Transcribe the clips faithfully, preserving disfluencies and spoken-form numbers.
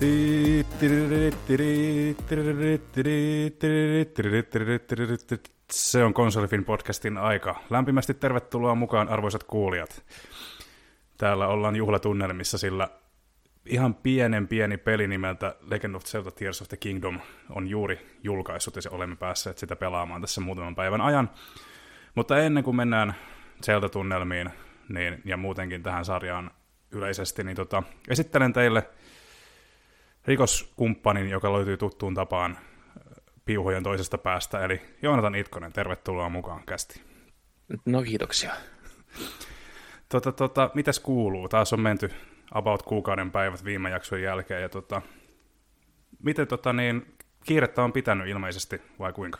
Se on Konsolifin podcastin aika. Lämpimästi tervetuloa mukaan, arvoisat kuulijat. Täällä ollaan juhlatunnelmissa, sillä ihan pienen pieni peli nimeltä Legend of Zelda Tears of the Kingdom on juuri julkaissut ja olemme päässeet sitä pelaamaan tässä muutaman päivän ajan. Mutta ennen kuin mennään Zelda-tunnelmiin niin, ja muutenkin tähän sarjaan yleisesti, niin tota, esittelen teille rikoskumppanin, joka löytyy tuttuun tapaan piuhojen toisesta päästä, eli Joonatan Itkonen, tervetuloa mukaan kästi. No kiitoksia. Tota, tota, mitäs kuuluu? Taas on menty about kuukauden päivät viime jakson jälkeen, ja tota, miten tota, niin, kiirettä on pitänyt ilmeisesti, vai kuinka?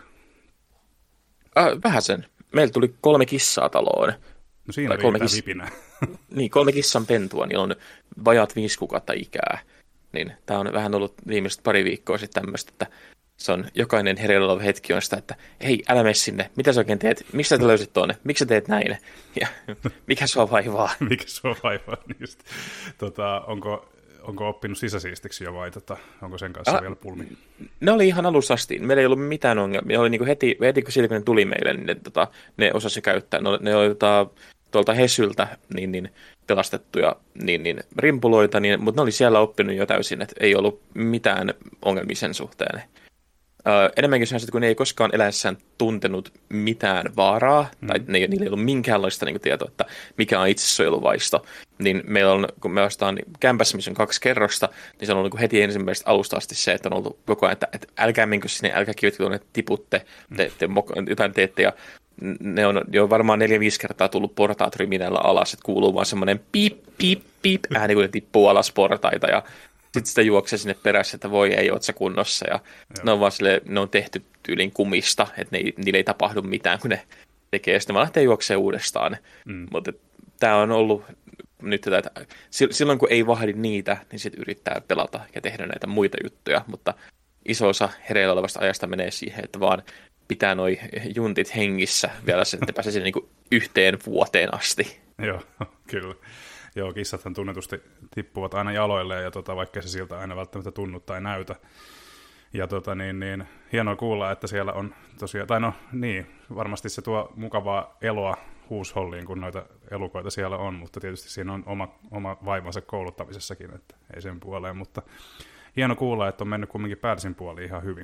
Äh, vähän sen. Meillä tuli kolme kissaa taloon. No siinä kolme riittää kiss... vipinä. Niin, kolme kissan pentua, niillä on vajaat viisi kuukautta ikää. Niin, tämä on vähän ollut viimeiset pari viikkoa sitten tämmöistä, että se on jokainen hereillä oleva hetki on sitä, että hei, älä mene sinne, mitä sä oikein teet, miksi sä löysit tuonne, miksi sä teet näin, ja mikä sua vaivaa. Mikä sua vaivaa, just. Tota, onko, onko oppinut sisäsiistiksi jo vai tota, onko sen kanssa ah, vielä pulmi? Ne oli ihan alusta asti, meillä ei ollut mitään ongelmia, oli niinku heti, heti kun, siitä, kun ne tuli meille, niin ne, tota, ne osasi käyttää, ne, ne oli tota, tuolta Hesyltä niin, niin, pelastettuja niin, niin, rimpuloita, niin, mutta ne oli siellä oppinut jo täysin, että ei ollut mitään ongelmia sen suhteen. Uh, enemmänkin se on, että kun ne ei koskaan eläessään tuntenut mitään vaaraa, mm. tai ne, niillä ei ollut minkäänlaista niin kuin, tietoa, että mikä on itsesuojeluvaisto, niin meillä on, kun me ostaan kämpässä, missä on kaksi kerrosta, niin se on ollut niin heti ensimmäisestä alusta asti se, että on ollut koko ajan, että, että älkää menkö sinne, älkää kivetkö tuonne, tiputte, te, te, jotain teette, ja ne on jo varmaan neljä-viisi kertaa tullut portaat ryminällä alas, että kuuluu vaan semmoinen piip, piip, piip, ääni, kun ne tippuu alas portaita, ja sitten sitä juoksee sinne perässä, että voi ei, oot sä kunnossa. Ja ne on vaan sille, ne on tehty tyylin kumista, että ne, niille ei tapahdu mitään, kun ne tekee. Sitten vaan lähtee juoksee uudestaan. Mm. Mutta tämä on ollut nyt tätä, että silloin kun ei vahdi niitä, niin sitten yrittää pelata ja tehdä näitä muita juttuja. Mutta iso osa hereillä olevasta ajasta menee siihen, että vaan pitää noi juntit hengissä vielä sen, että pääsee sinne niin kuin yhteen vuoteen asti. Joo, kyllä. Joo, kissathan tunnetusti tippuvat aina jaloilleen, ja tota, vaikka se siltä aina välttämättä tunnu tai näytä. Ja tota, niin, niin, hienoa kuulla, että siellä on tosiaan, tai no niin, varmasti se tuo mukavaa eloa huusholliin, kun noita elukoita siellä on, mutta tietysti siinä on oma, oma vaivansa kouluttamisessakin, että ei sen puoleen, mutta hieno kuulla, että on mennyt kumminkin Päärsin puoliin ihan hyvin.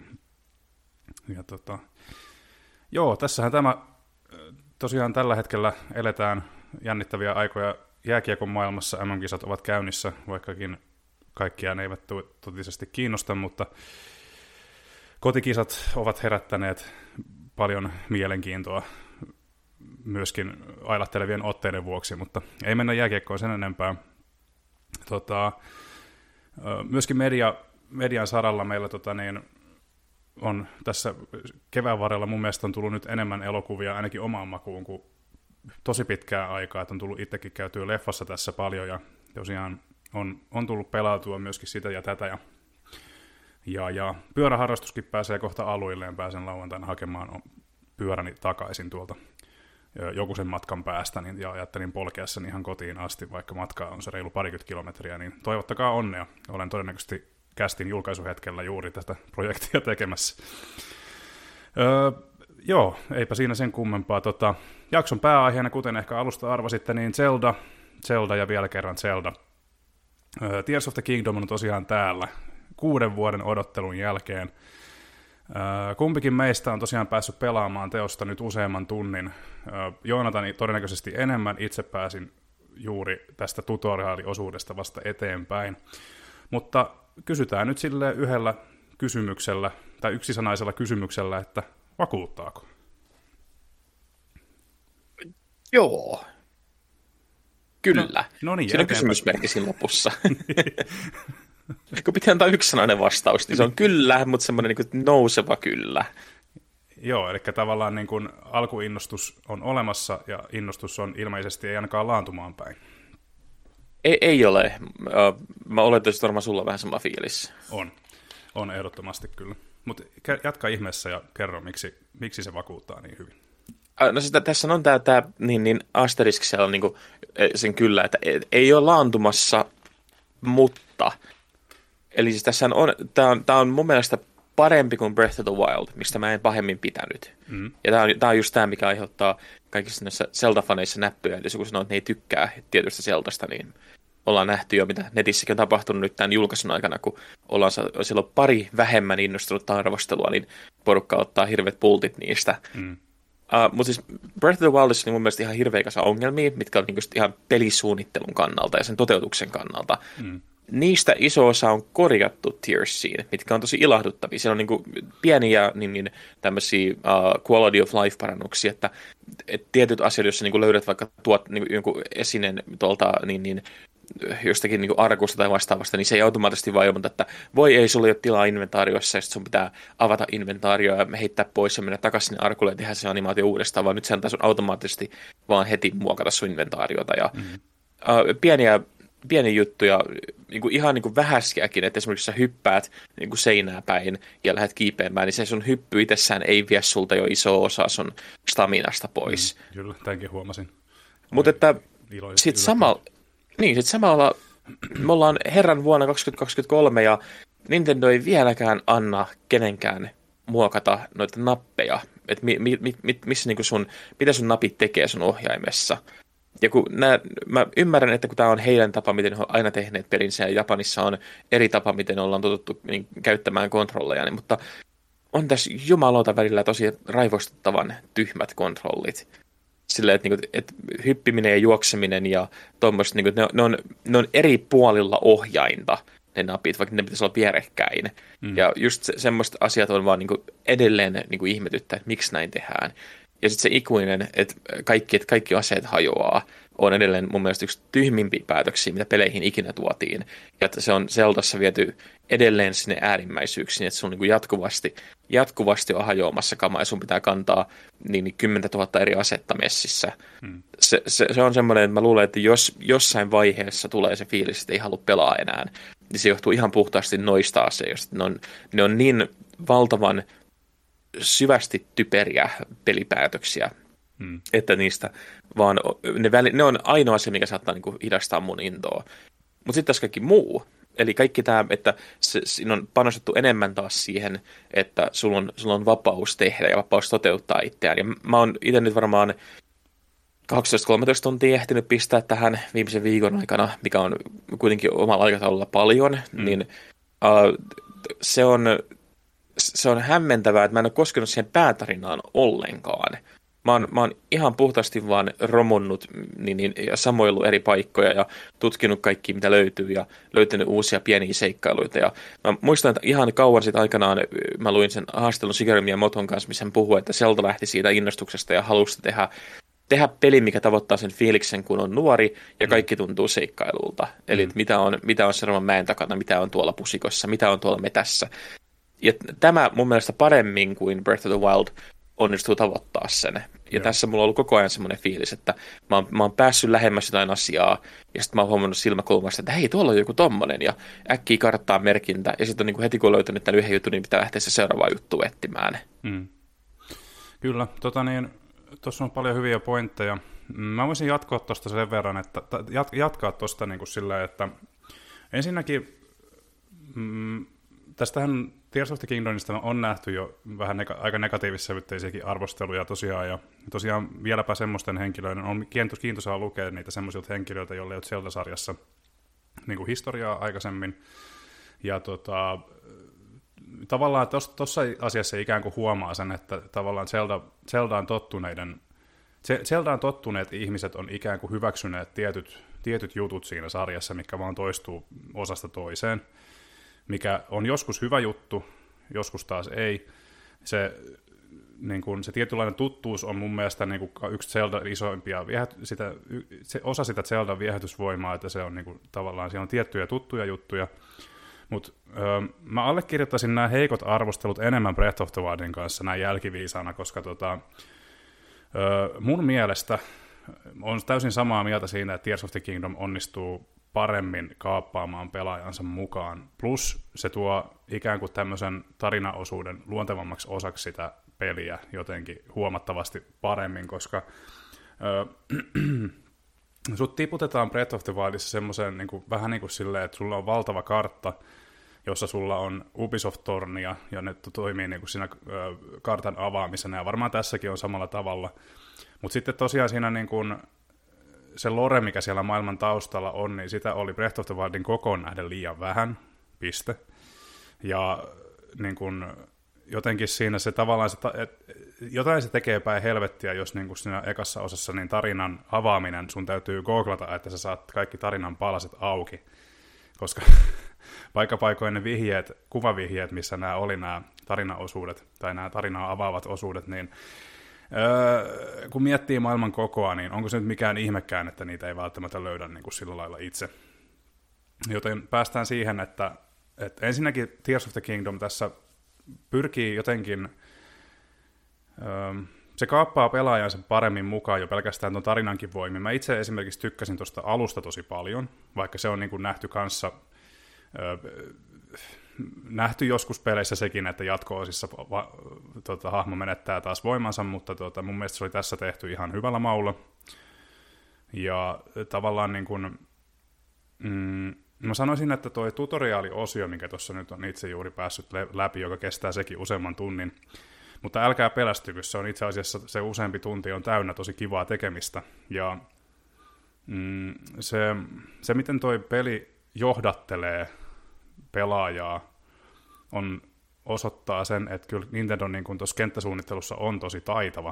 Ja tota, joo, tässähän tämä, tosiaan tällä hetkellä eletään jännittäviä aikoja. Jääkiekon maailmassa M M-kisat ovat käynnissä, vaikkakin kaikkia ne eivät totisesti kiinnosta, mutta kotikisat ovat herättäneet paljon mielenkiintoa myöskin ailahtelevien otteiden vuoksi, mutta ei mennä jääkiekkoon sen enempää. Tota, myöskin media, median saralla meillä tota, niin, on tässä kevään varrella mun mielestä on tullut nyt enemmän elokuvia ainakin omaan makuun kuin tosi pitkää aikaa, että on tullut itsekin käytyä leffassa tässä paljon, ja tosiaan on, on tullut pelautua myöskin sitä ja tätä, ja, ja, ja pyöräharrastuskin pääsee kohta aluilleen, pääsen lauantaina hakemaan pyöräni takaisin tuolta joku sen matkan päästä, niin, ja ajattelin polkea sen ihan kotiin asti, vaikka matkaa on se reilu parikymmentä kilometriä, niin toivottakaa onnea, olen todennäköisesti kästin julkaisuhetkellä juuri tästä projektia tekemässä. Öö, Joo, eipä siinä sen kummempaa. Tota, jakson pääaiheena, kuten ehkä alusta arvasitte, niin Zelda, Zelda ja vielä kerran Zelda. Uh, Tears of the Kingdom on tosiaan täällä kuuden vuoden odottelun jälkeen. Uh, kumpikin meistä on tosiaan päässyt pelaamaan teosta nyt useamman tunnin. Uh, Joonatani todennäköisesti enemmän, itse pääsin juuri tästä tutoriaaliosuudesta vasta eteenpäin. Mutta kysytään nyt silleen yhdellä kysymyksellä, tai yksisanaisella kysymyksellä, että vakuuttaako? Joo. Kyllä. No, no niin, siinä on kysymysmerkki siinä lopussa. Kun pitää antaa yksisanainen vastaus, niin se on kyllä, mutta semmoinen niin nouseva kyllä. Joo, eli tavallaan niin kuin alkuinnostus on olemassa, ja innostus on ilmeisesti ei ainakaan laantumaan päin. Ei, ei ole. Mä oletan, että varmaan sulla on vähän sama fiilis. On. On ehdottomasti kyllä. Mutta jatka ihmeessä ja kerro, miksi, miksi se vakuuttaa niin hyvin. No sitä, tässä on tämä, tämä niin, niin asterisk on niin kuin, sen kyllä, että ei ole laantumassa, mutta Eli siis tässä on, tämä on, tämä on mun mielestä parempi kuin Breath of the Wild, mistä mä en pahemmin pitänyt. Mm. Ja tämä on, tämä on just tämä, mikä aiheuttaa kaikissa näissä Zelda-faneissa näppyjä. Eli jos joku sanoo, että ne ei tykkää tietystä Zeldasta, niin ollaan nähty jo, mitä netissäkin on tapahtunut nyt tämän julkaisun aikana, kun ollaan silloin pari vähemmän innostunutta arvostelua, niin porukka ottaa hirveät pultit niistä. Mm. Uh, mutta siis Breath of the Wild on mun mielestä ihan hirveä kasa ongelmia, mitkä on niinku ihan pelisuunnittelun kannalta ja sen toteutuksen kannalta. Mm. Niistä iso osa on korjattu Tearsiin, mitkä on tosi ilahduttavia. Siellä on niinku pieniä niin, niin, tämmöisiä uh, quality of life-parannuksia, että et tietyt asiat, jos sä niinku löydät vaikka tuot niinku, jonkun esineen tuolta niin, niin, jostakin niin arkusta tai vastaavasta, niin se ei automaattisesti vaan ilmoita, että voi ei, sulla ei ole tilaa inventaariossa, ja sitten sun pitää avata inventaario ja heittää pois ja mennä takaisin sinne arkulle ja tehdä se animaatio uudestaan, vaan nyt se antaa sun automaattisesti vaan heti muokata sun inventaariota. Ja, mm-hmm. uh, pieniä, pieniä juttuja, niin kuin ihan niin kuin vähäisiäkin, että esimerkiksi sä hyppäät niin kuin seinää päin ja lähdet kiipeämään, niin se sun hyppy itsessään ei vie sulta jo iso osa sun staminasta pois. Mm, kyllä, tämänkin huomasin. Mutta että sitten samalla Niin, sitten samalla me ollaan herran vuonna kaksituhattakaksikymmentäkolme ja Nintendo ei vieläkään anna kenenkään muokata noita nappeja, että mi, mi, mi, missä niinku sun, mitä sun napit tekee sun ohjaimessa. Ja kun nää, mä ymmärrän, että kun tämä on heidän tapa, miten he on aina tehneet pelinsä, ja Japanissa on eri tapa, miten ollaan totuttu niin, käyttämään kontrolleja, niin, mutta on tässä jumalauta välillä tosi raivostuttavan tyhmät kontrollit. Silleen, että, niinku, että hyppiminen ja juokseminen ja tuommoiset, niinku, ne, ne, on, ne on eri puolilla ohjainta, ne napit, vaikka ne pitäisi olla vierekkäin. Mm. Ja just se, semmoiset asiat on vaan niinku, edelleen niinku, ihmetyttää, että miksi näin tehdään. Ja sitten se ikuinen, että kaikki, että kaikki aseet hajoaa, on edelleen mun mielestä yksi tyhmimpiä päätöksiä, mitä peleihin ikinä tuotiin. Ja että se on Zeldassa viety edelleen sinne äärimmäisyyksiin, että sun niin kuin jatkuvasti, jatkuvasti on hajoamassa kamaa ja sun pitää kantaa niin, niin kymmentä tuhatta eri asetta messissä. Hmm. Se, se, se on semmoinen, että mä luulen, että jos jossain vaiheessa tulee se fiilis, että ei halua pelaa enää, niin se johtuu ihan puhtaasti noista asioista. Ne on, ne on niin valtavan syvästi typeriä pelipäätöksiä, hmm. että niistä vaan ne, väli, ne on ainoa asia, mikä saattaa niin kuin hidastaa mun intoa. Mutta sitten tässä kaikki muu. Eli kaikki tämä, että se, siinä on panostettu enemmän taas siihen, että sulla on, sulla on vapaus tehdä ja vapaus toteuttaa itseään. Ja mä oon itse nyt varmaan kaksitoista kolmetoista tuntia ehtinyt pistää tähän viimeisen viikon aikana, mikä on kuitenkin omalla aikataululla paljon, mm. niin uh, se on se on hämmentävää, että mä en ole koskenut siihen päätarinaan ollenkaan. Mä oon, mä oon ihan puhtaasti vaan romunnut niin, niin, ja samoillut eri paikkoja ja tutkinut kaikki, mitä löytyy ja löytänyt uusia pieniä seikkailuita. Ja mä muistan, että ihan kauan sitten aikanaan mä luin sen haastelun Shigeru Miyamoton kanssa, missä hän puhui, että Zelda lähti siitä innostuksesta ja halusi tehdä, tehdä peli, mikä tavoittaa sen fiiliksen, kun on nuori ja kaikki tuntuu seikkailulta. Mm. Eli mitä on, mitä on Seroman mäen takana, mitä on tuolla pusikossa, mitä on tuolla metässä. Ja tämä mun mielestä paremmin kuin Breath of the Wild onnistuu tavoittaa sen. Ja Joo. tässä mulla on ollut koko ajan semmoinen fiilis, että mä oon, mä oon päässyt lähemmäs jotain asiaa, ja sitten mä oon huomannut silmäkulmasta, että hei, tuolla on joku tommonen, ja äkkiä karttaa merkintä, ja sitten on niin kuin heti kun on löytänyt tämän yhden jutun, niin pitää lähteä se seuraavaan juttuun etsimään. Mm. Kyllä, tota niin, tuossa on paljon hyviä pointteja. Mä voisin jatkaa tuosta sen verran, että jat, jatkaa tuosta niin kuin silleen, että ensinnäkin mm, tästähän Tears of the Kingdomista on nähty jo vähän neka- aika negatiivissävytteisiäkin arvosteluja tosiaan, ja tosiaan vieläpä semmoisten henkilöiden, on kiintoisaa lukea niitä semmoisilta henkilöiltä, joille ei ole Zelda-sarjassa niin kuin historiaa aikaisemmin, ja tota, tavallaan tuossa asiassa ikään kuin huomaa sen, että tavallaan Zelda, Zeldaan tottuneiden, Zeldaan tottuneet ihmiset on ikään kuin hyväksyneet tietyt, tietyt jutut siinä sarjassa, mitkä vaan toistuu osasta toiseen, mikä on joskus hyvä juttu, joskus taas ei. Se, niin kun, se tietynlainen tuttuus on mun mielestä niin kun, yksi Zelda isoimpia, viehät, sitä, se, osa sitä Zeldan viehätysvoimaa, että se on niin kun, tavallaan, siellä on tiettyjä tuttuja juttuja, mutta mä allekirjoittaisin nämä heikot arvostelut enemmän Breath of the Wildin kanssa näin jälkiviisana, koska tota, ö, mun mielestä on täysin samaa mieltä siinä, että Tears of the Kingdom onnistuu paremmin kaappaamaan pelaajansa mukaan. Plus se tuo ikään kuin tämmöisen tarinaosuuden luontevammaksi osaksi sitä peliä jotenkin huomattavasti paremmin, koska äh, sut tiputetaan Breath of the Wildissa semmoiseen niin kuin, vähän niin kuin silleen, että sulla on valtava kartta, jossa sulla on Ubisoft-tornia, ja ne toimii niin kuin siinä kartan avaamisena, ja varmaan tässäkin on samalla tavalla. Mutta sitten tosiaan siinä niin kuin se lore, mikä siellä maailman taustalla on, niin sitä oli Breath of the Wildin kokoon nähden liian vähän, piste. Ja niin kuin, jotenkin siinä se tavallaan, se, et, jotain se tekee päin helvettiä, jos niin kuin siinä ekassa osassa niin tarinan avaaminen, sun täytyy googlata, että sä saat kaikki tarinan palaset auki, koska paikkapaikoin ne vihjeet, kuvavihjeet, missä nämä oli nämä tarinaosuudet, tai nämä tarinaa avaavat osuudet, niin öö, kun miettii maailman kokoa, niin onko se nyt mikään ihmekään, että niitä ei välttämättä löydä niin kuin sillä lailla itse. Joten päästään siihen, että, että ensinnäkin Tears of the Kingdom tässä pyrkii jotenkin, öö, se kaappaa pelaajansa paremmin mukaan jo pelkästään tuon tarinankin voimin. Mä itse esimerkiksi tykkäsin tuosta alusta tosi paljon, vaikka se on niin kuin nähty kanssa, öö, nähty joskus peleissä sekin, että jatko-osissa va, tota, hahmo menettää taas voimansa, mutta tota, mun mielestä se oli tässä tehty ihan hyvällä maulla. Ja tavallaan niin kuin, mm, mä sanoisin, että toi tutoriaaliosio, mikä tuossa nyt on itse juuri päässyt läpi, joka kestää sekin useamman tunnin, mutta älkää pelästykö, se on itse asiassa se useampi tunti on täynnä tosi kivaa tekemistä. Ja mm, se, se, miten toi peli johdattelee pelaajaa, on, osoittaa sen, että kyllä Nintendo niin kuin tuossa kenttäsuunnittelussa on tosi taitava.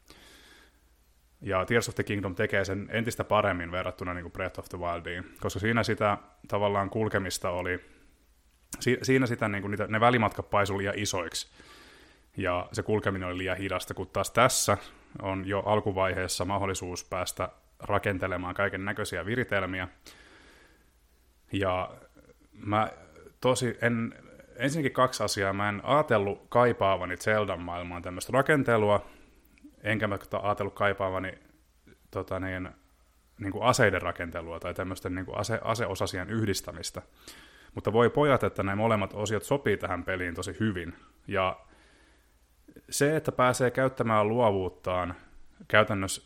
Ja Tears of the Kingdom tekee sen entistä paremmin verrattuna niin kuin Breath of the Wildiin, koska siinä sitä tavallaan kulkemista oli, si, siinä sitä, niin kuin niitä, ne välimatkat paisui liian isoiksi, ja se kulkeminen oli liian hidasta, kun taas tässä on jo alkuvaiheessa mahdollisuus päästä rakentelemaan kaiken näköisiä viritelmiä. Ja mä tosi, en, ensinnäkin kaksi asiaa, mä en ajatellut kaipaavani Zeldan maailmaan tämmöistä rakentelua, enkä mä ajatellut kaipaavani tota niin, niin kuin aseiden rakentelua tai tämmöisten niin kuin ase, aseosasien yhdistämistä. Mutta voi pojat, että nämä molemmat osiot sopii tähän peliin tosi hyvin. Ja se, että pääsee käyttämään luovuuttaan käytännössä,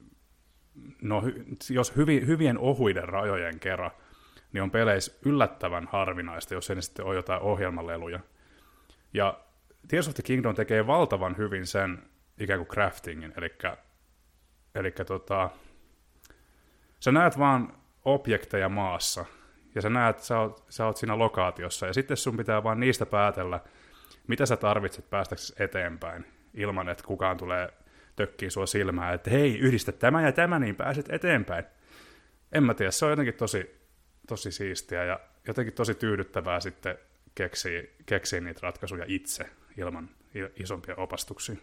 no jos hyvi, hyvien ohuiden rajojen kerran, niin on peleissä yllättävän harvinaista, jos ei ne sitten ole jotain ohjelmaleluja. Ja Tears of the Kingdom tekee valtavan hyvin sen ikään kuin craftingin, eli, eli tota, sä näet vaan objekteja maassa, ja sä näet, sä oot, sä oot siinä lokaatiossa, ja sitten sun pitää vaan niistä päätellä, mitä sä tarvitset päästäksesi eteenpäin, ilman että kukaan tulee tökkiin sua silmään, että hei, yhdistä tämä ja tämä, niin pääset eteenpäin. En mä tiedä, se on jotenkin tosi, tosi siistiä, ja jotenkin tosi tyydyttävää sitten keksiä, keksiä niitä ratkaisuja itse, ilman isompia opastuksia.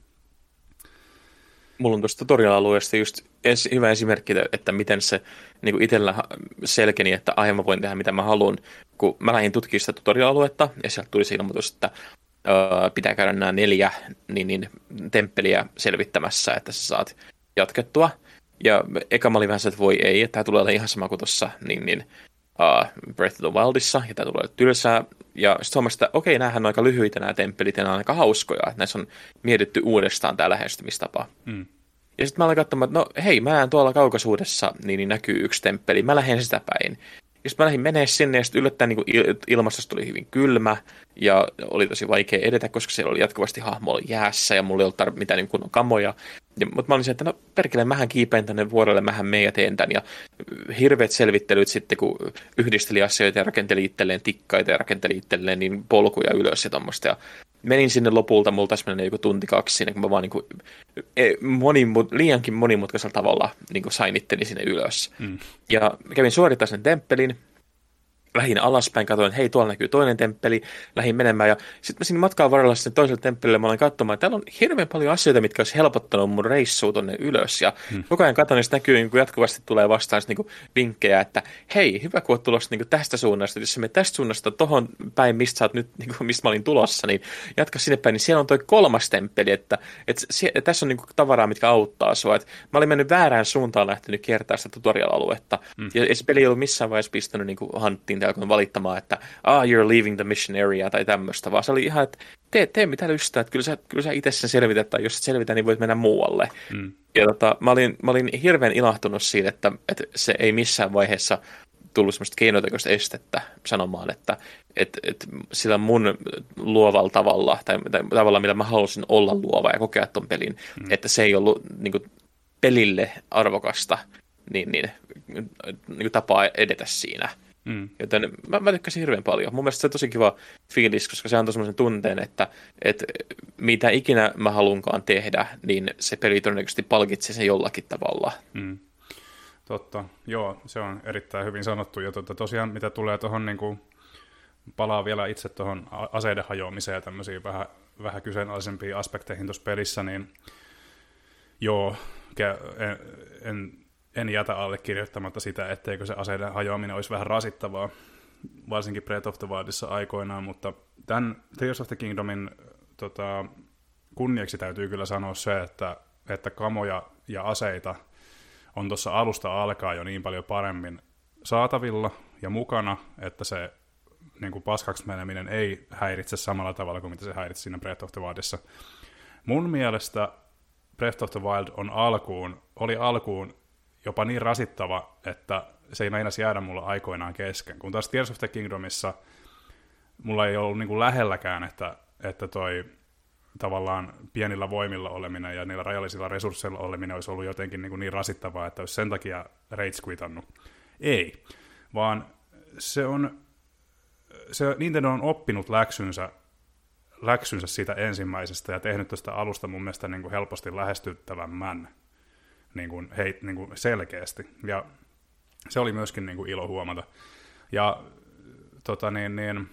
Mulla on tuosta tutorial-alueesta just es, hyvä esimerkki, että miten se niin itsellä selkeni, että aivan mä voin tehdä mitä mä haluan. Kun mä lähdin tutkimaan sitä tutorial-aluetta, ja sieltä tuli se ilmoitus, että ö, pitää käydä nämä neljä niin, niin, temppeliä selvittämässä, että sä saat jatkettua. Ja eka mä olin vähän se, että voi ei, että tämä tulee olla ihan sama kuin tuossa niin, niin, uh, Breath of the Wildissa, ja tämä tulee tylsää. Ja sitten huomasin, että okei, näähän on aika lyhyitä nämä temppelit, ja nämä on aika hauskoja, että näissä on mietitty uudestaan tämä lähestymistapa. Mm. Ja sitten mä aloin katsomaan, että no hei, mä näen tuolla kaukaisuudessa, niin, niin näkyy yksi temppeli, mä lähden sitä päin. Ja sitten mä lähdin menee sinne, ja sitten yllättäen niin il- ilmastosta tuli hyvin kylmä, ja oli tosi vaikea edetä, koska siellä oli jatkuvasti hahmo oli jäässä, ja mulla ei ollut tar- mitään niin kunnon kamoja. Ja, mutta mä olin se, että no perkele, mähän kiipeen tänne vuorelle, mähän meen ja teen tämän. Ja hirveät selvittelyt sitten, kun yhdisteli asioita ja rakenteli itselleen tikkaita ja rakenteli itselleen niin polkuja ylös ja tommoista. Ja menin sinne lopulta, mulla taisi mennä joku tunti kaksi siinä, kun mä vaan niin kuin, monimut, liiankin monimutkaisella tavalla niin kuin sainittelin sinne ylös. Mm. Ja kävin suorittaa sen temppelin. Lähdin alaspäin, katsoin, että hei, tuolla näkyy toinen temppeli, lähdin menemään, ja sitten mä siinä matkaan varrella sitten toiselle temppelille, mä olin katsomaan, että täällä on hirveän paljon asioita, mitkä olisi helpottanut mun reissua tonne ylös, ja hmm. koko ajan katson, että näkyy, niin kuin jatkuvasti tulee vastaan niin vinkkejä, että hei, hyvä, kun oot tulossa niin tästä suunnasta, jos sä menet tästä suunnasta tohon päin, mistä sä oot nyt, niin kuin, mistä mä olin tulossa, niin jatka sinne päin, niin siellä on toi kolmas temppeli, että, että, se, että tässä on niin kuin tavaraa, mitkä auttaa sua, että mä olin mennyt väärään suuntaan lähtenyt kiertää sitä tutorial-aluetta, hmm. ja se peli ei ollut missään vaiheessa pistänyt niin kuin hanttiin alkoin valittamaan, että ah, you're leaving the mission area tai tämmöistä, vaan se oli ihan, että tee, tee mitä lystää, että kyllä sä, kyllä sä itse sen selvität, tai jos et selvitä, niin voit mennä muualle. Mm. Ja tota, mä olin, mä olin hirveän ilahtunut siitä, että, että se ei missään vaiheessa tullut semmoista keinotekoista estettä sanomaan, että et, et sillä mun luovalla tavalla, tai, tai tavalla, millä mä halusin olla luova ja kokea ton pelin, mm. että se ei ollut niin kuin, pelille arvokasta niin, niin, niin kuin tapaa edetä siinä. Mm. Joten mä, mä tykkäsin hirveän paljon. Mun mielestä se on tosi kiva fiilis, koska se antoi semmoisen tunteen, että, että mitä ikinä mä halunkaan tehdä, niin se peli todennäköisesti palkitsee sen jollakin tavalla. Mm. Totta, joo, se on erittäin hyvin sanottu. Ja totta, tosiaan, mitä tulee tuohon, niin kuin, palaa vielä itse tuohon aseiden hajoamiseen ja tämmöisiin vähän, vähän kyseenalaisempiin aspekteihin tuossa pelissä, niin joo, en, en, en jätä allekirjoittamatta sitä, etteikö se aseiden hajoaminen olisi vähän rasittavaa, varsinkin Breath of the Wildissa aikoinaan, mutta tämän Tears of the Kingdomin tota, kunniaksi täytyy kyllä sanoa se, että, että kamoja ja aseita on tuossa alusta alkaa jo niin paljon paremmin saatavilla ja mukana, että se niin kuin paskaksi meneminen ei häiritse samalla tavalla kuin mitä se häiritsi siinä Breath of the Wildissa. Mun mielestä Breath of the Wild on alkuun, oli alkuun jopa niin rasittava, että se ei meinasi jäädä mulla aikoinaan kesken. Kun taas Tears of the Kingdomissa mulla ei ollut niin kuin lähelläkään, että, että toi tavallaan pienillä voimilla oleminen ja niillä rajallisilla resursseilla oleminen olisi ollut jotenkin niin, kuin niin rasittavaa, että olisi sen takia rage quitannut. Ei, vaan se on, se Nintendo on oppinut läksynsä, läksynsä siitä ensimmäisestä ja tehnyt tuosta alusta mun mielestä niin kuin helposti lähestyttävämmän niin kuin, hei, niin kuin selkeästi. Ja se oli myöskin niin kuin ilo huomata. Ja tota niin, niin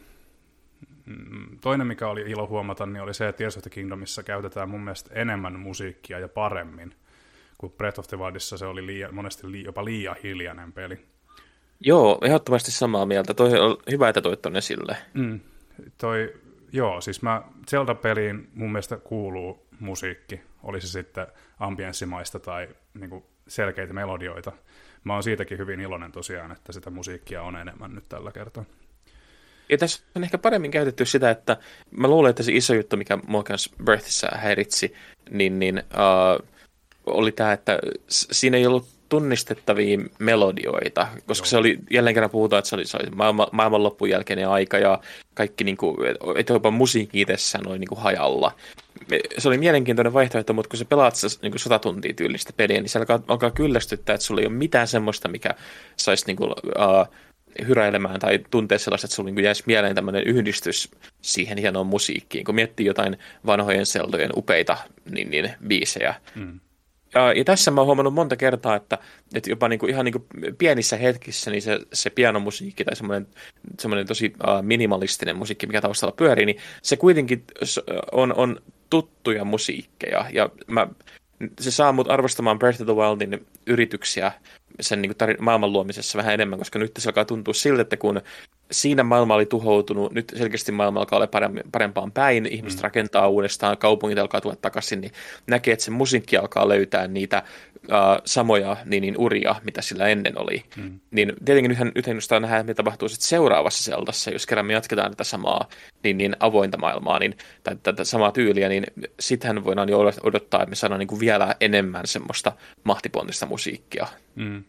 toinen, mikä oli ilo huomata, niin oli se, että Tears of the Kingdomissa käytetään mun mielestä enemmän musiikkia ja paremmin, kuin Breath of the Wildissa se oli liian, monesti lii, jopa liian hiljainen peli. Joo, ehdottomasti samaa mieltä. Toi on hyvä, että toit ton esille. Mm, toi, joo, siis mä Zelda-peliin mun mielestä kuuluu musiikki, oli se sitten ambienssimaista tai niin kuin selkeitä melodioita. Mä oon siitäkin hyvin iloinen tosiaan, että sitä musiikkia on enemmän nyt tällä kertaa. Ja tässä on ehkä paremmin käytetty sitä, että mä luulen, että se iso juttu, mikä mua kanssa Breathissä häiritsi, niin, niin uh, oli tämä, että siinä ei ollut tunnistettavia melodioita, koska Joo. se oli, jälleen kerran puhutaan, että se oli, se oli maailman, maailmanlopun jälkeinen aika ja kaikki, niin kuin, että jopa musiikki itsessään oli niin kuin hajalla. Se oli mielenkiintoinen vaihtoehto, mutta kun sä pelaat niin kuin sata tuntia tyylistä peliä, niin se alkaa, alkaa kyllästyttää, että sulla ei ole mitään semmoista, mikä saisi niin kuin, uh, hyräilemään tai tuntee sellaista, että sulla niin jäisi mieleen tämmöinen yhdistys siihen hienoon musiikkiin, kun miettii jotain vanhojen Zeldojen upeita niin, niin, biisejä. Mm. Ja, ja tässä mä oon huomannut monta kertaa, että, että jopa niin kuin, ihan niin kuin pienissä hetkissä niin se, se pianomusiikki tai semmoinen, semmoinen tosi uh, minimalistinen musiikki, mikä taustalla pyörii, niin se kuitenkin on, on tuttuja musiikkeja. Ja mä, se saa mut arvostamaan Breath of the Wildin yrityksiä sen niin kuin tarin- maailman luomisessa vähän enemmän, koska nyt se alkaa tuntua siltä, että kun siinä maailma oli tuhoutunut, nyt selkeästi maailma alkaa olla parempaan päin, ihmiset mm. rakentaa uudestaan, kaupungit alkaa tulla takaisin, niin näkee, että se musiikki alkaa löytää niitä uh, samoja niin, niin uria, mitä sillä ennen oli. Mm. Niin tietenkin nythän, nythän just nähdä, mitä tapahtuu sitten seuraavassa Zeldassa, jos kerran me jatketaan tätä samaa niin, niin avointa maailmaa, niin, tai tätä samaa tyyliä, niin sittenhän voidaan jo odottaa, että me saadaan niin kuin vielä enemmän semmoista mahtipontista musiikkia. Mm.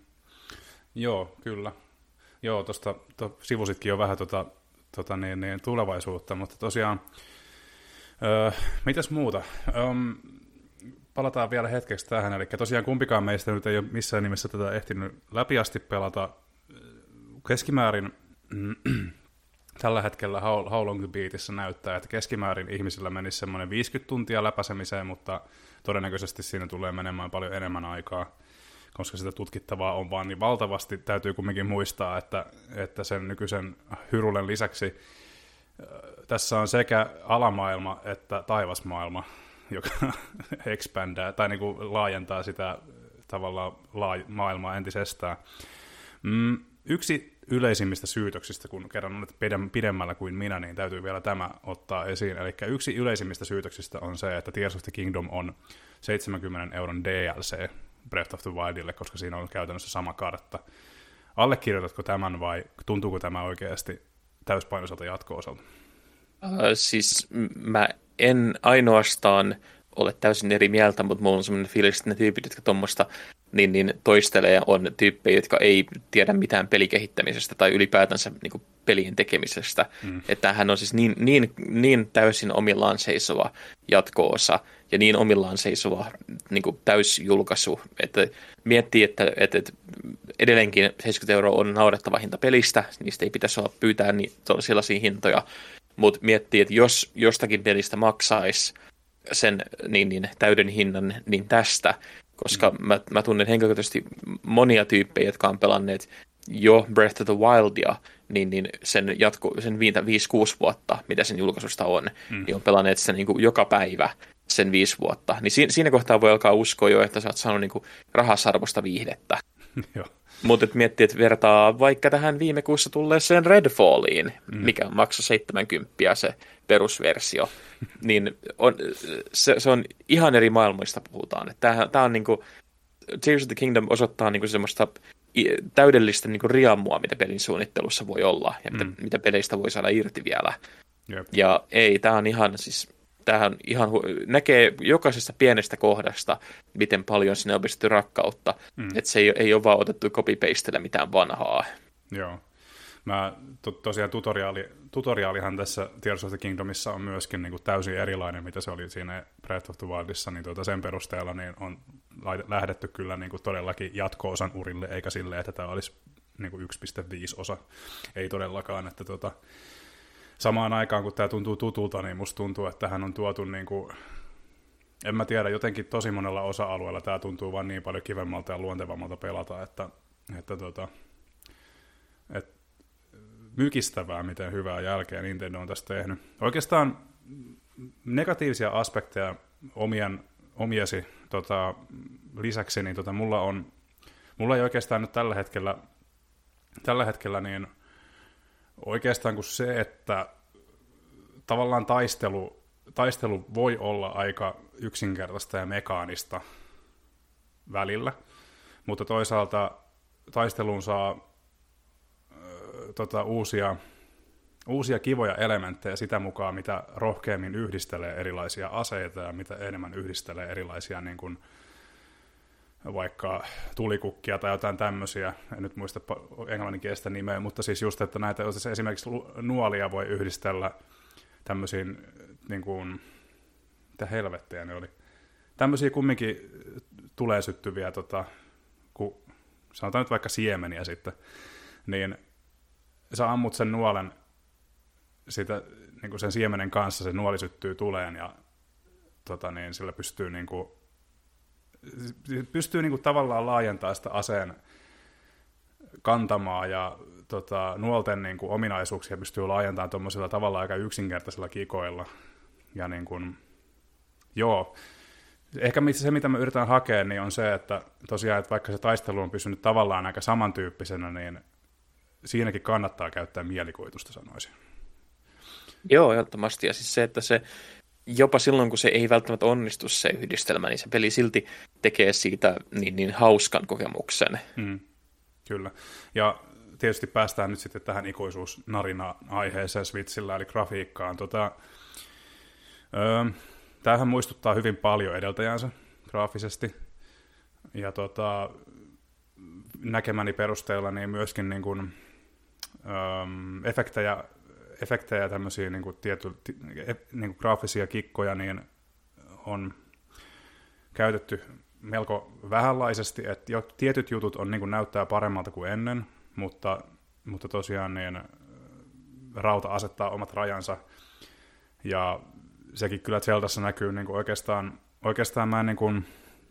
Joo, kyllä. Joo, tuosta to, sivusitkin jo vähän tota, tota niin, niin, tulevaisuutta, mutta tosiaan, öö, mitäs muuta? Öm, palataan vielä hetkeksi tähän, eli tosiaan kumpikaan meistä nyt ei ole missään nimessä tätä ehtinyt läpi asti pelata. Keskimäärin mm, tällä hetkellä How, How Long to Beatissä näyttää, että keskimäärin ihmisillä menisi semmoinen viisikymmentä tuntia läpäisemiseen, mutta todennäköisesti siinä tulee menemään paljon enemmän aikaa, koska sitä tutkittavaa on vaan niin valtavasti. Täytyy kumminkin muistaa, että, että sen nykyisen Hyrulen lisäksi äh, tässä on sekä alamaailma että taivasmaailma, joka expandää tai niin kuin laajentaa sitä tavallaan laa- maailmaa entisestään. Mm, yksi yleisimmistä syytöksistä, kun kerran olet pidemmällä kuin minä, niin täytyy vielä tämä ottaa esiin. Eli yksi yleisimmistä syytöksistä on se, että Tears of the Kingdom on seitsemänkymmenen euron D L C Breath of the Wildille, koska siinä on käytännössä sama kartta. Allekirjoitatko tämän vai tuntuuko tämä oikeasti täyspainoiselta jatko-osalta? Uh, siis mä en ainoastaan ole täysin eri mieltä, mutta mulla on sellainen fiilis, että ne tyypit, jotka tuommoista niin, niin toistelee on tyyppejä, jotka ei tiedä mitään pelikehittämisestä tai ylipäätänsä niin kuin pelien tekemisestä. Mm. Että hän on siis niin, niin, niin täysin omillaan seisova jatko-osa ja niin omillaan seisova niin kuin täysjulkaisu, että miettii, että, että, että edelleenkin seitsemänkymmentä euroa on naurettava hinta pelistä, niistä ei pitäisi olla pyytää niin, sellaisia hintoja, mutta miettii, että jos jostakin pelistä maksaisi sen niin, niin, täyden hinnan, niin tästä, koska mm. mä, mä tunnen henkilökohtaisesti monia tyyppejä, jotka on pelanneet jo Breath of the Wildia, niin, niin sen, jatko, sen viisi kuusi vuotta, mitä sen julkaisusta on, mm. niin on pelanneet sen niin kuin joka päivä sen viisi vuotta. Niin siinä, siinä kohtaa voi alkaa uskoa jo, että sä oot saanut niin kuin rahasarvosta viihdettä. Mutta et miettii, että vertaa vaikka tähän viime kuussa tulleeseen Redfalliin, mm. mikä maksoi seitsemänkymmentä se perusversio, niin on, se, se on ihan eri maailmoista puhutaan. Tämä on niinku, Tears of the Kingdom osoittaa niinku semmoista täydellistä niinku riamua, mitä pelin suunnittelussa voi olla, ja mitä, mm. mitä peleistä voi saada irti vielä. Yep. Ja ei, tämä on ihan siis... Tämähän ihan näkee jokaisesta pienestä kohdasta, miten paljon sinne on pistetty rakkautta. Mm. Että se ei, ei ole vaan otettu copy-pastella mitään vanhaa. Joo. Mä to, tosiaan tutoriaali, tutoriaalihan tässä Tears of the Kingdomissa on myöskin niin kuin täysin erilainen, mitä se oli siinä Breath of the Wildissa, niin tuota sen perusteella niin on lähdetty kyllä niin kuin todellakin jatko-osan urille, eikä silleen, että tämä olisi niin kuin yksi pilkku viisi osa. Ei todellakaan, että tuota... Samaan aikaan, kun tämä tuntuu tutulta, niin musta tuntuu, että hän on tuotu, niin kuin, en mä tiedä, jotenkin tosi monella osa-alueella tämä tuntuu vaan niin paljon kivemmalta ja luontevammalta pelata, että, että, tota, että mykistävää, miten hyvää jälkeä Nintendo on tästä tehnyt. Oikeastaan negatiivisia aspekteja omien, omiesi tota, lisäksi, niin tota, mulla, on, mulla ei oikeastaan nyt tällä hetkellä, tällä hetkellä niin oikeastaan kuin se, että tavallaan taistelu, taistelu voi olla aika yksinkertaista ja mekaanista välillä, mutta toisaalta taisteluun saa ö, tota, uusia, uusia kivoja elementtejä sitä mukaan, mitä rohkeammin yhdistelee erilaisia aseita ja mitä enemmän yhdistelee erilaisia niin kuin, vaikka tulikukkia tai jotain tämmöisiä, en nyt muista englanninkielistä nimeä, mutta siis just, että näitä esimerkiksi nuolia voi yhdistellä tämmöisiin, niin kuin, mitä helvettiä ne oli, tämmöisiä kumminkin tulee syttyviä, tota, kun sanotaan nyt vaikka siemeniä sitten, niin sä ammut sen nuolen sitä, niin kuin sen siemenen kanssa, se nuoli syttyy tuleen ja tota, niin, sillä pystyy niin kuin, pystyy niinku tavallaan laajentamaan sitä aseen kantamaa ja tota, nuolten niinku ominaisuuksia pystyy laajentamaan tuommoisilla tavalla aika yksinkertaisilla kikoilla. Ja niinku, joo, ehkä se mitä mä yritän hakea niin on se, että tosiaan, että vaikka se taistelu on pysynyt tavallaan aika samantyyppisenä, niin siinäkin kannattaa käyttää mielikuvitusta, sanoisin. Joo, ehdottomasti. Ja siis se, että se jopa silloin, kun se ei välttämättä onnistu se yhdistelmä, niin se peli silti tekee siitä niin, niin hauskan kokemuksen. Mm, kyllä. Ja tietysti päästään nyt sitten tähän ikuisuusnarina-aiheeseen Switchillä, eli grafiikkaan. Tota, öö, tämähän muistuttaa hyvin paljon edeltäjänsä graafisesti. Ja tota, näkemäni perusteella niin myöskin niin kuin, öö, efektejä efektejä ja tämmöisiä niin kuin tiety, niin kuin graafisia kikkoja niin on käytetty melko vähänlaisesti, että jo tietyt jutut on, niin kuin näyttää paremmalta kuin ennen, mutta, mutta tosiaan niin rauta asettaa omat rajansa, ja sekin kyllä Zeldassa näkyy niin kuin oikeastaan, oikeastaan mä en niin kuin,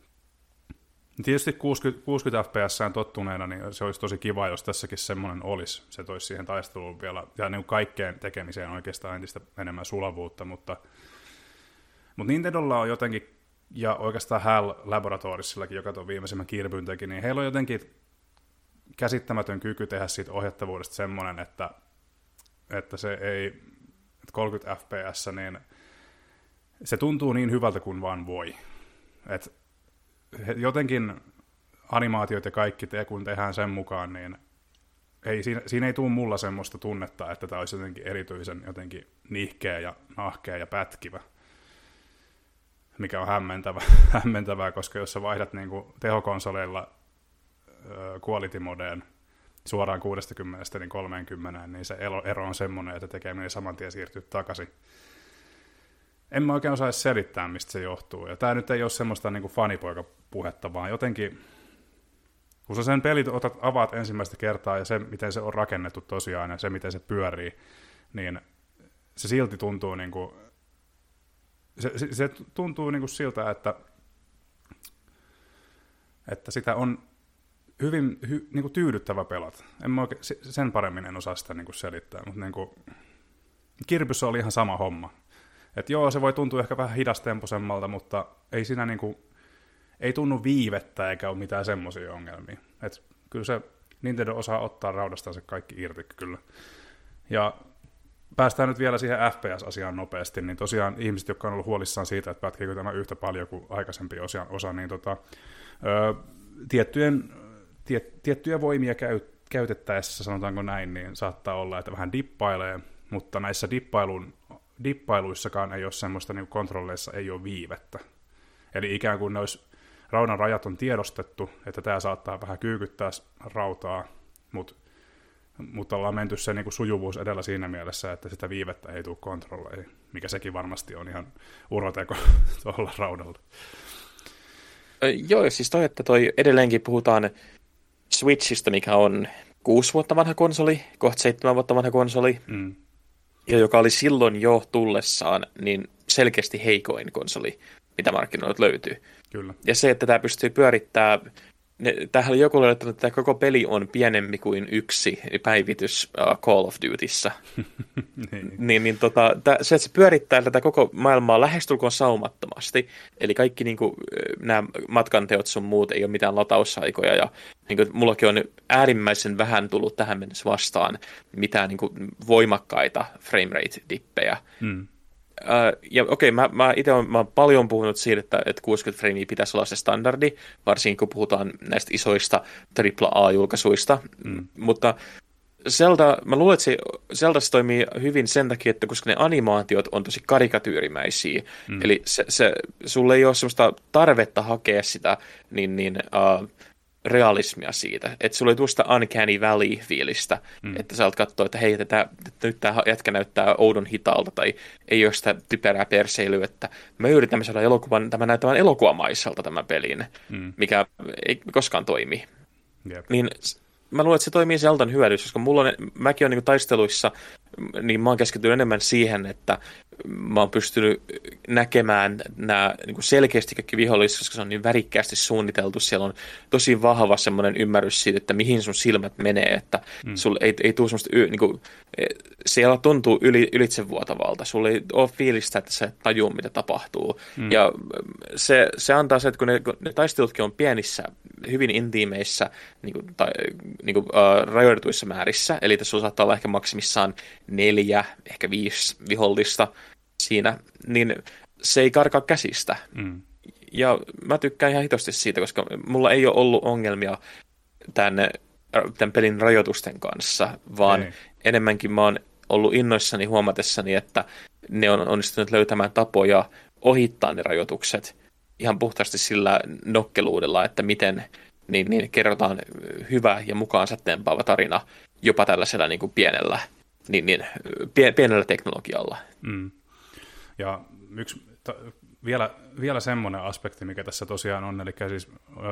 tietysti kuusikymmentä, kuusikymmentä F P S tottuneena, niin se olisi tosi kiva, jos tässäkin semmoinen olisi. Se toisi siihen taisteluun vielä, ja niin kaikkeen tekemiseen oikeastaan entistä enemmän sulavuutta, mutta, mutta Nintendolla on jotenkin, ja oikeastaan H A L Laboratoriellakin, joka tuon viimeisimmän Kirbyn teki, niin heillä on jotenkin käsittämätön kyky tehdä siitä ohjattavuudesta semmoinen, että, että se ei, että kolmekymmentä F P S, niin se tuntuu niin hyvältä kuin vaan voi. Että jotenkin animaatiot ja kaikki, te, kun tehdään sen mukaan, niin ei, siinä, siinä ei tule mulla semmoista tunnetta, että tämä olisi jotenkin erityisen jotenkin nihkeä ja nahkea ja pätkivä. mikä on hämmentävä, hämmentävää, koska jos sä vaihdat niin kuin tehokonsoleilla quality modeen suoraan kuusikymmentä niin kolmekymmentä, niin se ero on semmoinen, että tekee meidän saman tien siirtyä takaisin. En mä oikein osaa selittää, mistä se johtuu. Ja tää nyt ei ole semmoista niin kuin fanipoikapuhetta, vaan jotenkin, kun sä sen pelit otat, avaat ensimmäistä kertaa ja se, miten se on rakennettu tosiaan ja se, miten se pyörii, niin se silti tuntuu niin kuin, se, se, se tuntuu niin kuin siltä, että, että sitä on hyvin hy, niin kuin tyydyttävä pelata. En mä oikein, sen paremmin en osaa sitä niin kuin selittää, mutta niin kuin, Kirbyssä oli ihan sama homma. Että joo, se voi tuntua ehkä vähän hidastempoisemmalta, mutta ei siinä niin kuin, ei tunnu viivettä eikä ole mitään semmoisia ongelmia. Et kyllä se Nintendo osaa ottaa raudastaan se kaikki irti kyllä. Ja päästään nyt vielä siihen F P S-asiaan nopeasti, niin tosiaan ihmiset, jotka on ollut huolissaan siitä, että pätkiikö tämä yhtä paljon kuin aikaisempi osa, osa niin tota, ö, tiettyjen, tiet, tiettyjä voimia käy, käytettäessä, sanotaanko näin, niin saattaa olla, että vähän dippailee, mutta näissä dippailun, dippailuissakaan ei ole semmoista, niin kontrolleissa ei ole viivettä. Eli ikään kuin ne olisi, raudan rajat on tiedostettu, että tämä saattaa vähän kyykyttää rautaa, mutta mutta ollaan menty se niin kuin sujuvuus edellä siinä mielessä, että sitä viivettä ei tule kontrolleihin, mikä sekin varmasti on ihan uroteko tuolla raudalla. Joo, siis toi, että toi edelleenkin puhutaan Switchistä, mikä on kuusi vuotta vanha konsoli, kohta seitsemän vuotta vanha konsoli, mm. ja joka oli silloin jo tullessaan niin selkeästi heikoin konsoli, mitä markkinoilta löytyy. Kyllä. Ja se, että tämä pystyy pyörittämään, tämähän oli joku löytänyt, että tämä koko peli on pienempi kuin yksi päivitys uh, Call of Dutyssä. niin, niin, niin tota, tää, se, että se pyörittää tätä koko maailmaa lähestulkoon saumattomasti, eli kaikki niin kuin, nämä matkanteot sun muut ei ole mitään latausaikoja, ja niin kuin, mullakin on äärimmäisen vähän tullut tähän mennessä vastaan mitään niin kuin, voimakkaita framerate-dippejä. Mm. Uh, ja okei, okay, mä, mä itse olen, mä olen paljon puhunut siitä, että, että kuusikymmentä framea pitäisi olla se standardi, varsinkin kun puhutaan näistä isoista tripla A-julkaisuista, mm. mutta Zelda, mä luulen, että se, Zelda se toimii hyvin sen takia, että koska ne animaatiot on tosi karikatyyrimäisiä, mm. eli se, se, sulle ei ole semmoista tarvetta hakea sitä niin, niin, uh, realismia siitä, että sulla ei tule sitä Uncanny Valley-fiilistä, mm. että sä oot katsoa, että hei, että, että nyt tämä jätkä näyttää oudon hitaalta, tai ei ole sitä typerää perseilyä, että me yritämme saada elokuvan, tämä näyttävän elokuvamaiselta tämä pelin, mm. mikä ei koskaan toimi. Yep. Niin mä luulen, että se toimii Zeldan hyödyssä, koska mulla on, mäkin olen niin taisteluissa, niin mä oon keskittynyt enemmän siihen, että mä oon pystynyt näkemään nämä niin selkeästi kaikki viholliset, koska se on niin värikkäästi suunniteltu. Siellä on tosi vahva semmoinen ymmärrys siitä, että mihin sun silmät menee, että mm. sulle ei, ei tule semmoista, niin kuin, siellä tuntuu yli, ylitsevuotavalta. Sulla ei ole fiilistä, että sä et tajuu, mitä tapahtuu. Mm. Ja se, se antaa se, että kun ne, kun ne taistelutkin on pienissä, hyvin intiimeissä, niin kuin, tai, niin kuin, uh, rajoitetuissa määrissä, eli tässä sulla saattaa olla ehkä maksimissaan neljä, ehkä viisi vihollista siinä, niin se ei karkaa käsistä. Mm. Ja mä tykkään ihan hitosti siitä, koska mulla ei ole ollut ongelmia tämän, tämän pelin rajoitusten kanssa, vaan ei. Enemmänkin mä oon ollut innoissani huomatessani, että ne on onnistunut löytämään tapoja ohittaa ne rajoitukset ihan puhtaasti sillä nokkeluudella, että miten niin, niin kerrotaan hyvä ja mukaansa tempaava tarina jopa tällaisella niin kuin pienellä, niin, niin, pie, pienellä teknologialla. Mm. Ja yksi, ta, vielä, vielä semmoinen aspekti, mikä tässä tosiaan on, eli siis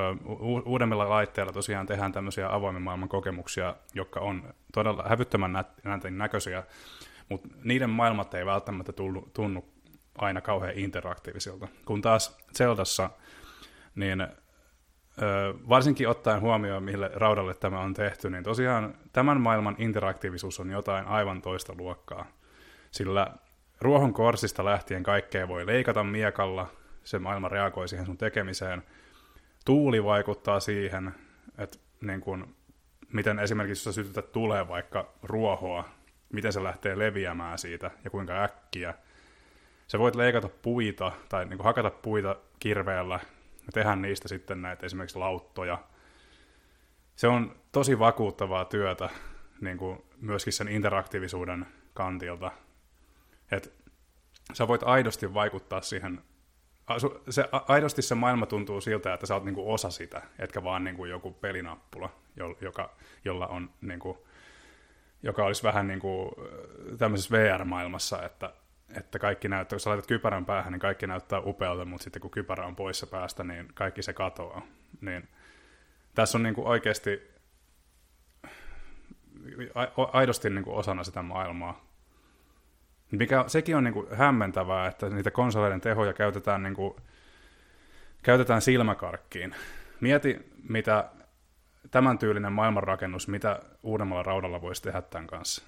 u, uudemmilla laitteilla tosiaan tehdään tämmöisiä avoimen maailman kokemuksia, jotka on todella hävyttömän nä, näköisiä, mutta niiden maailmat ei välttämättä tunnu, tunnu aina kauhean interaktiivisilta. Kun taas Zeldassa, niin varsinkin ottaen huomioon, mille raudalle tämä on tehty, niin tosiaan tämän maailman interaktiivisuus on jotain aivan toista luokkaa. Sillä ruohonkorsista lähtien kaikkea voi leikata miekalla, se maailma reagoi siihen sun tekemiseen. Tuuli vaikuttaa siihen, että niin kun, miten esimerkiksi jos sä sytytät tulee vaikka ruohoa, miten se lähtee leviämään siitä ja kuinka äkkiä. Sä voit leikata puita tai niin kun hakata puita kirveellä, ja tehdä niistä sitten näitä esimerkiksi lauttoja. Se on tosi vakuuttavaa työtä niin kuin myöskin sen interaktiivisuuden kantilta. Et sä voit aidosti vaikuttaa siihen se, aidosti se maailma tuntuu siltä, että sä oot niinku osa sitä, etkä vaan niinku joku pelinappula, joka, jolla on niinku, joka olisi vähän niin kuin tämmöisessä V R-maailmassa, että, että kaikki näyttää, kun sä laitat kypärän päähän, niin kaikki näyttää upealta, mutta sitten kun kypärä on poissa päästä, niin kaikki se katoaa. Niin, tässä on niin kuin oikeasti aidosti niin kuin osana sitä maailmaa. Mikä sekin on niin kuin hämmentävää, että niitä konsoleiden tehoja käytetään, niin kuin, käytetään silmäkarkkiin. Mieti, mitä tämän tyylinen maailmanrakennus, mitä uudemmalla raudalla voisi tehdä tämän kanssa.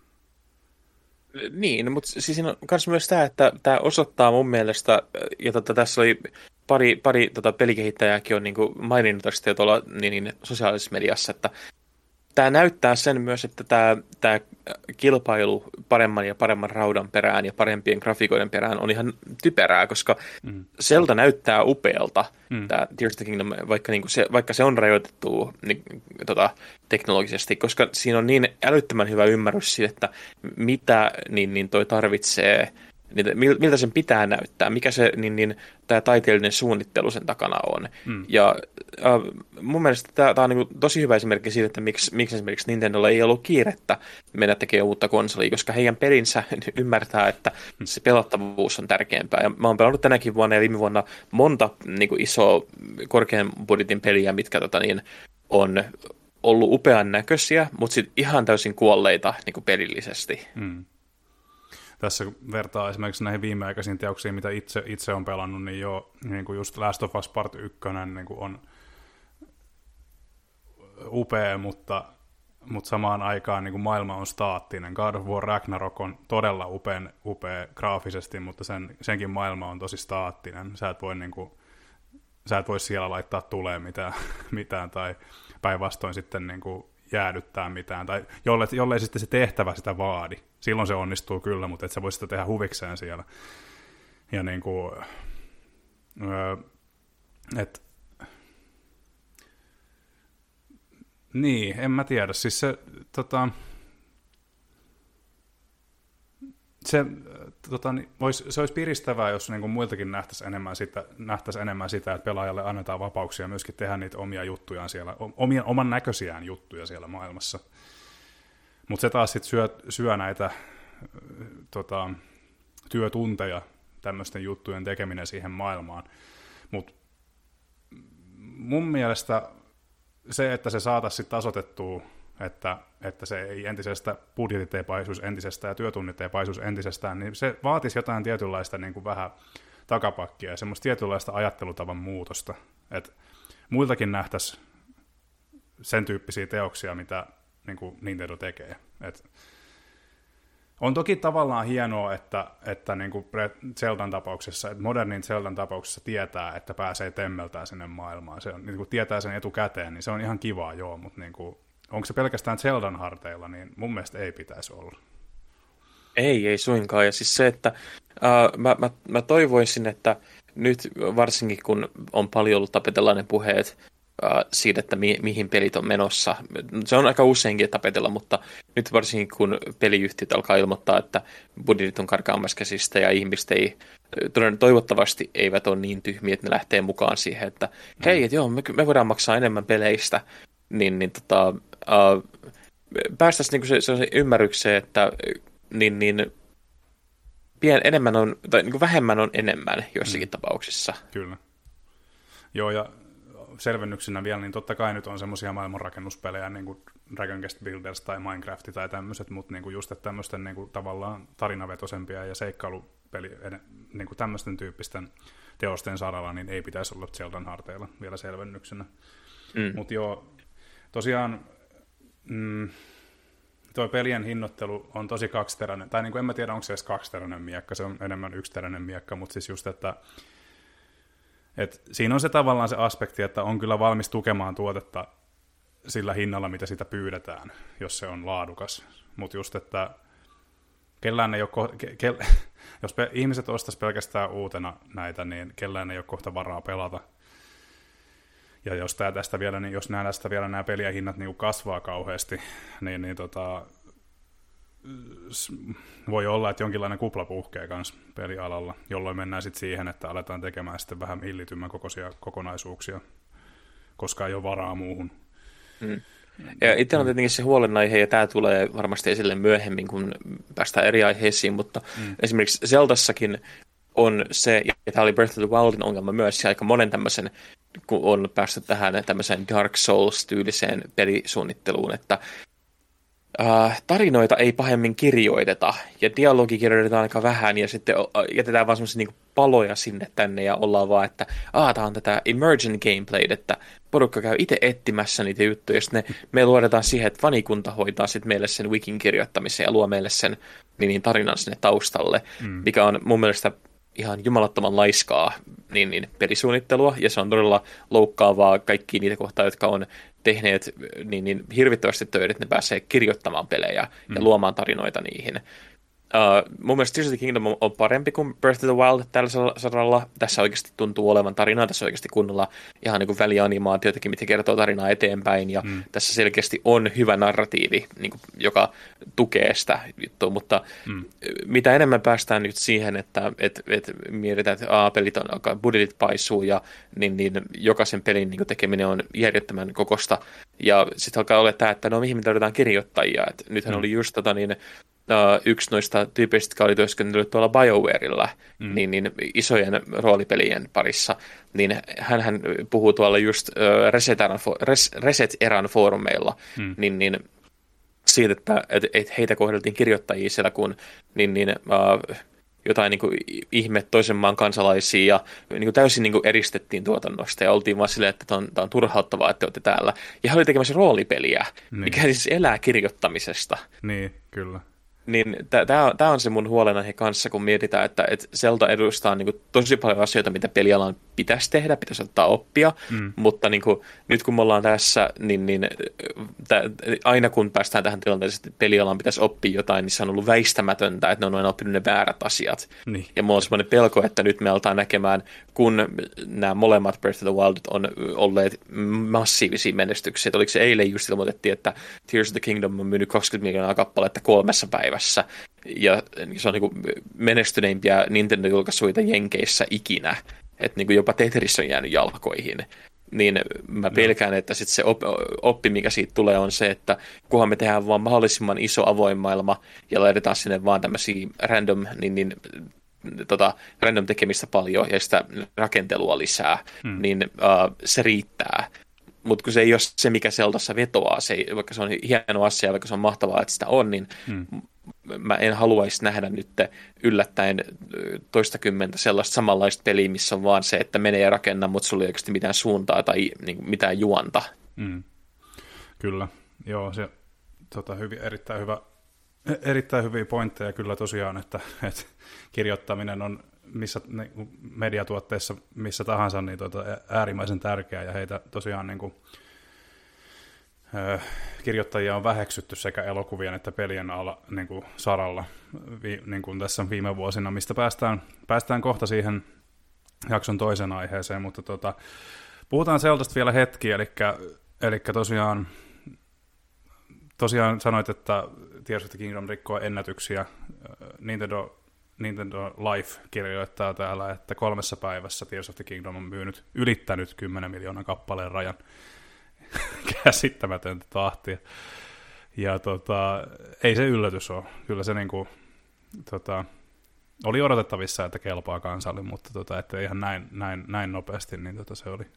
Niin, mutta siis siinä on myös tämä, että tämä osoittaa mun mielestä, ja tota, tässä oli pari, pari tota, pelikehittäjääkin on niin kuin maininnut tästä tuolla niin, niin, sosiaalisessa mediassa, että tämä näyttää sen myös, että tämä, tämä kilpailu paremman ja paremman raudan perään ja parempien grafiikoiden perään on ihan typerää, koska mm. Zelda näyttää upealta, mm. tämä Tears of the Kingdom, vaikka, niin kuin se, vaikka se on rajoitettu niin, tota, teknologisesti, koska siinä on niin älyttömän hyvä ymmärrys siitä, että mitä niin, niin toi tarvitsee, miltä sen pitää näyttää, mikä se niin, niin, tämä taiteellinen suunnittelu sen takana on. Mm. Ja äh, mun mielestä tämä, tämä on niin kuin tosi hyvä esimerkki siitä, että miksi, miksi esimerkiksi Nintendolla ei ollut kiirettä mennä tekemään uutta konsolia, koska heidän pelinsä ymmärtää, että se pelattavuus on tärkeämpää. Ja mä oon pelannut tänäkin vuonna ja viime vuonna monta niin kuin isoa korkean budjetin peliä, mitkä tota, niin, on ollut upean näköisiä, mutta sitten ihan täysin kuolleita niin kuin pelillisesti. Mm. Tässä vertaa esimerkiksi näihin viimeaikaisiin teoksiin, mitä itse, itse on pelannut, niin jo niin kuin just Last of Us Part yksi niin kuin on upea, mutta, mutta samaan aikaan niin kuin maailma on staattinen. God of War Ragnarok on todella upea, upea graafisesti, mutta sen, senkin maailma on tosi staattinen. Sä et voi, niin kuin, sä et voi siellä laittaa tuleen mitään, mitään tai päinvastoin sitten niin kuin jäädyttää mitään, tai jollei, jollei sitten se tehtävä sitä vaadi. Silloin se onnistuu kyllä, mutta et sä voi sitä tehdä huvikseen siellä. Ja niin kuin, öö, et, niin, en mä tiedä. Siis se, tota, se, tota, niin, vois, se olisi piristävää, jos niin kuin muiltakin nähtäisiin enemmän, sitä, nähtäisi enemmän sitä, että pelaajalle annetaan vapauksia myöskin tehdä niitä omia juttujaan siellä, omia, oman näköisiään juttuja siellä maailmassa. Mutta se taas sitten syö, syö näitä tota, työtunteja, tämmöisten juttujen tekeminen siihen maailmaan. Mutta mun mielestä se, että se saataisiin sitten tasoitettua, että, että se ei entisestä budjetit ei paisuisi entisestään ja työtunnit ei paisuisi entisestään, niin se vaatisi jotain tietynlaista niin kuin vähän takapakkia ja semmoista tietynlaista ajattelutavan muutosta. Että muiltakin nähtäisiin sen tyyppisiä teoksia, mitä niin kuin Nintendo tekee. Et on toki tavallaan hienoa, että, että niin kuin Zeldan tapauksessa, että modernin Zeldan tapauksessa tietää, että pääsee temmeltään sinne maailmaan. Se on, niin kuin tietää sen etukäteen, niin se on ihan kivaa, joo, mutta niin kuin, onko se pelkästään Zeldan harteilla, niin mun mielestä ei pitäisi olla. Ei, ei suinkaan. Ja siis se, että äh, mä, mä, mä toivoisin, että nyt varsinkin kun on paljon ollut tapetella ne puheet äh, siitä, että mi, mihin pelit on menossa. Se on aika useinkin tapetella, mutta nyt varsinkin kun peliyhtiöt alkaa ilmoittaa, että budjetit on karkaamassa käsistä ja ihmiset ei, toivottavasti eivät ole niin tyhmiä, että ne lähtee mukaan siihen, että mm. hei, et joo, me, me voidaan maksaa enemmän peleistä, niin, niin tota, äh, päästäisiin niinku se, se ymmärrykseen, että niin, niin pien, enemmän on, tai niin kuin vähemmän on enemmän joissakin mm. tapauksissa. Kyllä. Joo, ja selvennyksenä vielä, niin totta kai nyt on semmoisia maailmanrakennuspelejä, niin kuin Dragon Quest Builders tai Minecraft tai tämmöiset, mutta niin kuin just, että tämmöisten niin kuin tavallaan tarinavetoisempia ja seikkailupeli, niin kuin tämmöisten tyyppisten teosten saralla, niin ei pitäisi olla Zeldan harteilla vielä selvennyksenä. Mm. Mutta joo, tosiaan mm, tuo pelien hinnoittelu on tosi kaksiteräinen, tai niin kuin en mä tiedä, onko se edes kaksiteräinen miekka, se on enemmän yksiteräinen miekka, mutta siis just, että et siinä on se tavallaan se aspekti, että on kyllä valmis tukemaan tuotetta sillä hinnalla, mitä sitä pyydetään, jos se on laadukas. Mutta just, että kellään ei ole ko- ke- ke- jos pe- ihmiset ostaisi pelkästään uutena näitä, niin kellään ei ole kohta varaa pelata. Ja jos tää tästä vielä, niin jos nämä tästä vielä nämä pelien hinnat niin kasvaa kauheasti, niin, niin tota, voi olla, että jonkinlainen kupla puhkee kanssa pelialalla, jolloin mennään sitten siihen, että aletaan tekemään sitten vähän hillitymän kokoisia kokonaisuuksia, koska ei ole varaa muuhun. Mm. Ja itse on tietenkin se huolenaihe, ja tämä tulee varmasti esille myöhemmin, kun päästään eri aiheisiin, mutta mm. esimerkiksi Zeldassakin on se, ja tämä oli Breath of the Wildin ongelma myös, ja aika monen tämmöisen, kun on päästy tähän tämmöiseen Dark Souls-tyyliseen pelisuunnitteluun, että Uh, tarinoita ei pahemmin kirjoiteta, ja dialogi kirjoitetaan aika vähän, ja sitten jätetään vaan semmoisia niinku paloja sinne tänne, ja ollaan vaan, että aah, tää on tätä emergent gameplay, että porukka käy itse etsimässä niitä juttuja, ja sitten me luodetaan siihen, että fanikunta hoitaa sitten meille sen wikin kirjoittamisen, ja luo meille sen niin, niin tarinan sinne taustalle, mm. mikä on mun mielestä ihan jumalattoman laiskaa niin, niin pelisuunnittelua, ja se on todella loukkaavaa kaikkia niitä kohtaa, jotka on tehneet niin, niin hirvittävästi töitä, että ne pääsee kirjoittamaan pelejä mm. ja luomaan tarinoita niihin. Uh, mun mielestä Tears of the Kingdom on, on parempi kuin Breath of the Wild tällä saralla. Tässä oikeasti tuntuu olevan tarinaa, tässä oikeasti kunnolla ihan niin kuin välianimaatioitakin, mitkä kertoo tarinaa eteenpäin, ja mm. tässä selkeästi on hyvä narratiivi, niin kuin, joka tukee sitä juttua, mutta mm. mitä enemmän päästään nyt siihen, että et, et mietitään, että a, pelit on, budjetit paisuu, ja niin, niin jokaisen pelin niin kuin tekeminen on järjettömän kokosta, ja sitten alkaa olla tämä, että no mihin me tarvitaan kirjoittajia, et nythän mm. oli just tota niin, Uh, yksi noista tyypeistä, jotka oli työskennellyt tuolla BioWarella, mm. niin, niin isojen roolipelien parissa, niin hän puhuu tuolla just uh, Reset-eran, Res, Reset-eran foorumeilla, mm. niin, niin siitä, että et, et heitä kohdeltiin kirjoittajia siellä, kun niin, niin, uh, jotain niin kuin, ihme toisen maan kansalaisia, ja niin kuin, täysin niin kuin, eristettiin tuotannosta, ja oltiin vaan silleen, että tämä on, on turhauttavaa, että te olette täällä. Ja hän oli tekemässä roolipeliä, niin. mikä siis elää kirjoittamisesta. Niin, kyllä. Niin tämä on se mun huolenaihe kanssa, kun mietitään, että et Zelda edustaa niinku tosi paljon asioita, mitä pelialan pitäisi tehdä, pitäisi ottaa oppia, mm. mutta niinku, nyt kun me ollaan tässä, niin, niin tä, aina kun päästään tähän tilanteeseen, että pelialan pitäisi oppia jotain, niin se on ollut väistämätöntä, että ne on aina oppinut ne väärät asiat. Niin. Ja mulla on semmoinen pelko, että nyt me aletaan näkemään, kun nämä molemmat Breath of the Wild on olleet massiivisia menestyksiä, että oliko se eilen just ilmoitettiin, että Tears of the Kingdom on myynyt kaksikymmentä miljoonaa kappaletta kolmessa päivässä, ja se on niin menestyneimpiä Nintendo-julkaisuita Jenkeissä ikinä, että niin jopa Tetris on jäänyt jalkoihin, niin mä pelkään, että sit se oppi, mikä siitä tulee, on se, että kunhan me tehdään vaan mahdollisimman iso avoin maailma ja laitetaan sinne vaan tämmöisiä random, niin, niin tota, random tekemistä paljon ja sitä rakentelua lisää, hmm. niin uh, se riittää. Mutta kun se ei ole se, mikä Zeldassa vetoaa, se ei, vaikka se on hieno asia, vaikka se on mahtavaa, että sitä on, niin hmm. mä en haluaisi nähdä nyt yllättäen toistakymmentä sellaista samanlaista peliä, missä on vaan se, että menee ja rakenna, mutta sulla ei oikeasti mitään suuntaa tai niin, mitään juonta. Hmm. Kyllä, joo, se tota, hyvin, erittäin, hyvä, erittäin hyviä pointteja kyllä tosiaan, että, että kirjoittaminen on missä mediatuotteissa missä tahansa niin tuota, äärimmäisen tärkeää, ja heitä tosiaan niin kuin, ö, kirjoittajia on väheksytty sekä elokuvien että pelien alla, niin kuin saralla vi, niin kuin tässä viime vuosina, mistä päästään, päästään kohta siihen jakson toisen aiheeseen, mutta tota, puhutaan Zeldasta vielä hetki, eli, eli tosiaan, tosiaan sanoit, että Tears of the Kingdom rikkoo ennätyksiä. Nintendo Nintendo Life kirjoittaa täällä, että kolmessa päivässä Tears of the Kingdom on myynyt, ylittänyt kymmenen miljoonan kappaleen rajan. Käsittämätöntä tahtia. Ja tota, ei se yllätys ole. Kyllä se niinku, tota, oli odotettavissa, että kelpaa kansalle, mutta tota, että ihan näin, näin, näin nopeasti, niin tota, se, oli,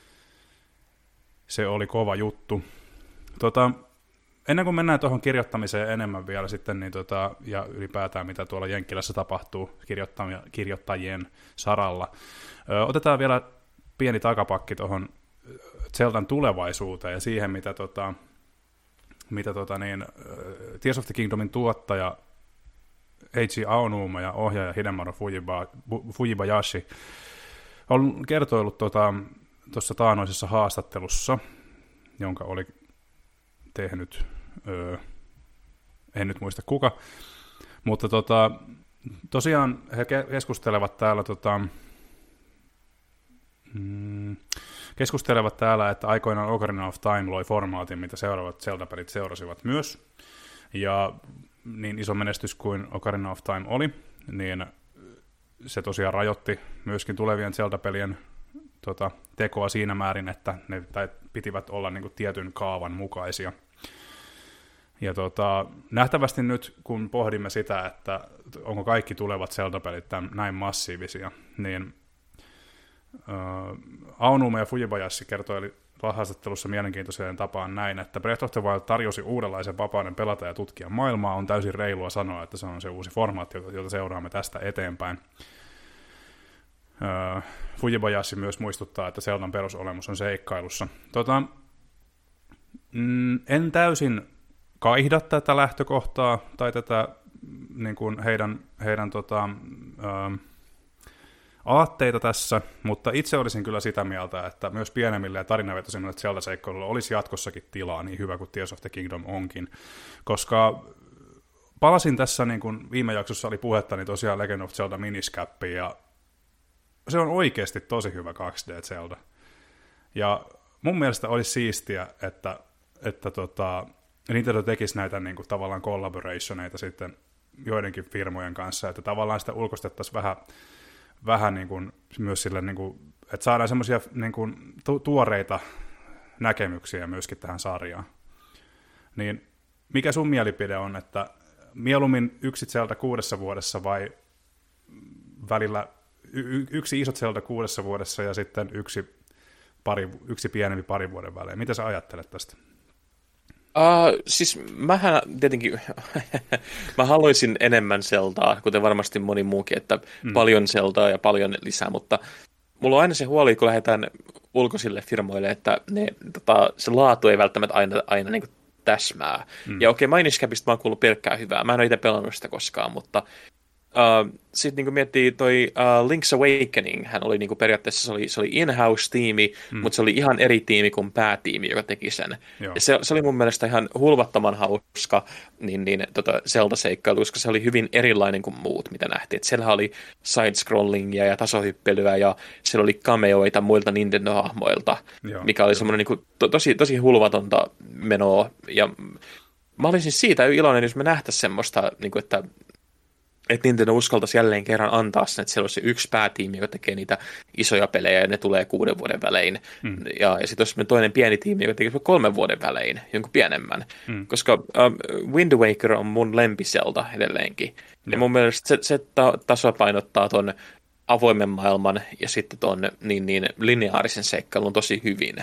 se oli kova juttu. Tota, Ennen kuin mennään tuohon kirjoittamiseen enemmän vielä sitten, niin tota, ja ylipäätään mitä tuolla Jenkkilässä tapahtuu kirjoittajien saralla, ö, otetaan vielä pieni takapakki tuohon Zeldan tulevaisuuteen ja siihen, mitä, tota, mitä tota niin, Tears of the Kingdomin tuottaja Eiji Aonuma ja ohjaaja Hidemaru Fujiba, Fujibayashi on kertoillut tuossa tota, taanoisessa haastattelussa, jonka oli tehnyt, öö, en nyt muista kuka, mutta tota, tosiaan he keskustelevat täällä, tota, mm, keskustelevat täällä, että aikoinaan Ocarina of Time loi formaatin, mitä seuraavat Zelda-pelit seurasivat myös, ja niin iso menestys kuin Ocarina of Time oli, niin se tosiaan rajoitti myöskin tulevien Zelda-pelien tota, tekoa siinä määrin, että ne tai pitivät olla niin kuin tietyn kaavan mukaisia. Ja tota, nähtävästi nyt, kun pohdimme sitä, että onko kaikki tulevat Zelda-pelit tämän, näin massiivisia, niin äh, Aonuma ja Fujibayashi kertoi haastattelussa mielenkiintoiseen tapaan näin, että Breath of the Wild tarjosi uudenlaisen vapauden pelata ja tutkia maailmaa. On täysin reilua sanoa, että se on se uusi formaatti, jota seuraamme tästä eteenpäin. Uh, Fujibayashi myös muistuttaa, että Zeldan perusolemus on seikkailussa. Tota, mm, en täysin kaihda tätä lähtökohtaa tai tätä niin kuin heidän, heidän tota, uh, aatteita tässä, mutta itse olisin kyllä sitä mieltä, että myös pienemmille ja tarinavetoisemmille Zelda-seikkailuille olisi jatkossakin tilaa, niin hyvä kuin Tears of the Kingdom onkin, koska palasin tässä, niin kuin viime jaksossa oli puhetta, niin tosiaan Legend of Zelda Miniscappiin, ja se on oikeasti tosi hyvä kaksi D-Zelda. Ja mun mielestä olisi siistiä, että, että tota, Nintendo tekisi näitä niin kuin, tavallaan collaborationeita sitten joidenkin firmojen kanssa, että tavallaan sitä ulkoistettaisiin vähän vähän niin kuin, myös sille, niin kuin, että saadaan semmoisia niin kuin, tu- tuoreita näkemyksiä myöskin tähän sarjaan. Niin mikä sun mielipide on, että mieluummin yksi Zelda kuudessa vuodessa vai välillä y- yksi iso Zelda kuudessa vuodessa ja sitten yksi, pari, yksi pienempi parin vuoden välein? Mitä sä ajattelet tästä? Uh, siis mähän tietenkin, mä haluaisin enemmän Zeldaa, kuten varmasti moni muukin, että mm. paljon Zeldaa ja paljon lisää, mutta mulla on aina se huoli, kun lähdetään ulkoisille firmoille, että ne, tota, se laatu ei välttämättä aina, aina niin kuin täsmää. Mm. Ja okei, okay, Minish Capista mä oon kuullut pelkkää hyvää, mä en ole itse pelannut sitä koskaan, mutta Uh, sitten niin miettii toi uh, Link's Awakening, hän oli niin kuin periaatteessa se oli, se oli in-house-tiimi, mm. mutta se oli ihan eri tiimi kuin päätiimi, joka teki sen. Ja se, se oli mun mielestä ihan hulvattoman hauska niin, niin, tota Zelda-seikkailu, koska se oli hyvin erilainen kuin muut, mitä nähtiin. Et siellä oli side-scrollingia ja tasohyppelyä ja siellä oli cameoita muilta Nintendo-hahmoilta, Joo, mikä oli semmoinen niin kuin, to, tosi, tosi hulvatonta menoa. Ja mä olisin siitä iloinen, jos me nähtäisiin semmoista, niin kuin, että että Nintendo uskaltaisi jälleen kerran antaa sen, että siellä on se yksi päätiimi, joka tekee niitä isoja pelejä, ja ne tulee kuuden vuoden välein. Mm. Ja, ja sitten olisi toinen pieni tiimi, joka tekee kolmen vuoden välein, jonkun pienemmän. Mm. Koska um, Wind Waker on mun lempiselta edelleenkin. Mm. Ja mun mielestä se, se ta- tasapainottaa ton avoimen maailman ja sitten ton niin, niin lineaarisen seikkailun tosi hyvin.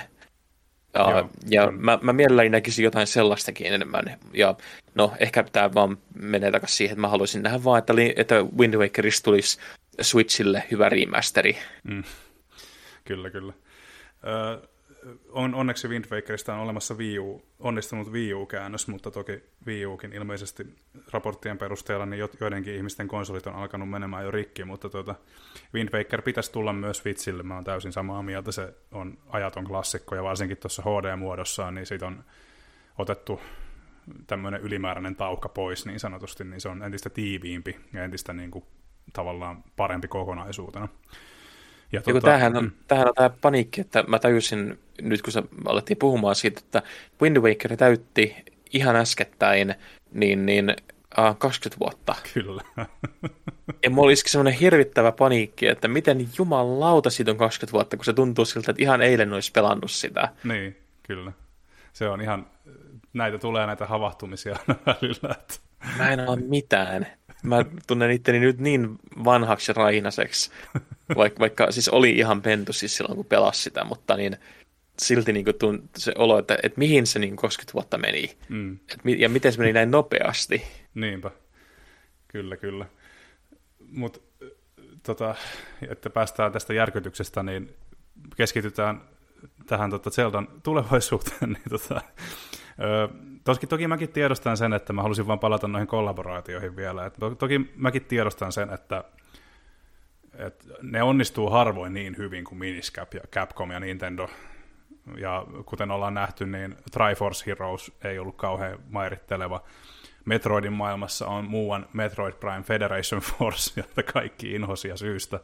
Ja, Joo, ja mm. mä, mä mielelläni näkisin jotain sellaistakin enemmän. Ja no, ehkä tämä vaan menee takaisin siihen, että mä haluaisin nähdä vaan, että, että Wind Wakerista tulisi Switchille hyvä remasteri. Mm. Kyllä, kyllä. Ö, on, onneksi Wind Wakerista on olemassa Wii U, onnistunut Wii U-käännös, mutta toki Wii Ukin ilmeisesti raporttien perusteella niin joidenkin ihmisten konsolit on alkanut menemään jo rikki, mutta tuota, Wind Waker pitäisi tulla myös Switchille, mä oon täysin samaa mieltä, se on ajaton klassikko, ja varsinkin tuossa H D-muodossaan, niin siitä on otettu tämmöinen ylimääräinen taukka pois niin sanotusti, niin se on entistä tiiviimpi ja entistä niin kuin, tavallaan parempi kokonaisuutena. Ja tuota, tämähän, on, mm. tämähän on tämä paniikki, että mä tajusin nyt, kun sä alettiin puhumaan siitä, että Wind Waker täytti ihan äskettäin niin, niin uh, kaksikymmentä vuotta. Kyllä. Ja mulla olisikin semmoinen hirvittävä paniikki, että miten jumalauta siitä on kaksikymmentä vuotta, kun se tuntuu siltä, että ihan eilen olisi pelannut sitä. Niin, kyllä. Se on ihan, näitä tulee näitä havahtumisia välillä. Että... Mä en ole mitään. Mä tunnen itteni nyt niin vanhaksi ja raihnaseksi, vaikka, vaikka siis oli ihan pentu siis silloin, kun pelasi sitä, mutta niin silti niin tunt, se olo, että, että mihin se niin kaksikymmentä vuotta meni, mm. Et, ja miten se meni näin nopeasti. Niinpä, kyllä, kyllä. Mutta tota, että päästään tästä järkytyksestä, niin keskitytään tähän tota Zeldan tulevaisuuteen, niin tota, ö, Toki, toki mäkin tiedostan sen, että mä halusin vaan palata noihin kollaboraatioihin vielä. Et to, toki mäkin tiedostan sen, että, että ne onnistuu harvoin niin hyvin kuin Miniscap ja Capcom ja Nintendo. Ja kuten ollaan nähty, niin Triforce Heroes ei ollut kauhean mairitteleva. Metroidin maailmassa on muuan Metroid Prime Federation Force, jota kaikki inhosia syystä.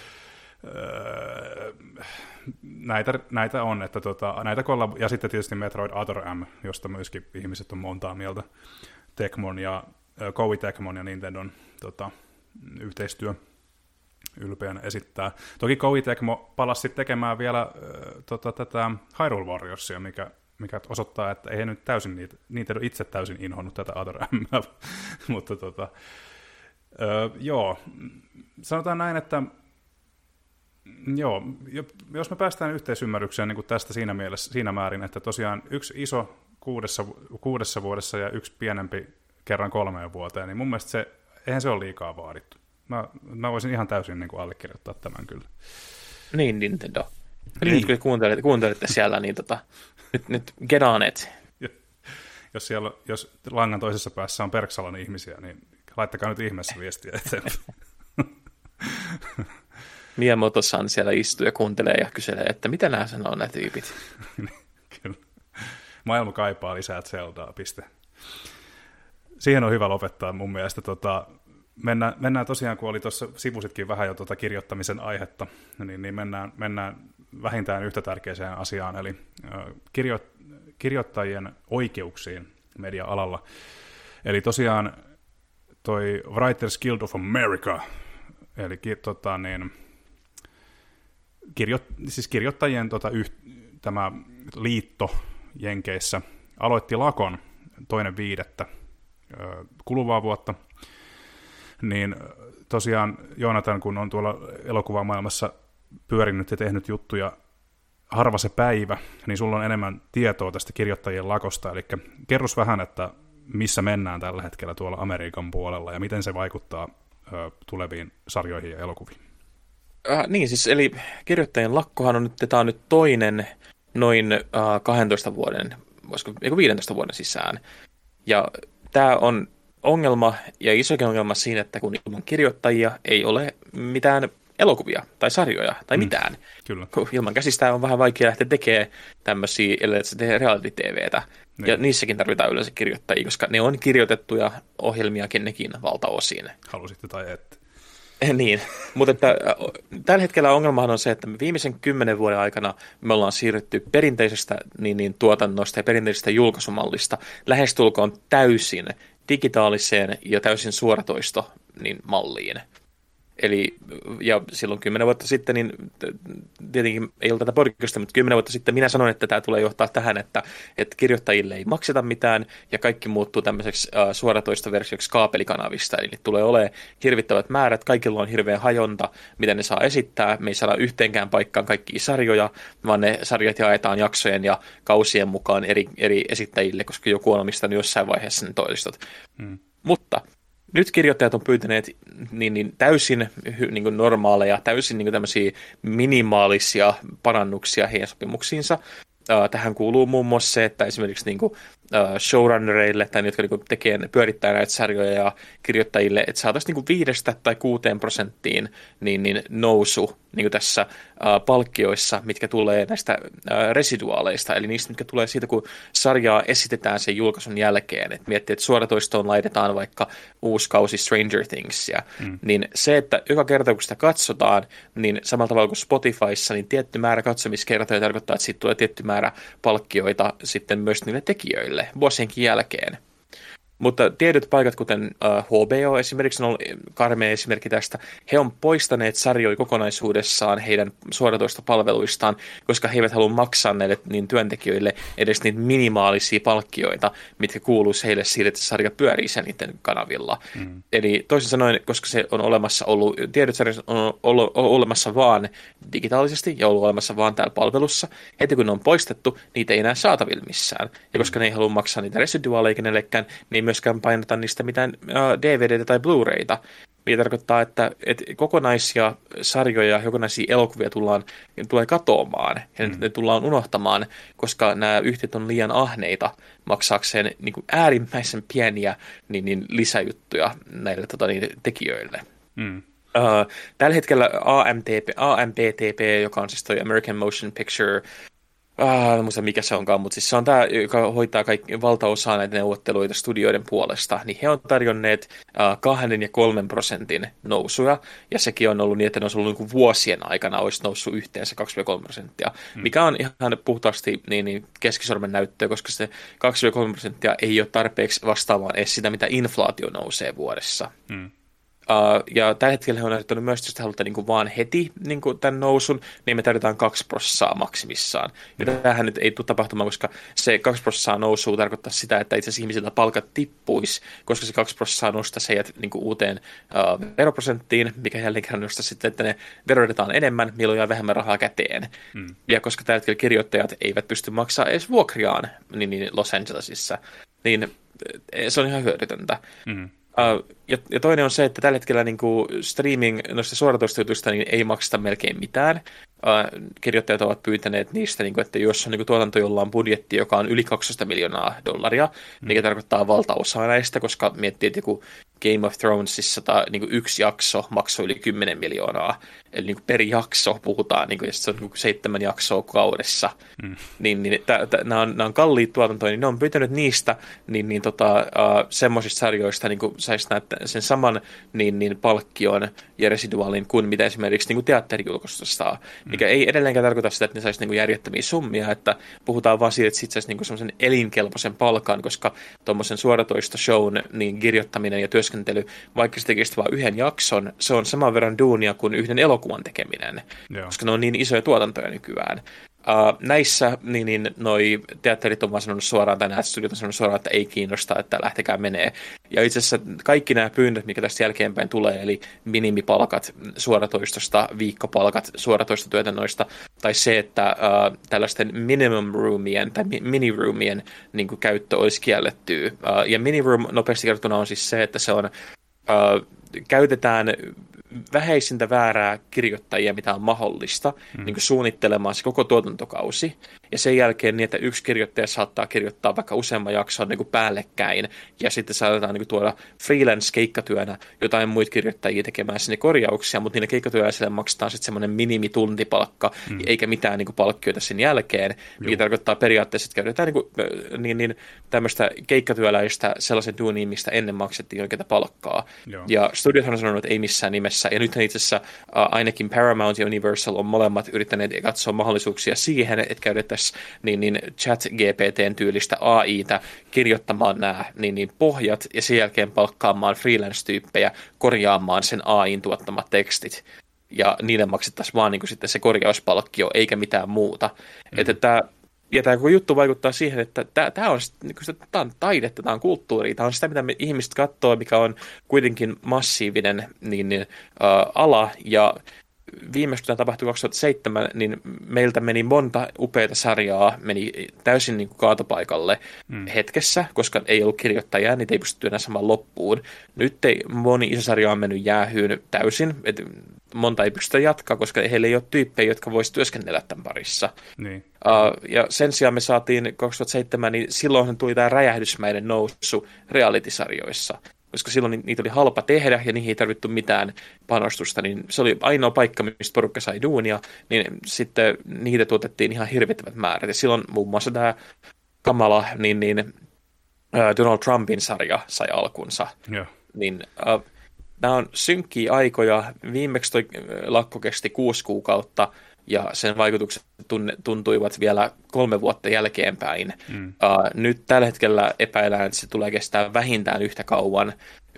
Öö, näitä, näitä on, että tota, näitä kollab- ja sitten tietysti Metroid Other M, josta myöskin ihmiset on montaa mieltä, Tecmon ja Koei Tecmon ja Nintendon tota, yhteistyö ylpeänä esittää. Toki Koei Tecmo palasi tekemään vielä äh, tota, tätä Hyrule Warriorsia, mikä, mikä osoittaa, että ei nyt täysin niitä, niitä ole itse täysin inhonnut tätä Other M, mutta tota, äh, joo, sanotaan näin, että joo, jos me päästään yhteisymmärrykseen niin kuin tästä siinä, mielessä, siinä määrin, että tosiaan yksi iso kuudessa, kuudessa vuodessa ja yksi pienempi kerran kolmeen vuoteen, niin mun mielestä se, eihän se ole liikaa vaadittu. Mä, mä voisin ihan täysin niin kuin allekirjoittaa tämän kyllä. Niin, Nintendo. Eli niin. Nyt kun kuuntelitte, kuuntelitte siellä, niin tota, nyt, nyt get on it. Jos, siellä, jos langan toisessa päässä on Perksalan ihmisiä, niin laittakaa nyt ihmeessä viestiä eteenpäin. Miyamoto-san siellä istuu ja kuuntelee ja kyselee, että mitä nämä sanoo nämä tyypit. Kyllä. Maailma kaipaa lisää Zeldaa, piste. Siihen on hyvä lopettaa mun mielestä. Tota, mennään, mennään tosiaan, kun oli tuossa sivusitkin vähän jo tuota kirjoittamisen aihetta, niin, niin mennään, mennään vähintään yhtä tärkeäseen asiaan, eli äh, kirjo, kirjoittajien oikeuksiin media-alalla. Eli tosiaan toi Writers Guild of America, eli tota, niin, kirjo, siis kirjoittajien tota, yh, tämä liitto Jenkeissä aloitti lakon toinen viidettä kuluvaa vuotta, niin tosiaan Joonatan, kun on tuolla elokuvamaailmassa pyörinyt ja tehnyt juttuja harva se päivä, niin sulla on enemmän tietoa tästä kirjoittajien lakosta, eli kerros vähän, että missä mennään tällä hetkellä tuolla Amerikan puolella ja miten se vaikuttaa ö, tuleviin sarjoihin ja elokuviin. Äh, niin, siis eli kirjoittajien lakkohan on nyt, tämä on nyt toinen noin äh, kahdentoista vuoden, voisiko viidentoista vuoden sisään, ja tämä on ongelma ja isokin ongelma siinä, että kun ilman kirjoittajia ei ole mitään elokuvia tai sarjoja tai mm, mitään. Kyllä. Ilman käsistä on vähän vaikea lähteä tekemään tämmöisiä, ellei se tee reality-tvtä. Niin. Ja niissäkin tarvitaan yleensä kirjoittajia, koska ne on kirjoitettuja ohjelmiakin nekin valtaosiin. Halusitte tai ette. Niin, mutta että, tällä hetkellä ongelmahan on se, että viimeisen kymmenen vuoden aikana me ollaan siirrytty perinteisestä niin, niin, tuotannosta ja perinteisestä julkaisumallista lähestulkoon täysin digitaaliseen ja täysin suoratoisto niin, malliin. Eli, ja silloin kymmenen vuotta sitten, niin tietenkin ei ole tätä podcasta, mutta kymmenen vuotta sitten minä sanoin, että tämä tulee johtaa tähän, että, että kirjoittajille ei makseta mitään, ja kaikki muuttuu tämmöiseksi uh, suoratoistoversioksi kaapelikanavista, eli tulee olemaan hirvittävät määrät, kaikilla on hirveä hajonta, mitä ne saa esittää, me ei saada yhteenkään paikkaan kaikkia sarjoja, vaan ne sarjat jaetaan jaksojen ja kausien mukaan eri, eri esittäjille, koska joku on omistanut jossain vaiheessa ne toistot. Hmm. Mutta nyt kirjoittajat on pyytäneet niin, niin täysin niin kuin normaaleja, täysin niin kuin tämmöisiä minimaalisia parannuksia heidän sopimuksiinsa. Uh, tähän kuuluu muun muassa se, että esimerkiksi niin kuin, uh, showrunnereille tai ne, jotka niin kuin tekee, pyörittää näitä sarjoja ja kirjoittajille, että saataisiin niin kuin viidestä tai kuuteen prosenttiin niin, niin nousu niin kuin tässä uh, palkkioissa, mitkä tulee näistä uh, residuaaleista, eli niistä, mitkä tulee siitä, kun sarjaa esitetään sen julkaisun jälkeen. Et miettii, että suoratoistoon laitetaan vaikka uusi kausi Stranger Thingsia, mm. niin se, että joka kerta, kun sitä katsotaan, niin samalla tavalla kuin Spotifyssa, niin tietty määrä katsomiskertoja tarkoittaa, että siitä tulee tietty määrä palkkioita sitten myös niille tekijöille vuosienkin jälkeen. Mutta tietyt paikat, kuten uh, H B O esimerkiksi, on karmea esimerkki tästä, he on poistaneet sarjoja kokonaisuudessaan heidän suoratoista palveluistaan, koska he eivät halua maksaa näille niin työntekijöille edes niitä minimaalisia palkkioita, mitkä kuuluisi heille siitä, että sarja pyörii sen niiden kanavilla. Mm. Eli toisin sanoen, koska se on olemassa ollut, tietyt sarjat on ollut olemassa vaan digitaalisesti ja ollut olemassa vaan täällä palvelussa, heti kun ne on poistettu, niitä ei enää saatavilla missään. Ja koska ne ei halua maksaa niitä residuaaleja kenellekään, niin myöskään painota niistä mitään D V D:tä tai Blu-rayta, mikä tarkoittaa, että, että kokonaisia sarjoja ja kokonaisia elokuvia tullaan, tulee katoamaan ja mm. ne tullaan unohtamaan, koska nämä yhtiöt on liian ahneita maksaakseen niin kuin äärimmäisen pieniä niin, niin lisäjuttuja näille tota, niin, tekijöille. Mm. Uh, tällä hetkellä A M T P, A M P T P, joka on siis toi American Motion Picture Ah, en muista mikä se onkaan, mutta siis se on tämä, joka hoitaa kaikki, valtaosaa näitä neuvotteluita studioiden puolesta, niin he on tarjonneet uh, kahden ja kolmen prosentin nousuja, ja sekin on ollut niin, että ne on ollut niin vuosien aikana olisi noussut yhteensä kaksi kolme prosenttia, hmm. mikä on ihan puhtaasti niin, niin keskisormen näyttöä, koska se kaksi kolme prosenttia ei ole tarpeeksi vastaamaan edes sitä, mitä inflaatio nousee vuodessa. Hmm. Uh, ja tällä hetkellä he on näyttänyt myös, että halutaan niin kuin vaan heti niin kuin tämän nousun, niin me tarvitaan kaksi prosenttia maksimissaan. Ja mm. tämähän nyt ei tule tapahtumaan, koska se kaksi prosenttia nousua tarkoittaa sitä, että itse asiassa ihmisiltä palkat tippuisi, koska se kaksi prosenttia nostaisi heidät niin kuin uuteen uh, veroprosenttiin, mikä jälleen kerran nostaisi sitten, että ne verotetaan enemmän, milloin jää vähemmän rahaa käteen. Mm. Ja koska tällä hetkellä kirjoittajat eivät pysty maksamaan edes vuokriaan niin, niin Los Angelesissa, niin se on ihan hyödytöntä. Mm. Uh, ja, ja toinen on se, että tällä hetkellä niin kuin streaming noista suoratoistojutuista niin ei makseta melkein mitään. Uh, kirjoittajat ovat pyytäneet niistä, niin kuin, että jos on niin kuin tuotanto, jolla on budjetti, joka on yli kaksitoista miljoonaa dollaria, mm. mikä tarkoittaa valtaosaa näistä, koska miettii, että joku Game of Thronesissa tai niin kuin yksi jakso maksoi yli kymmenen miljoonaa. Eli niin kuin per jakso puhutaan, niin kuin, jos se on niin kuin seitsemän jaksoa kaudessa. Mm. Niin, niin t- t- nämä, on, nämä on kalliit tuotantoja, niin ne on pyytänyt niistä niin, niin, tota, uh, semmoisista sarjoista, niin kuin saisi näyttää sen saman niin, niin, palkkion ja residuaalin kuin mitä esimerkiksi niin kuin teatterijulkoista saa. Mm. Mikä ei edelleenkään tarkoita sitä, että ne saisi niin kuin järjettömiä summia, että puhutaan vaan siitä, että siitä saisi niin kuin semmoisen elinkelpoisen palkan, koska tuommoisen suoratoisto-shown niin kirjoittaminen ja työskentely, vaikka se tekisi vain yhden jakson, se on saman verran duunia kuin yhden elokuvan tekeminen, Joo. koska ne on niin isoja tuotantoja nykyään. Uh, näissä niin, niin, noi teatterit on vaan sanonut suoraan, tai nämä studiot on sanonut suoraan, että ei kiinnosta, että lähtekää menee. Ja itse asiassa kaikki nämä pyynnöt, mikä tästä jälkeenpäin tulee, eli minimipalkat suoratoistosta, viikkopalkat suoratoistotyötänoista, tai se, että uh, tällaisten minimum roomien tai mini-roomien niin kuin käyttö olisi kielletty. Uh, ja mini-room nopeasti kertona on siis se, että se on, uh, käytetään vähäisintä väärää kirjoittajia, mitä on mahdollista, mm. niin kuin suunnittelemaan se koko tuotantokausi. Ja sen jälkeen niin, että yksi kirjoittaja saattaa kirjoittaa vaikka useamman jakson niin kuin päällekkäin, ja sitten saatetaan niin kuin tuoda freelance-keikkatyönä jotain muita kirjoittajia tekemään sinne korjauksia, mutta niille keikkatyöläisille maksetaan sitten semmoinen minimituntipalkka, mm. eikä mitään niin kuin palkkioita sen jälkeen, mikä Joo. tarkoittaa periaatteessa, että käytetään niin kuin, niin, niin, tämmöistä keikkatyöläistä sellaisen duuniin, mistä ennen maksettiin oikeita palkkaa. Joo. Ja studiothan on sanonut, että ei missään nimessä. Ja nythän itse asiassa uh, ainakin Paramount ja Universal on molemmat yrittäneet katsoa mahdollisuuksia siihen, että käytettäisiin niin, niin chat-G P T-tyylistä A I:tä kirjoittamaan nämä niin, niin pohjat ja sen jälkeen palkkaamaan freelance-tyyppejä korjaamaan sen A I:n tuottamat tekstit. Ja niille maksettaisiin vaan niin kuin sitten se korjauspalkkio, eikä mitään muuta. Mm. Että tämä Ja tämä juttu vaikuttaa siihen, että tämä on, on taidetta, tämä on kulttuuria, tämä on sitä, mitä me ihmiset katsoo, mikä on kuitenkin massiivinen niin, niin, uh, ala. Ja viimeksi, kun tämä tapahtui kaksituhattaseitsemän, niin meiltä meni monta upeata sarjaa, meni täysin niin kuin kaatopaikalle mm. hetkessä, koska ei ollut kirjoittajia, niitä ei pystytty enää samaan loppuun. Nyt ei, moni iso sarja on mennyt jäähyyn täysin, että monta ei pystytä jatkaa, koska heillä ei ole tyyppejä, jotka voisivat työskennellä tämän parissa. Niin. Uh, ja sen sijaan me saatiin kaksituhattaseitsemän, niin silloinhan tuli tämä räjähdysmäinen nousu reality-sarjoissa, koska silloin niitä oli halpa tehdä ja niihin ei tarvittu mitään panostusta, niin se oli ainoa paikka, mistä porukka sai duunia, niin sitten niitä tuotettiin ihan hirvittävät määrät. Ja silloin muun muassa tämä kamala, niin, niin uh, Donald Trumpin sarja sai alkunsa. Yeah. Niin, uh, nämä on synkkiä aikoja. Viimeksi toi lakko kesti kuusi kuukautta, ja sen vaikutukset tuntuivat vielä kolme vuotta jälkeenpäin. Mm. Uh, nyt tällä hetkellä epäillään, että se tulee kestää vähintään yhtä kauan,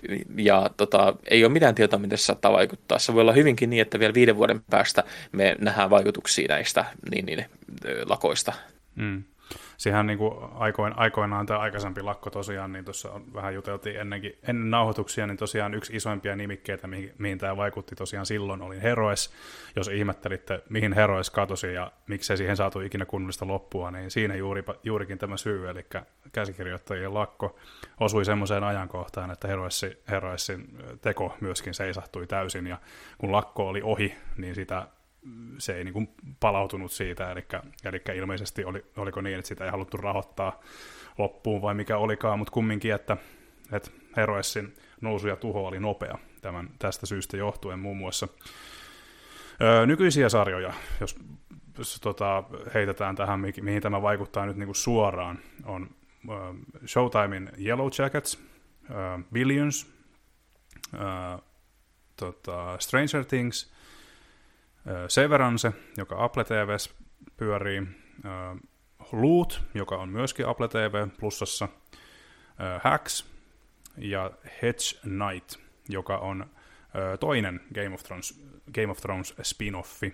ja tota, ei ole mitään tietoa, miten se saattaa vaikuttaa. Se voi olla hyvinkin niin, että vielä viiden vuoden päästä me nähdään vaikutuksia näistä niin, niin, lakoista. Mm. Siihen niin kuin aikoin, aikoinaan tämä aikaisempi lakko tosiaan, niin tuossa vähän juteltiin ennenkin, ennen nauhoituksia, niin tosiaan yksi isoimpia nimikkeitä, mihin, mihin tämä vaikutti tosiaan silloin, oli Heroes. Jos ihmettelitte, mihin Heroes katosi ja miksei siihen saatu ikinä kunnollista loppua, niin siinä juuri, juurikin tämä syy, eli käsikirjoittajien lakko osui semmoiseen ajankohtaan, että Heroesi, Heroesin teko myöskin seisahtui täysin, ja kun lakko oli ohi, niin sitä se ei niin kuin palautunut siitä, eli, eli ilmeisesti oli, oliko niin, että sitä ei haluttu rahoittaa loppuun vai mikä olikaan, mutta kumminkin, että, että Heroesin nousu ja tuho oli nopea tämän, tästä syystä johtuen muun muassa. Öö, nykyisiä sarjoja, jos tota, heitetään tähän, mihin tämä vaikuttaa nyt niin kuin suoraan, on uh, Showtimein Yellow Jackets, uh, Billions, uh, tota, Stranger Things, uh, Severance, joka Apple T V:ssä pyörii, uh, Loot, joka on myöskin Apple T V plussassa, uh, Hacks ja Hedge Knight, joka on uh, toinen Game of Thrones, Game of Thrones spin-offi.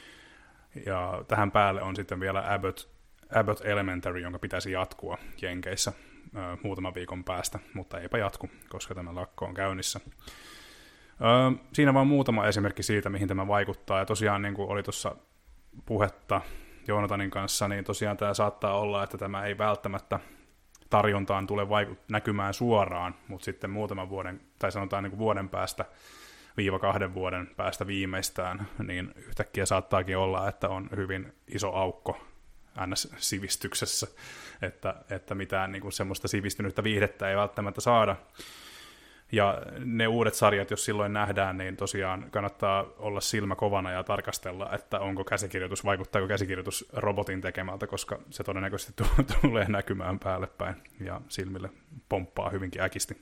Ja tähän päälle on sitten vielä Abbott, Abbott Elementary, jonka pitäisi jatkua Jenkeissä ö, muutaman viikon päästä, mutta eipä jatku, koska tämä lakko on käynnissä. Ö, siinä vaan muutama esimerkki siitä, mihin tämä vaikuttaa. Ja tosiaan, niin kuin oli tuossa puhetta Joonatanin kanssa, niin tosiaan tämä saattaa olla, että tämä ei välttämättä tarjontaan tule vaiku- näkymään suoraan, mutta sitten muutaman vuoden, tai sanotaan niin kuin vuoden päästä, viiva kahden vuoden päästä viimeistään, niin yhtäkkiä saattaakin olla, että on hyvin iso aukko N S-sivistyksessä, että, että mitään niin kuin semmoista sivistynyttä viihdettä ei välttämättä saada. Ja ne uudet sarjat, jos silloin nähdään, niin tosiaan kannattaa olla silmä kovana ja tarkastella, että onko käsikirjoitus, vaikuttaako käsikirjoitus robotin tekemältä, koska se todennäköisesti tulee näkymään päälle päin ja silmille pomppaa hyvinkin äkisti.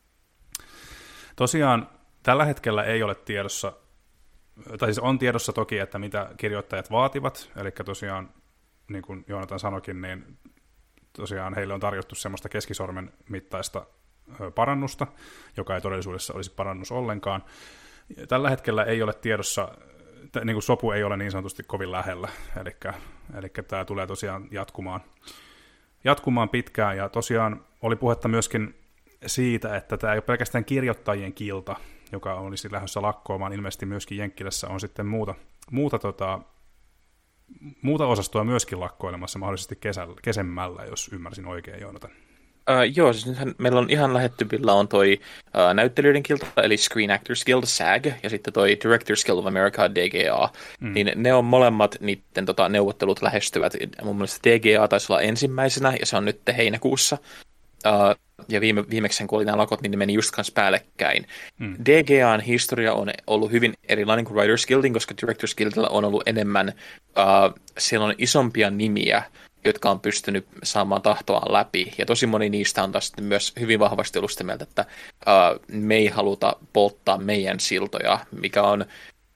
Tosiaan tällä hetkellä ei ole tiedossa, tai siis on tiedossa toki, että mitä kirjoittajat vaativat, eli tosiaan, niin kuin Joonatan sanoikin, niin tosiaan heille on tarjottu semmoista keskisormen mittaista parannusta, joka ei todellisuudessa olisi parannus ollenkaan. Tällä hetkellä ei ole tiedossa, niin kuin sopu ei ole niin sanotusti kovin lähellä, eli, eli tämä tulee tosiaan jatkumaan, jatkumaan pitkään, ja tosiaan oli puhetta myöskin siitä, että tämä ei ole pelkästään kirjoittajien kilta, joka olisi lähdössä lakkoon, vaan ilmeisesti myöskin Jenkkilässä on sitten muuta, muuta, tota, muuta osastoa myöskin lakkoilemassa mahdollisesti kesällä, kesemmällä, jos ymmärsin oikein, Joonatan. Uh, joo, siis nythän meillä on ihan lähettyvillä on toi uh, näyttelijöiden kilta, eli Screen Actors Guild, S A G, ja sitten toi Directors Guild of America, D G A. Mm. Niin ne on molemmat, niiden tota, neuvottelut lähestyvät. Mun mielestä D G A taisi olla ensimmäisenä, ja se on nyt heinäkuussa. Uh, ja viime, viimeksi kun oli nämä lakot, niin ne meni just kanssa päällekkäin. Mm. D G A:n historia on ollut hyvin erilainen kuin Writers Guildin, koska Directors Guildilla on ollut enemmän, uh, siellä on isompia nimiä, jotka on pystynyt saamaan tahtoaan läpi. Ja tosi moni niistä on taas myös hyvin vahvasti ollut sitä mieltä, että uh, me ei haluta polttaa meidän siltoja, mikä on,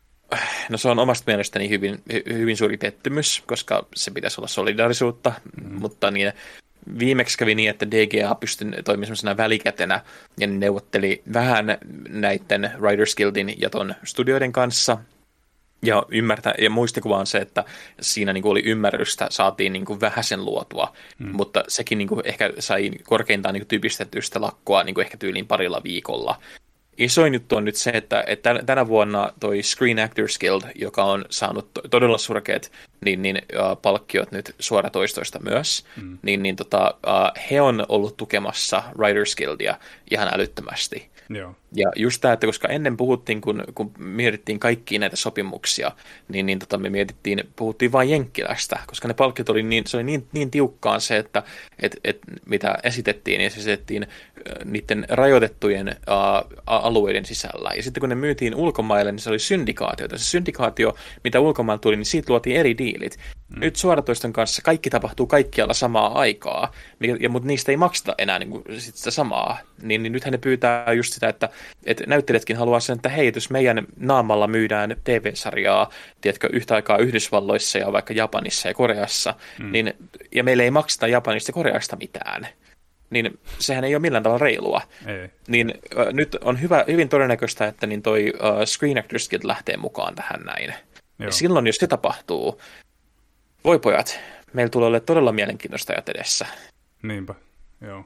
no se on omasta mielestäni hyvin, hyvin suuri pettymys, koska se pitäisi olla solidaarisuutta, mm. mutta niin viimeksi kävi niin, että D G A pystyi toimimaan sellaisena välikätenä ja neuvotteli vähän näiden Writers Guildin ja ton studioiden kanssa. Ja, ymmärtä, ja muistikuva on se, että siinä niin kuin oli ymmärrystä, saatiin niin kuin vähäsen luotua, mm. mutta sekin niin kuin ehkä sai korkeintaan niin kuin typistettyä sitä lakkoa niin kuin ehkä tyyliin parilla viikolla. Isoin juttu on nyt se, että, että tänä vuonna toi Screen Actors Guild, joka on saanut todella surkeat niin, niin, uh, palkkiot nyt suoratoistoista myös, mm. niin, niin tota, uh, he on ollut tukemassa Writers Guildia ihan älyttömästi. Joo. Ja just tämä, että koska ennen puhuttiin, kun, kun mietittiin kaikkia näitä sopimuksia, niin, niin tota, me mietittiin, puhuttiin vain Jenkkilästä, koska ne palkkiot oli niin, se oli niin, niin tiukkaan se, että et, et, mitä esitettiin, niin se esitettiin äh, niiden rajoitettujen äh, alueiden sisällä. Ja sitten kun ne myytiin ulkomaille, niin se oli syndikaatio. Se syndikaatio, mitä ulkomailla tuli, niin siitä luotiin eri diilit. Mm. Nyt suoratoiston kanssa kaikki tapahtuu kaikkialla samaa aikaa, ja, mutta niistä ei makseta enää niin kuin, sit sitä samaa. Niin, niin nythän ne pyytää just sitä, että, että näyttelijätkin haluaa sen, että hei, jos meidän naamalla myydään T V-sarjaa, tiedätkö, yhtä aikaa Yhdysvalloissa ja vaikka Japanissa ja Koreassa, mm. niin, ja meille ei makseta Japanista ja Koreasta mitään, niin sehän ei ole millään tavalla reilua. Ei. Niin äh, nyt on hyvä, hyvin todennäköistä, että niin toi uh, Screen Actors Guild lähtee mukaan tähän näin. Ja silloin, jos se tapahtuu, voi pojat, meillä tulee olemaan todella mielenkiintoista ajat edessä. Niinpä, joo.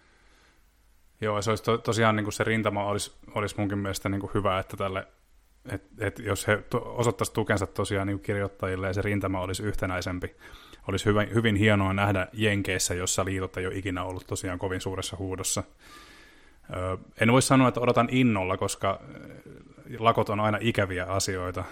Joo, se olisi to, tosiaan niin kuin se rintama olisi, olisi munkin mielestä niin kuin hyvä, että tälle, et, et jos he to, osoittaisi tukensa tosiaan niin kuin kirjoittajille ja se rintama olisi yhtenäisempi, olisi hyvin, hyvin hienoa nähdä Jenkeissä, jossa liitot ei ole ikinä ollut tosiaan kovin suuressa huudossa. Ö, en voi sanoa, että odotan innolla, koska lakot on aina ikäviä asioita.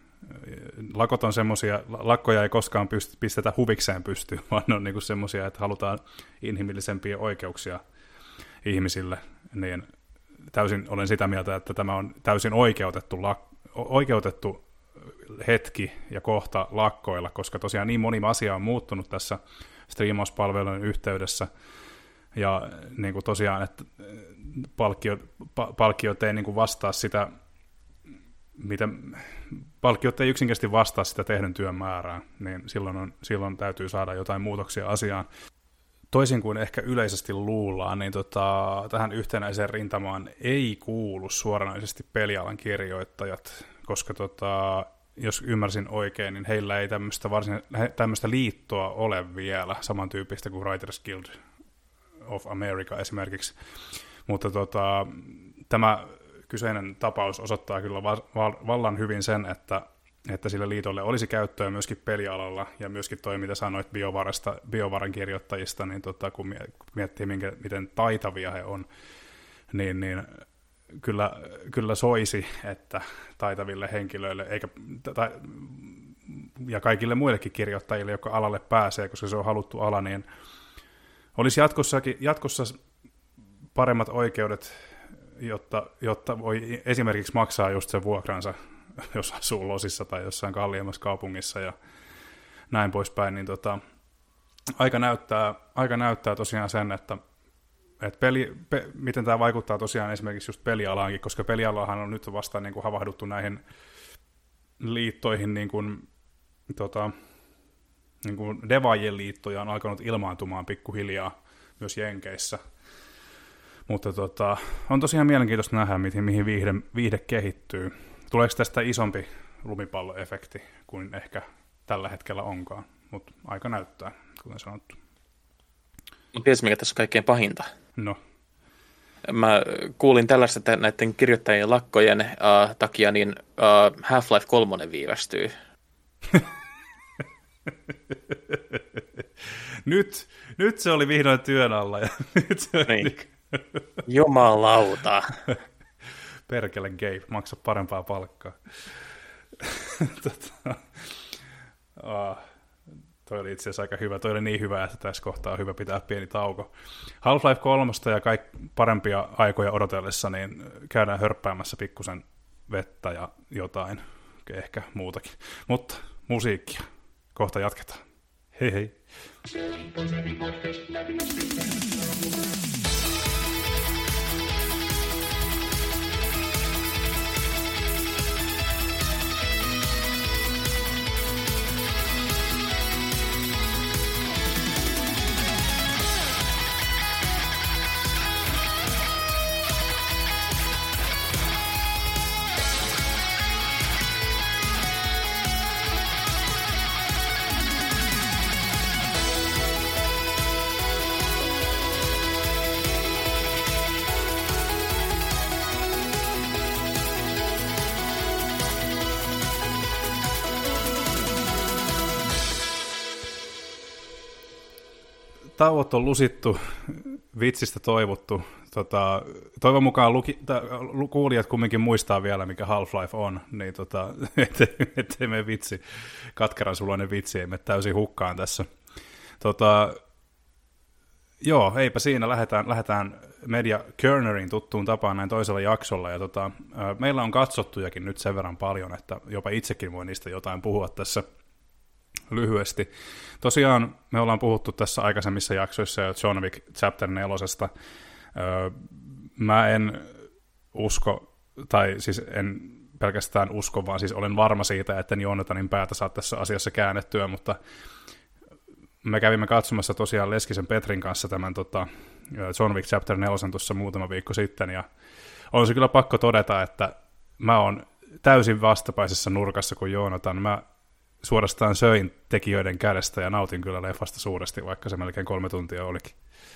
Lakot on semmoisia, lakkoja ei koskaan pyst, pistetä huvikseen pystyyn, vaan ne on niin kuin semmoisia, että halutaan inhimillisempiä oikeuksia ihmisille, niin täysin olen sitä mieltä, että tämä on täysin oikeutettu, lak, oikeutettu hetki ja kohta lakkoilla, koska tosiaan niin moni asia on muuttunut tässä striimauspalvelujen yhteydessä, ja niin kuin tosiaan, että palkkiot, pa, palkkiot ei niin kuin vastaa sitä, mitä, palkkiot ei yksinkertaisesti vastaa sitä tehdyn työn määrää, niin silloin, on, silloin täytyy saada jotain muutoksia asiaan. Toisin kuin ehkä yleisesti luullaan, niin tota, tähän yhtenäiseen rintamaan ei kuulu suoranaisesti pelialan kirjoittajat, koska tota, jos ymmärsin oikein, niin heillä ei tämmöistä, varsin, tämmöistä liittoa ole vielä, samantyyppistä kuin Writers Guild of America esimerkiksi. Mutta tota, tämä kyseinen tapaus osoittaa kyllä va- va- vallan hyvin sen, että, että sillä liitolle olisi käyttöä myöskin pelialalla, ja myöskin toi, mitä sanoit BioVarasta, BioVaran kirjoittajista, niin tota, kun miettii, minkä, miten taitavia he on, niin, niin kyllä, kyllä soisi, että taitaville henkilöille, eikä, ta, ja kaikille muillekin kirjoittajille, jotka alalle pääsee, koska se on haluttu ala, niin olisi jatkossakin, jatkossa paremmat oikeudet, jotta, jotta voi esimerkiksi maksaa just sen vuokransa, jos asuu losissa tai jossain kalliimmassa kaupungissa ja näin poispäin, niin tota, aika, näyttää, aika näyttää tosiaan sen, että, että peli, pe, miten tämä vaikuttaa tosiaan esimerkiksi just pelialaankin, koska pelialahan on nyt vasta niin kuin havahduttu näihin liittoihin, niin kuin, tota, niin kuin devaajien liittoja on alkanut ilmaantumaan pikkuhiljaa myös Jenkeissä. Mutta tota, on tosiaan mielenkiintoista nähdä, mihin, mihin viihde, viihde kehittyy. Tuleeko tästä isompi lumipalloefekti kuin ehkä tällä hetkellä onkaan, mutta aika näyttää, kuten sanottu. No, tiedätkö, mikä tässä on kaikkein pahinta? No. Mä kuulin tällaista, että näiden kirjoittajien lakkojen uh, takia niin uh, Half-Life kolme viivästyy. nyt, nyt se oli vihdoin työn alla. Ja nyt se niin. oli... Jumalauta. Perkele Gabe, maksa parempaa palkkaa. tota, oh, toi oli itse asiassa aika hyvä. Toi oli niin hyvä, että tässä kohtaa on hyvä pitää pieni tauko. Half-Life kolme ja kaikki parempia aikoja odotellessa, niin käydään hörppäämässä pikkusen vettä ja jotain, ehkä muutakin. Mutta musiikkia. Kohta jatketaan. Hei hei. Tauot on lusittu, vitsistä toivottu. Tota, toivon mukaan luki, ta, kuulijat kumminkin muistaa vielä, mikä Half-Life on, niin tota, ettei, ettei mene vitsi, katkeran suloinen vitsi, ei mene täysin hukkaan tässä. Tota, joo, eipä siinä, lähdetään, lähdetään Media Kernerin tuttuun tapaan näin toisella jaksolla, ja tota, meillä on katsottujakin nyt sen verran paljon, että jopa itsekin voi niistä jotain puhua tässä lyhyesti. Tosiaan me ollaan puhuttu tässä aikaisemmissa jaksoissa jo John Wick Chapter nelosesta. Öö, mä en usko, tai siis en pelkästään usko, vaan siis olen varma siitä, että Joonatanin päätä saa tässä asiassa käännettyä, mutta me kävimme katsomassa tosiaan Leskisen Petrin kanssa tämän tota, John Wick Chapter nelosen tuossa muutama viikko sitten, ja on se kyllä pakko todeta, että mä oon täysin vastapäisessä nurkassa kuin Joonatan. Mä suorastaan söin tekijöiden kädestä ja nautin kyllä leffasta suuresti, vaikka se melkein kolme tuntia olikin.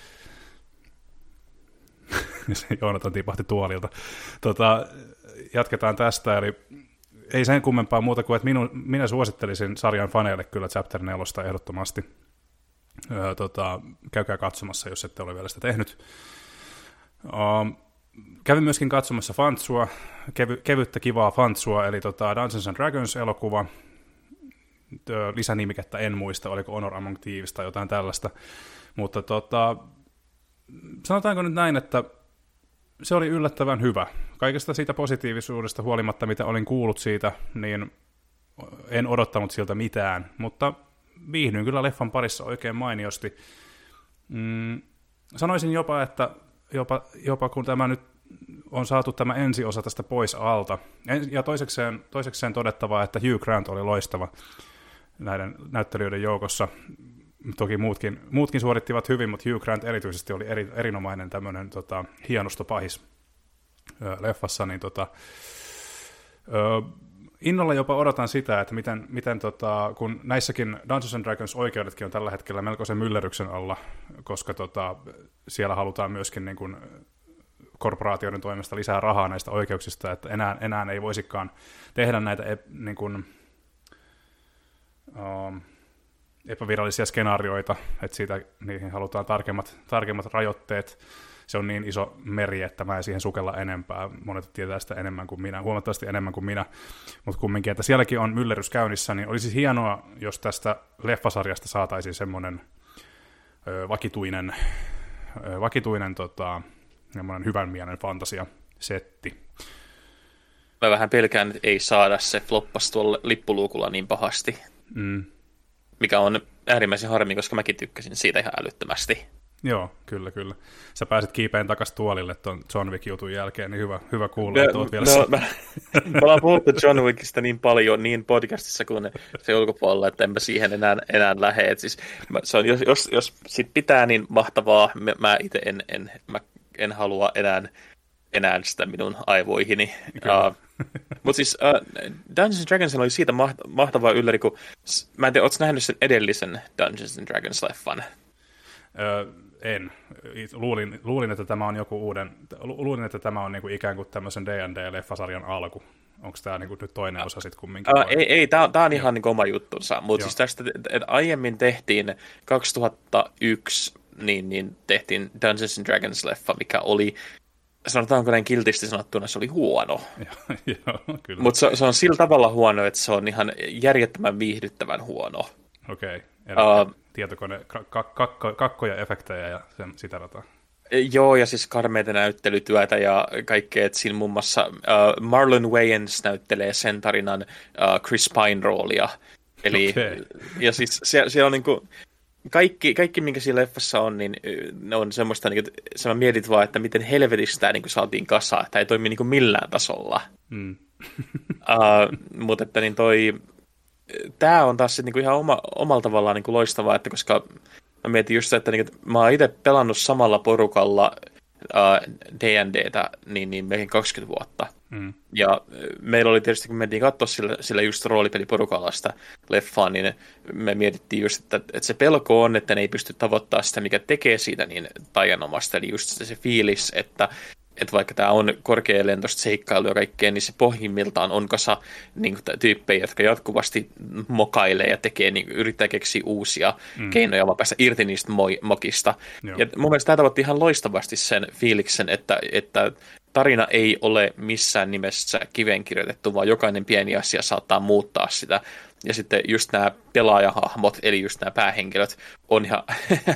Joonatan tipahti tuolilta. Tota, jatketaan tästä, eli ei sen kummempaa muuta kuin, että minu, minä suosittelisin sarjan faneille kyllä Chapter nelosta ehdottomasti. Öö, tota, käykää katsomassa, jos ette ole vielä sitä tehnyt. Um, kävin myöskin katsomassa Fantsua, kevy, kevyttä kivaa Fantsua, eli tota Dungeons and Dragons-elokuva. Lisänimikettä en muista, oliko Honor Among Thieves tai jotain tällaista, mutta tota, sanotaanko nyt näin, että se oli yllättävän hyvä. Kaikesta siitä positiivisuudesta huolimatta, mitä olin kuullut siitä, niin en odottanut siltä mitään, mutta viihdyin kyllä leffan parissa oikein mainiosti. Mm, sanoisin jopa, että jopa, jopa kun tämä nyt on saatu tämä ensiosa tästä pois alta, ja toisekseen, toisekseen todettavaa, että Hugh Grant oli loistava näiden näyttelijöiden joukossa. Toki muutkin, muutkin suorittivat hyvin, mutta Hugh Grant erityisesti oli eri, erinomainen tämmöinen tota, hienostopahis ö, leffassa, niin tota, ö, innolla jopa odotan sitä, että miten, miten tota, kun näissäkin Dungeons and Dragons oikeudetkin on tällä hetkellä melkoisen myllerryksen alla, koska tota, siellä halutaan myöskin niin kuin korporaatioiden toimesta lisää rahaa näistä oikeuksista, että enää, enää ei voisikaan tehdä näitä niin kuin, um, epävirallisia skenaarioita, että siitä niihin halutaan tarkemmat, tarkemmat rajoitteet. Se on niin iso meri, että mä en siihen sukella enempää. Monet tietää sitä enemmän kuin minä, huomattavasti enemmän kuin minä. Mutta kumminkin, että sielläkin on myllerys käynnissä, niin olisi hienoa, jos tästä leffasarjasta saataisiin semmoinen ö, vakituinen, ö, vakituinen tota, hyvän mielen fantasia-setti. Mä vähän pelkään, että ei saada, se floppasi tuolla lippuluukulla niin pahasti. Mm. Mikä on äärimmäisen harmi, koska mäkin tykkäsin siitä ihan älyttömästi. Joo, kyllä, kyllä. Sä pääsit kiipeen takaisin tuolille tuon John Wick-jutun jälkeen, niin hyvä, hyvä kuulla, no, että oot vielä... No, mä, mä ollaan puhuttu John Wickista niin paljon, niin podcastissa kuin se ulkopuolella, että enpä siihen enää, enää lähde. Siis, mä, se on, jos, jos, jos sit pitää, niin mahtavaa. Mä, mä itse en, en, mä en halua enää, enää sitä minun aivoihini. Uh, Mutta siis uh, Dungeons and Dragons oli siitä maht- mahtavaa ylläri, kun mä en tiedä, ootko nähnyt sen edellisen Dungeons and Dragons-leffan? Öö, en. Luulin, luulin, että tämä on joku uuden, luulin, että tämä on niinku ikään kuin tämmöisen D and D-leffasarjan alku. Onko tämä niinku nyt toinen osa sitten kumminkin? Uh, ei, ei tämä on, on ihan niinku oma juttunsa, mutta siis tästä, että aiemmin tehtiin kaksituhattayksi, niin, niin tehtiin Dungeons and Dragons-leffa, mikä oli, sanotaanko näin kiltisti sanottuna, se oli huono. Mutta se, se on sillä tavalla huono, että se on ihan järjettömän viihdyttävän huono. Okei. Okay. Uh, Tietokone, kak, kakko, kakkoja efektejä ja sen, sitä rataa. Joo, ja siis karmeita näyttelytyötä ja kaikkea, että siinä muun muassa uh, Marlon Wayans näyttelee sen tarinan uh, Chris Pine-roolia. Eli, okay. Ja siis siellä, siellä on niinku, kaikki, kaikki, minkä siinä leffassa on, niin ne on semmoista, niin, että sä mä mietit vaan, että miten helvetistä tämä niin saatiin kasaan, että ei toimi niin millään tasolla. Mm. uh, mutta että niin toi... Tämä on taas niinku ihan oma, omalla tavallaan niinku loistavaa, että koska mä mietin just sitä, että, niinku, että mä oon itse pelannut samalla porukalla uh, D and D:tä niin, niin meihin kaksikymmentä vuotta. Mm. Ja meillä oli tietysti, kun me mentiin katsoa sillä, sillä just roolipeliporukalla sitä leffaa, niin me mietittiin just, että, että se pelko on, että ne ei pysty tavoittamaan sitä, mikä tekee siitä niin taianomasta. Eli just se fiilis, että että vaikka tämä on korkealentoista seikkailua ja kaikkea, niin se pohjimmiltaan on kasa niin kuin, tyyppejä, jotka jatkuvasti mokailee ja tekee, niin, yrittää keksiä uusia mm. keinoja, vaan päästä irti niistä moi, mokista. Joo. Ja mun mielestä tämä tavoitti ihan loistavasti sen fiiliksen, että, että tarina ei ole missään nimessä kiveen kirjoitettu, vaan jokainen pieni asia saattaa muuttaa sitä. Ja sitten just nämä pelaajahahmot, eli just nämä päähenkilöt, on ihan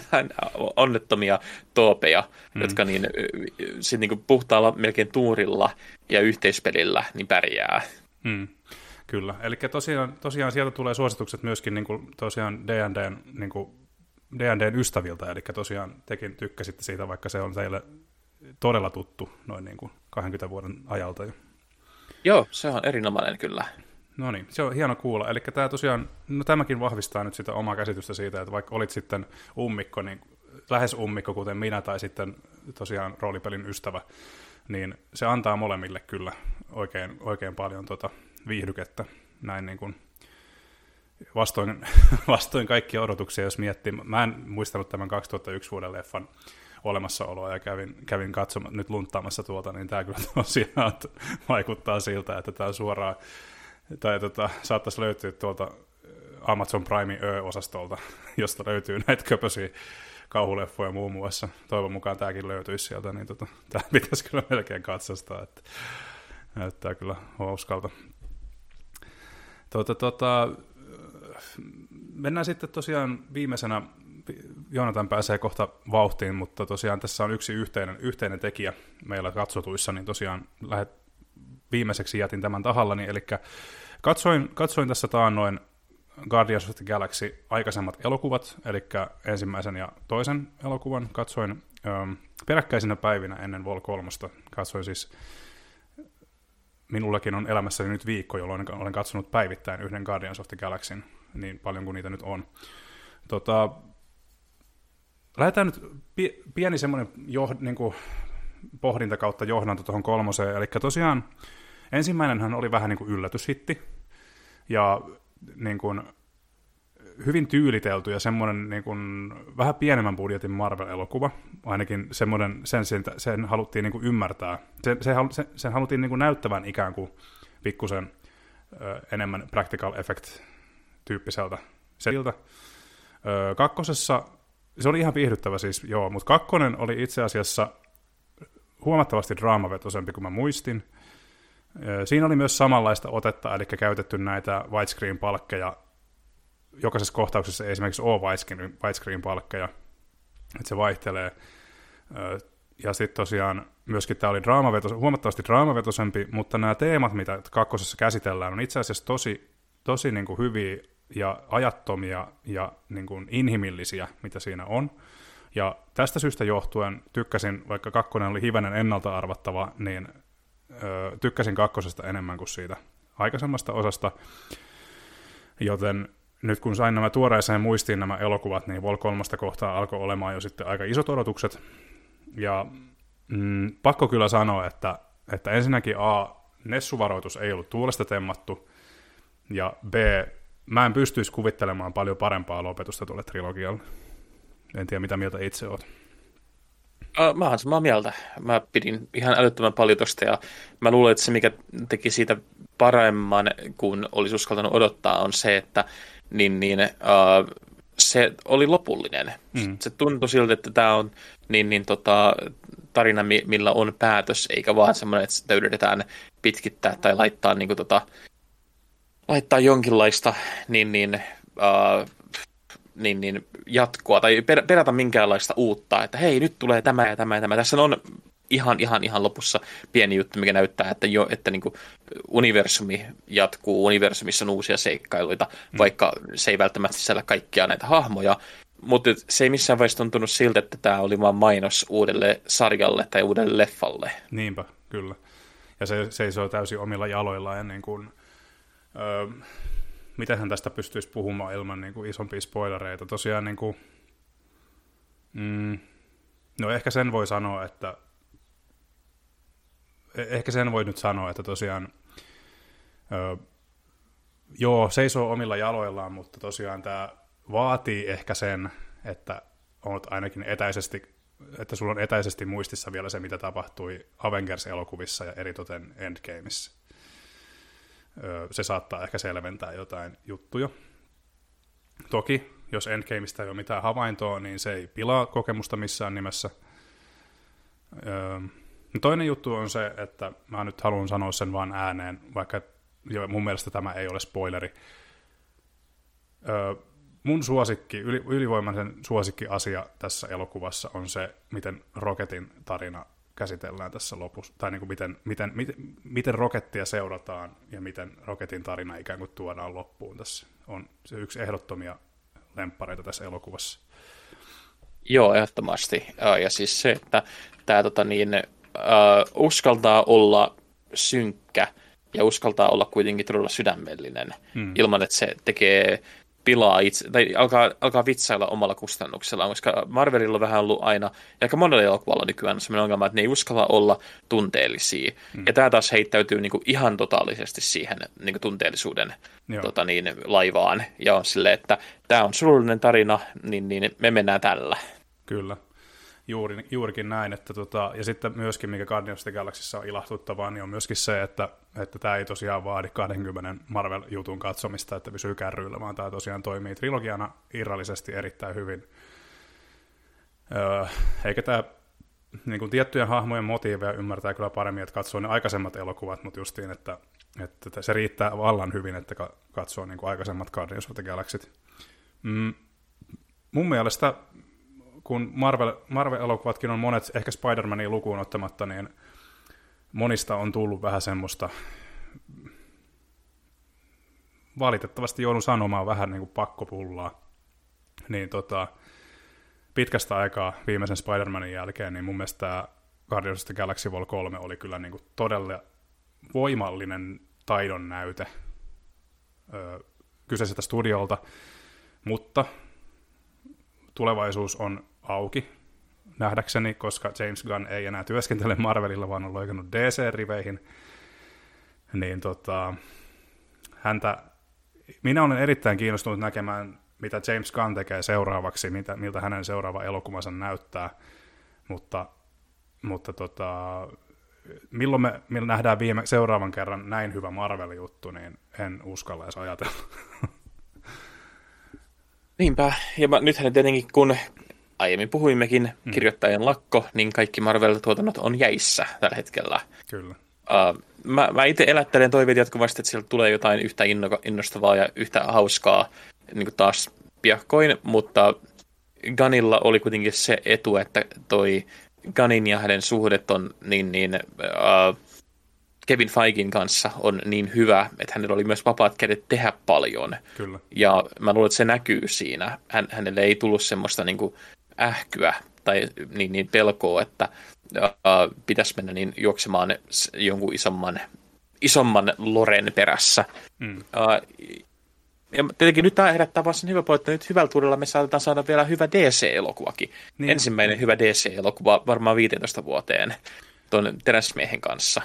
onnettomia toopeja, mm. jotka niin, sit niin kuin puhtaalla melkein tuurilla ja yhteispelillä niin pärjää. Mm. Kyllä, eli tosiaan, tosiaan sieltä tulee suositukset myöskin niin kuin tosiaan D and D:n, niin kuin D and D:n ystäviltä, eli tosiaan tekin tykkäsitte siitä, vaikka se on teille todella tuttu noin niin kuin kaksikymmentä vuoden ajalta jo. Joo, se on erinomainen kyllä. No niin, se on hieno kuulla. Eli tämä tosiaan, no tämäkin vahvistaa nyt sitä omaa käsitystä siitä, että vaikka olit sitten ummikko, niin lähes ummikko, kuten minä, tai sitten tosiaan roolipelin ystävä, niin se antaa molemmille kyllä oikein, oikein paljon tuota viihdykettä. Näin niin kuin vastoin, vastoin kaikkia odotuksia, jos miettii. Mä en muistanut tämän kaksituhattayksi vuoden leffan olemassaoloa ja kävin, kävin katsomaan, nyt lunttaamassa tuolta, niin tämä kyllä tosiaan vaikuttaa siltä, että tämä suoraan tai tota, saattaisi löytyä tuolta Amazon Primein Ö-osastolta, josta löytyy näitä köpösiä kauhuleffoja muun muassa. Toivon mukaan tämäkin löytyisi sieltä, niin tota, tämä pitäisi kyllä melkein katsastaa, että näyttää kyllä hauskalta. Tota, tota, mennään sitten tosiaan viimeisenä, Joonatan pääsee kohta vauhtiin, mutta tosiaan tässä on yksi yhteinen, yhteinen tekijä meillä katsotuissa, niin tosiaan lähet viimeiseksi jätin tämän tahallani, eli Katsoin, katsoin tässä taannoin Guardians of the Galaxy aikaisemmat elokuvat, eli ensimmäisen ja toisen elokuvan. Katsoin ähm, peräkkäisinä päivinä ennen Vol kolme. Katsoin siis, minullakin on elämässäni nyt viikko, jolloin olen katsonut päivittäin yhden Guardians of the Galaxyn, niin paljon kuin niitä nyt on. Tota, lähdetään nyt pi- pieni semmoinen joh- niin kuin pohdinta kautta johdanto tuohon kolmoseen, eli tosiaan ensimmäinenhän oli vähän niin kuin yllätyshitti, ja niin kuin hyvin tyylitelty ja semmoinen niin kuin vähän pienemmän budjetin Marvel-elokuva, ainakin semmoinen, sen, sen, sen haluttiin niin kuin ymmärtää, sen, sen, sen haluttiin niin kuin näyttävän ikään kuin pikkusen ö, enemmän practical effect-tyyppiseltä siltä. Ö, kakkosessa, se oli ihan viihdyttävä siis, joo, mutta kakkonen oli itse asiassa huomattavasti draamavetoisempi kuin mä muistin. Siinä oli myös samanlaista otetta, eli käytetty näitä widescreen-palkkeja. Jokaisessa kohtauksessa ei esimerkiksi ole widescreen-palkkeja, että se vaihtelee. Ja sitten tosiaan myöskin tämä oli draamavetos, huomattavasti draamavetoisempi, mutta nämä teemat, mitä kakkosessa käsitellään, on itse asiassa tosi, tosi niin kuin hyviä ja ajattomia ja niin kuin inhimillisiä, mitä siinä on. Ja tästä syystä johtuen tykkäsin, vaikka kakkonen oli hivenen ennalta arvattava, niin ö, tykkäsin kakkosesta enemmän kuin siitä aikaisemmasta osasta. Joten nyt kun sain nämä tuoreeseen muistiin nämä elokuvat, niin Vol kolmosta kohtaa alkoi olemaan jo sitten aika isot odotukset. Ja mm, pakko kyllä sanoa, että, että ensinnäkin A, Nessu-varoitus ei ollut tuulesta temmattu, ja B, mä en pystyisi kuvittelemaan paljon parempaa lopetusta tuolle trilogialle. En tiedä, mitä mieltä itse oot. Mä oon samaa mieltä. Mä pidin ihan älyttömän paljon tosta, ja mä luulen, että se, mikä teki siitä paremman, kun olisi uskaltanut odottaa, on se, että niin, niin, uh, se oli lopullinen. Mm. Se tuntui siltä, että tämä on niin, niin, tota, tarina, millä on päätös, eikä vaan semmoinen, että sitä yritetään pitkittää tai laittaa, niin kuin, tota, laittaa jonkinlaista niin, niin, uh, niin, niin jatkoa tai per, perätä minkäänlaista uutta, että hei, nyt tulee tämä ja tämä ja tämä. Tässä on ihan, ihan, ihan lopussa pieni juttu, mikä näyttää, että, jo, että niin kuin universumi jatkuu, universumissa on uusia seikkailuita, mm. vaikka se ei välttämättä sisällä kaikkia näitä hahmoja, mutta se ei missään vaiheessa tuntunut siltä, että tämä oli vaan mainos uudelle sarjalle tai uudelle leffalle. Niinpä, kyllä. Ja se seisoo täysin omilla jaloillaan ja niin kuin, öö, mitenhän tästä pystyisi puhumaan ilman niin kuin isompia spoilereita. Tosiaan, niin kuin, mm, no ehkä sen voi sanoa, että ehkä sen voi nyt sanoa, että tosiaan ö, joo, seisoo omilla jaloillaan, mutta tosiaan tämä vaatii ehkä sen, että olet ainakin etäisesti, että sulla on etäisesti muistissa vielä se, mitä tapahtui Avengers-elokuvissa ja eritoten Endgameissa. Se saattaa ehkä selventää jotain juttuja. Toki, jos Endgameista ei ole mitään havaintoa, niin se ei pilaa kokemusta missään nimessä. Toinen juttu on se, että mä nyt haluan sanoa sen vaan ääneen, vaikka mun mielestä tämä ei ole spoileri. Mun suosikki, ylivoimaisen suosikki asia tässä elokuvassa on se, miten Rocketin tarina käsitellään tässä lopussa, tai niin kuin miten, miten, miten, miten Rockettia seurataan ja miten Rocketin tarina ikään kuin tuodaan loppuun tässä. On se yksi ehdottomia lemppareita tässä elokuvassa. Joo, ehdottomasti. Ja siis se, että tämä tota niin, uh, uskaltaa olla synkkä ja uskaltaa olla kuitenkin todella sydämellinen, hmm. ilman että se tekee pilaa itse, tai alkaa, alkaa vitsailla omalla kustannuksellaan, koska Marvelilla on vähän ollut aina, ja aika monella elokuvalla nykyään on sellainen ongelma, että ne ei uskalla olla tunteellisia. Mm. Ja tämä taas heittäytyy niinku ihan totaalisesti siihen niinku tunteellisuuden tota niin, laivaan, ja on silleen, että tämä on surullinen tarina, niin, niin me mennään tällä. Kyllä. Juuri, juurikin näin, että tota, ja sitten myöskin, mikä Guardians of the Galaxyssa on ilahtuttavaa, niin on myöskin se, että, että tämä ei tosiaan vaadi kaksikymmentä Marvel-jutun katsomista, että pysyy kärryillä, vaan tämä tosiaan toimii trilogiana irrallisesti erittäin hyvin. Öö, eikä tämä niin kuin tiettyjen hahmojen motiiveja ymmärtää kyllä paremmin, että katsoo ne aikaisemmat elokuvat, mutta justiin, että, että se riittää vallan hyvin, että katsoo niin kuin aikaisemmat Guardians of the Galaxyt. Mm, mun mielestä kun Marvel, Marvel-elokuvatkin on monet, ehkä Spider-Mania lukuun ottamatta, niin monista on tullut vähän semmoista valitettavasti joudun sanomaan vähän niin kuin pakkopullaa. Niin tota, pitkästä aikaa viimeisen Spider-Manin jälkeen, niin mun mielestä tämä Guardians of the Galaxy Vol. kolme oli kyllä niin kuin todella voimallinen taidon näyte öö, kyseiseltä studiolta, mutta tulevaisuus on auki nähdäkseni, koska James Gunn ei enää työskentele Marvelilla, vaan on loikannut D C-riveihin, niin tota, häntä, minä olen erittäin kiinnostunut näkemään, mitä James Gunn tekee seuraavaksi, mitä, miltä hänen seuraava elokuvansa näyttää, mutta, mutta tota, milloin me milloin nähdään viime, seuraavan kerran näin hyvä Marvel-juttu, niin en uskalla edes ajatella. Niinpä, ja mä, nythän tietenkin kun aiemmin puhuimmekin mm. kirjoittajien lakko, niin kaikki Marvel-tuotannot on jäissä tällä hetkellä. Kyllä. Uh, mä, mä itse elättelen toiveita jatkuvasti, että sieltä tulee jotain yhtä inno, innostavaa ja yhtä hauskaa niin kuin taas piakkoin, mutta Gunnilla oli kuitenkin se etu, että toi Gunnin ja hänen suhdet on niin, niin uh, Kevin Feigen kanssa on niin hyvä, että hänellä oli myös vapaat kädet tehdä paljon. Kyllä. Ja mä luulen, että se näkyy siinä. Hän, hänelle ei tullut semmoista niin kuin ähkyä tai niin, niin pelkoa, että uh, pitäisi mennä niin juoksemaan jonkun isomman, isomman loren perässä. Mm. Uh, ja tietenkin nyt tämä herättää vaan sen hyvä pointti, että nyt hyvällä tuurilla me saatetaan saada vielä hyvä D C-elokuvakin. Niin. Ensimmäinen hyvä D C-elokuva varmaan viisitoista vuoteen tuon Teräsmiehen kanssa.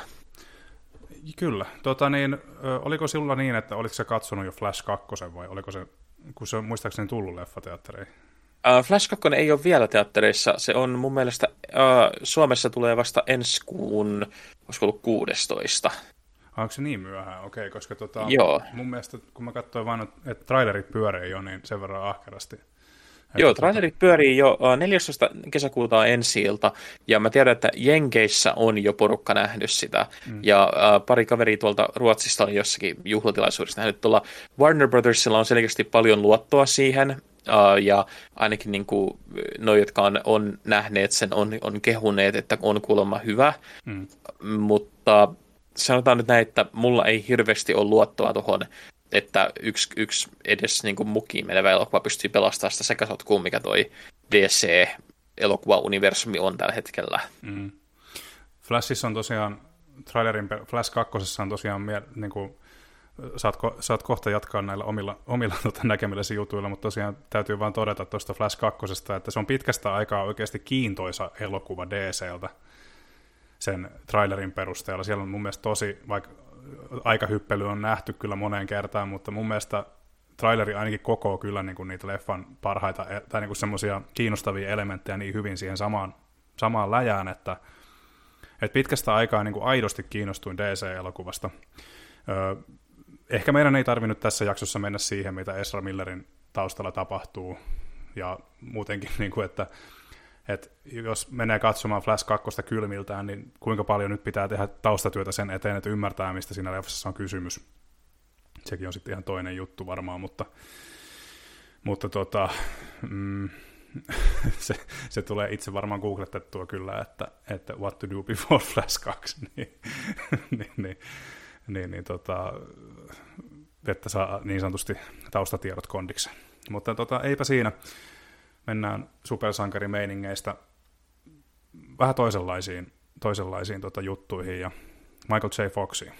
Kyllä. Tota niin, oliko sinulla niin, että oliko se katsonut jo Flash kaksi vai oliko se, kun se on muistaakseni tullut leffateattereihin? Uh, Flash kaksi ei ole vielä teattereissa. Se on mun mielestä, uh, Suomessa tulee vasta ensi kuun, olisiko ollut kuudestoista. Onko se niin myöhään? Okei, koska tota, mun mielestä, kun mä katsoin vaan, että trailerit pyörii jo, niin sen verran ahkerasti. Joo, trailerit pyörii jo neljästoista kesäkuuta on ensi-ilta, ja mä tiedän, että Jenkeissä on jo porukka nähnyt sitä, mm. ja uh, pari kaveria tuolta Ruotsista on jossakin juhlatilaisuudessa nähnyt. Tuolla Warner Brothersilla on selkeästi paljon luottoa siihen, uh, ja ainakin niin kuin, noi, jotka on, on nähneet sen, on, on kehuneet, että on kuulemma hyvä, mm. mutta sanotaan nyt näin, että mulla ei hirveästi ole luottoa tuohon, että yksi, yksi edes niin kuin mukiin menevä elokuva pystyy pelastamaan sitä sekasotkuun, mikä toi D C-elokuva-universumi on tällä hetkellä. Mm. Flashissa on tosiaan, trailerin Flash kaksi on tosiaan, niin kuin, saat, saat kohta jatkaa näillä omilla, omilla tota, näkemilläsi jutuilla, mutta tosiaan täytyy vaan todeta tuosta Flash kaksi, että se on pitkästä aikaa oikeasti kiintoisa elokuva D C:ltä sen trailerin perusteella. Siellä on mun mielestä tosi, vaikka aikahyppely on nähty kyllä moneen kertaan, mutta mun mielestä traileri ainakin kokoo kyllä niin kuin niitä leffan parhaita tai niin kuin semmoisia kiinnostavia elementtejä niin hyvin siihen samaan, samaan läjään, että, että pitkästä aikaa niin kuin aidosti kiinnostuin D C-elokuvasta. Öö, ehkä meidän ei tarvinnut tässä jaksossa mennä siihen, mitä Ezra Millerin taustalla tapahtuu, ja muutenkin, niin kuin, että että jos menee katsomaan Flash kaksi kylmiltään, niin kuinka paljon nyt pitää tehdä taustatyötä sen eteen, että ymmärtää, mistä siinä leffassa on kysymys. Sekin on sitten ihan toinen juttu varmaan, mutta, mutta tota, mm, se, se tulee itse varmaan googletettua kyllä, että, että what to do before Flash kaksi, niin, niin, niin, niin, niin tota, että saa niin sanotusti taustatiedot kondiksen. Mutta tota, eipä siinä. Mennään supersankarimeiningeistä vähän toisenlaisiin, toisenlaisiin tota, juttuihin ja Michael J. Foxiin.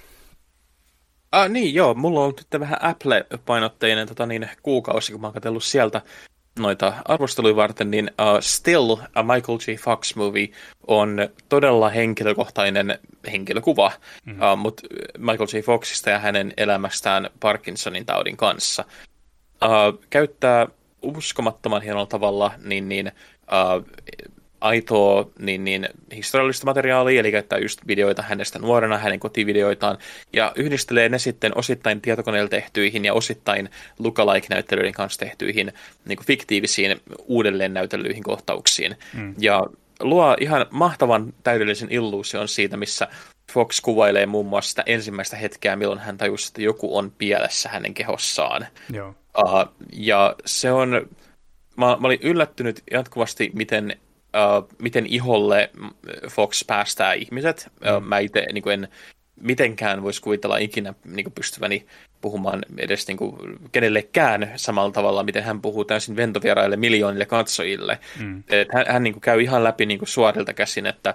Ah, niin, joo. Mulla on nyt vähän Apple-painotteinen tota, niin, kuukausi, kun mä oon katsellut sieltä noita arvosteluja varten, niin uh, Still a Michael J. Fox Movie on todella henkilökohtainen henkilökuva, mm-hmm. uh, mutta Michael J. Foxista ja hänen elämästään Parkinsonin taudin kanssa. Uh, käyttää uskomattoman hienolla tavalla niin, niin, uh, aitoa niin, niin, historiallista materiaalia, eli käyttää just videoita hänestä nuorena, hänen kotivideoitaan, ja yhdistelee ne sitten osittain tietokoneella tehtyihin ja osittain lookalike-näyttelyiden kanssa tehtyihin niin kuin fiktiivisiin uudelleen näytellyihin kohtauksiin. Mm. Ja luo ihan mahtavan täydellisen illuusion siitä, missä Fox kuvailee muun muassa sitä ensimmäistä hetkeä, milloin hän tajusi, että joku on pielessä hänen kehossaan. Joo. Uh, ja se on, mä, mä olin yllättynyt jatkuvasti, miten, uh, miten iholle Fox päästää ihmiset. Mm. Uh, mä itse niin en mitenkään voisi kuvitella ikinä niin pystyväni puhumaan edes niin kuin kenellekään samalla tavalla, miten hän puhuu täysin ventovieraille miljoonille katsojille. Mm. Hän, hän niin kuin käy ihan läpi niin kuin suorilta käsin, että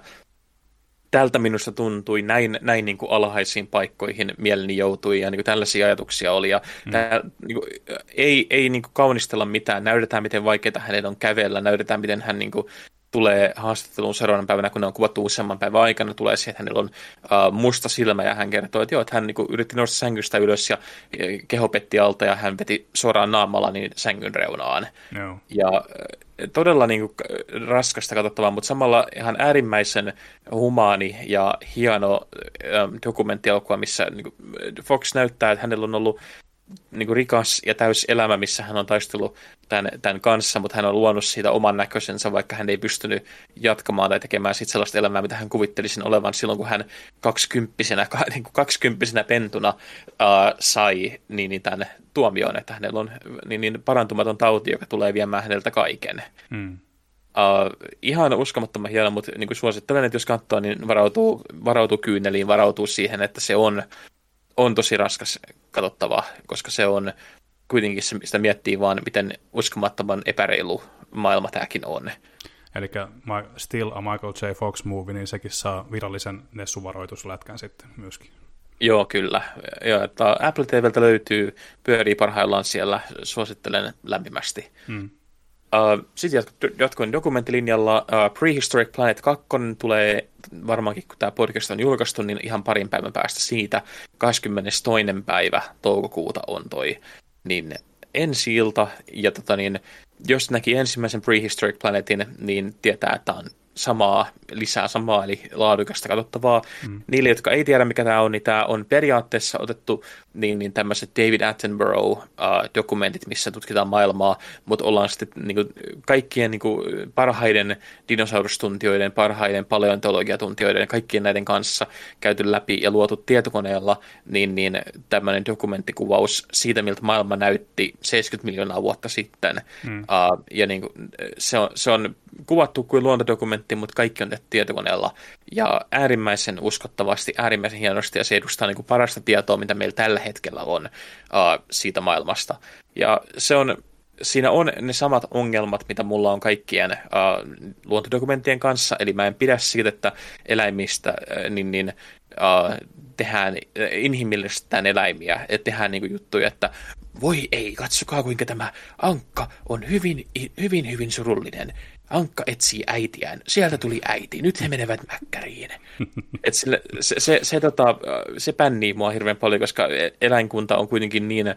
tältä minusta tuntui, näin, näin niin kuin alhaisiin paikkoihin mieleni joutui, ja niin kuin tällaisia ajatuksia oli. Ja mm. tää, niin kuin, ei ei niin kuin kaunistella mitään, näytetään, miten vaikeaa hänellä on kävellä, näytetään, miten hän niin kuin tulee haastatteluun seuraavana päivänä, kun ne on kuvattu useamman päivän aikana, tulee siihen, että hänellä on uh, musta silmä, ja hän kertoo, että joo, että hän niin kuin yritti nousta sängystä ylös, ja keho petti alta, ja hän veti suoraan naamalla niin sängyn reunaan. No. Ja uh, todella niin kuin, raskasta katsottavaa, mutta samalla ihan äärimmäisen humaani ja hieno uh, dokumenttielokuva, missä niin kuin Fox näyttää, että hänellä on ollut niin kuin rikas ja täys elämä, missä hän on taistellut tämän, tämän kanssa, mutta hän on luonut siitä oman näköisensä, vaikka hän ei pystynyt jatkamaan tai tekemään sit sellaista elämää, mitä hän kuvitteli sen olevan silloin, kun hän kaksikymppisenä, niin kuin kaksikymppisenä pentuna uh, sai niin, niin tämän tuomion, että hänellä on niin, niin parantumaton tauti, joka tulee viemään häneltä kaiken. Hmm. Uh, ihan uskomattoman hieno, mutta niin kuin suosittelen, että jos katsoo, niin varautuu, varautuu kyyneliin, varautuu siihen, että se on on tosi raskas katsottava, koska se on kuitenkin se, sitä miettii vaan, miten uskomattoman epäreilu maailma tämäkin on. Eli Still a Michael J. Fox movie, niin sekin saa virallisen Nessu-varoituslätkän sitten myöskin. Joo, kyllä. Ja, että Apple T V:ltä löytyy, pyörii parhaillaan siellä, suosittelen lämpimästi. Hmm. Uh, sitten jatkoin dokumenttilinjalla. Uh, Prehistoric Planet kaksi tulee varmaankin, kun tämä podcast on julkaistu, niin ihan parin päivän päästä siitä. kahdeskymmenestoinen päivä toukokuuta on toi niin ensi-ilta. Ja tota, niin, jos näki ensimmäisen Prehistoric Planetin, niin tietää, että on samaa, lisää samaa, eli laadukasta katsottavaa. Mm. Niille, jotka ei tiedä, mikä tämä on, niin tämä on periaatteessa otettu niin, niin tämmöiset David Attenborough-dokumentit, uh, missä tutkitaan maailmaa, mutta ollaan sitten niin kuin, kaikkien niin kuin, parhaiden dinosaurustuntijoiden, parhaiden paleontologiatuntijoiden ja kaikkien näiden kanssa käyty läpi ja luotu tietokoneella niin, niin tämmöinen dokumenttikuvaus siitä, miltä maailma näytti seitsemänkymmentä miljoonaa vuotta sitten. Mm. Uh, ja niin kuin, se, on, se on kuvattu kuin luontodokumentti, mutta kaikki on tehty tietokoneella ja äärimmäisen uskottavasti, äärimmäisen hienosti, ja se edustaa niin kuin parasta tietoa, mitä meillä tällä hetkellä on uh, siitä maailmasta. Ja se on, siinä on ne samat ongelmat, mitä mulla on kaikkien uh, luontodokumenttien kanssa, eli mä en pidä siitä, että eläimistä uh, niin, niin, uh, tehdään, inhimillistetään eläimiä, että tehdään niin kuin juttuja, että voi ei, katsokaa kuinka tämä ankka on hyvin, hyvin, hyvin surullinen. Ankka etsii äitiään. Sieltä tuli äiti. Nyt he menevät mäkkäriin. Et sille, se, se, se, tota, se pännii mua hirveän paljon, koska eläinkunta on kuitenkin niin uh,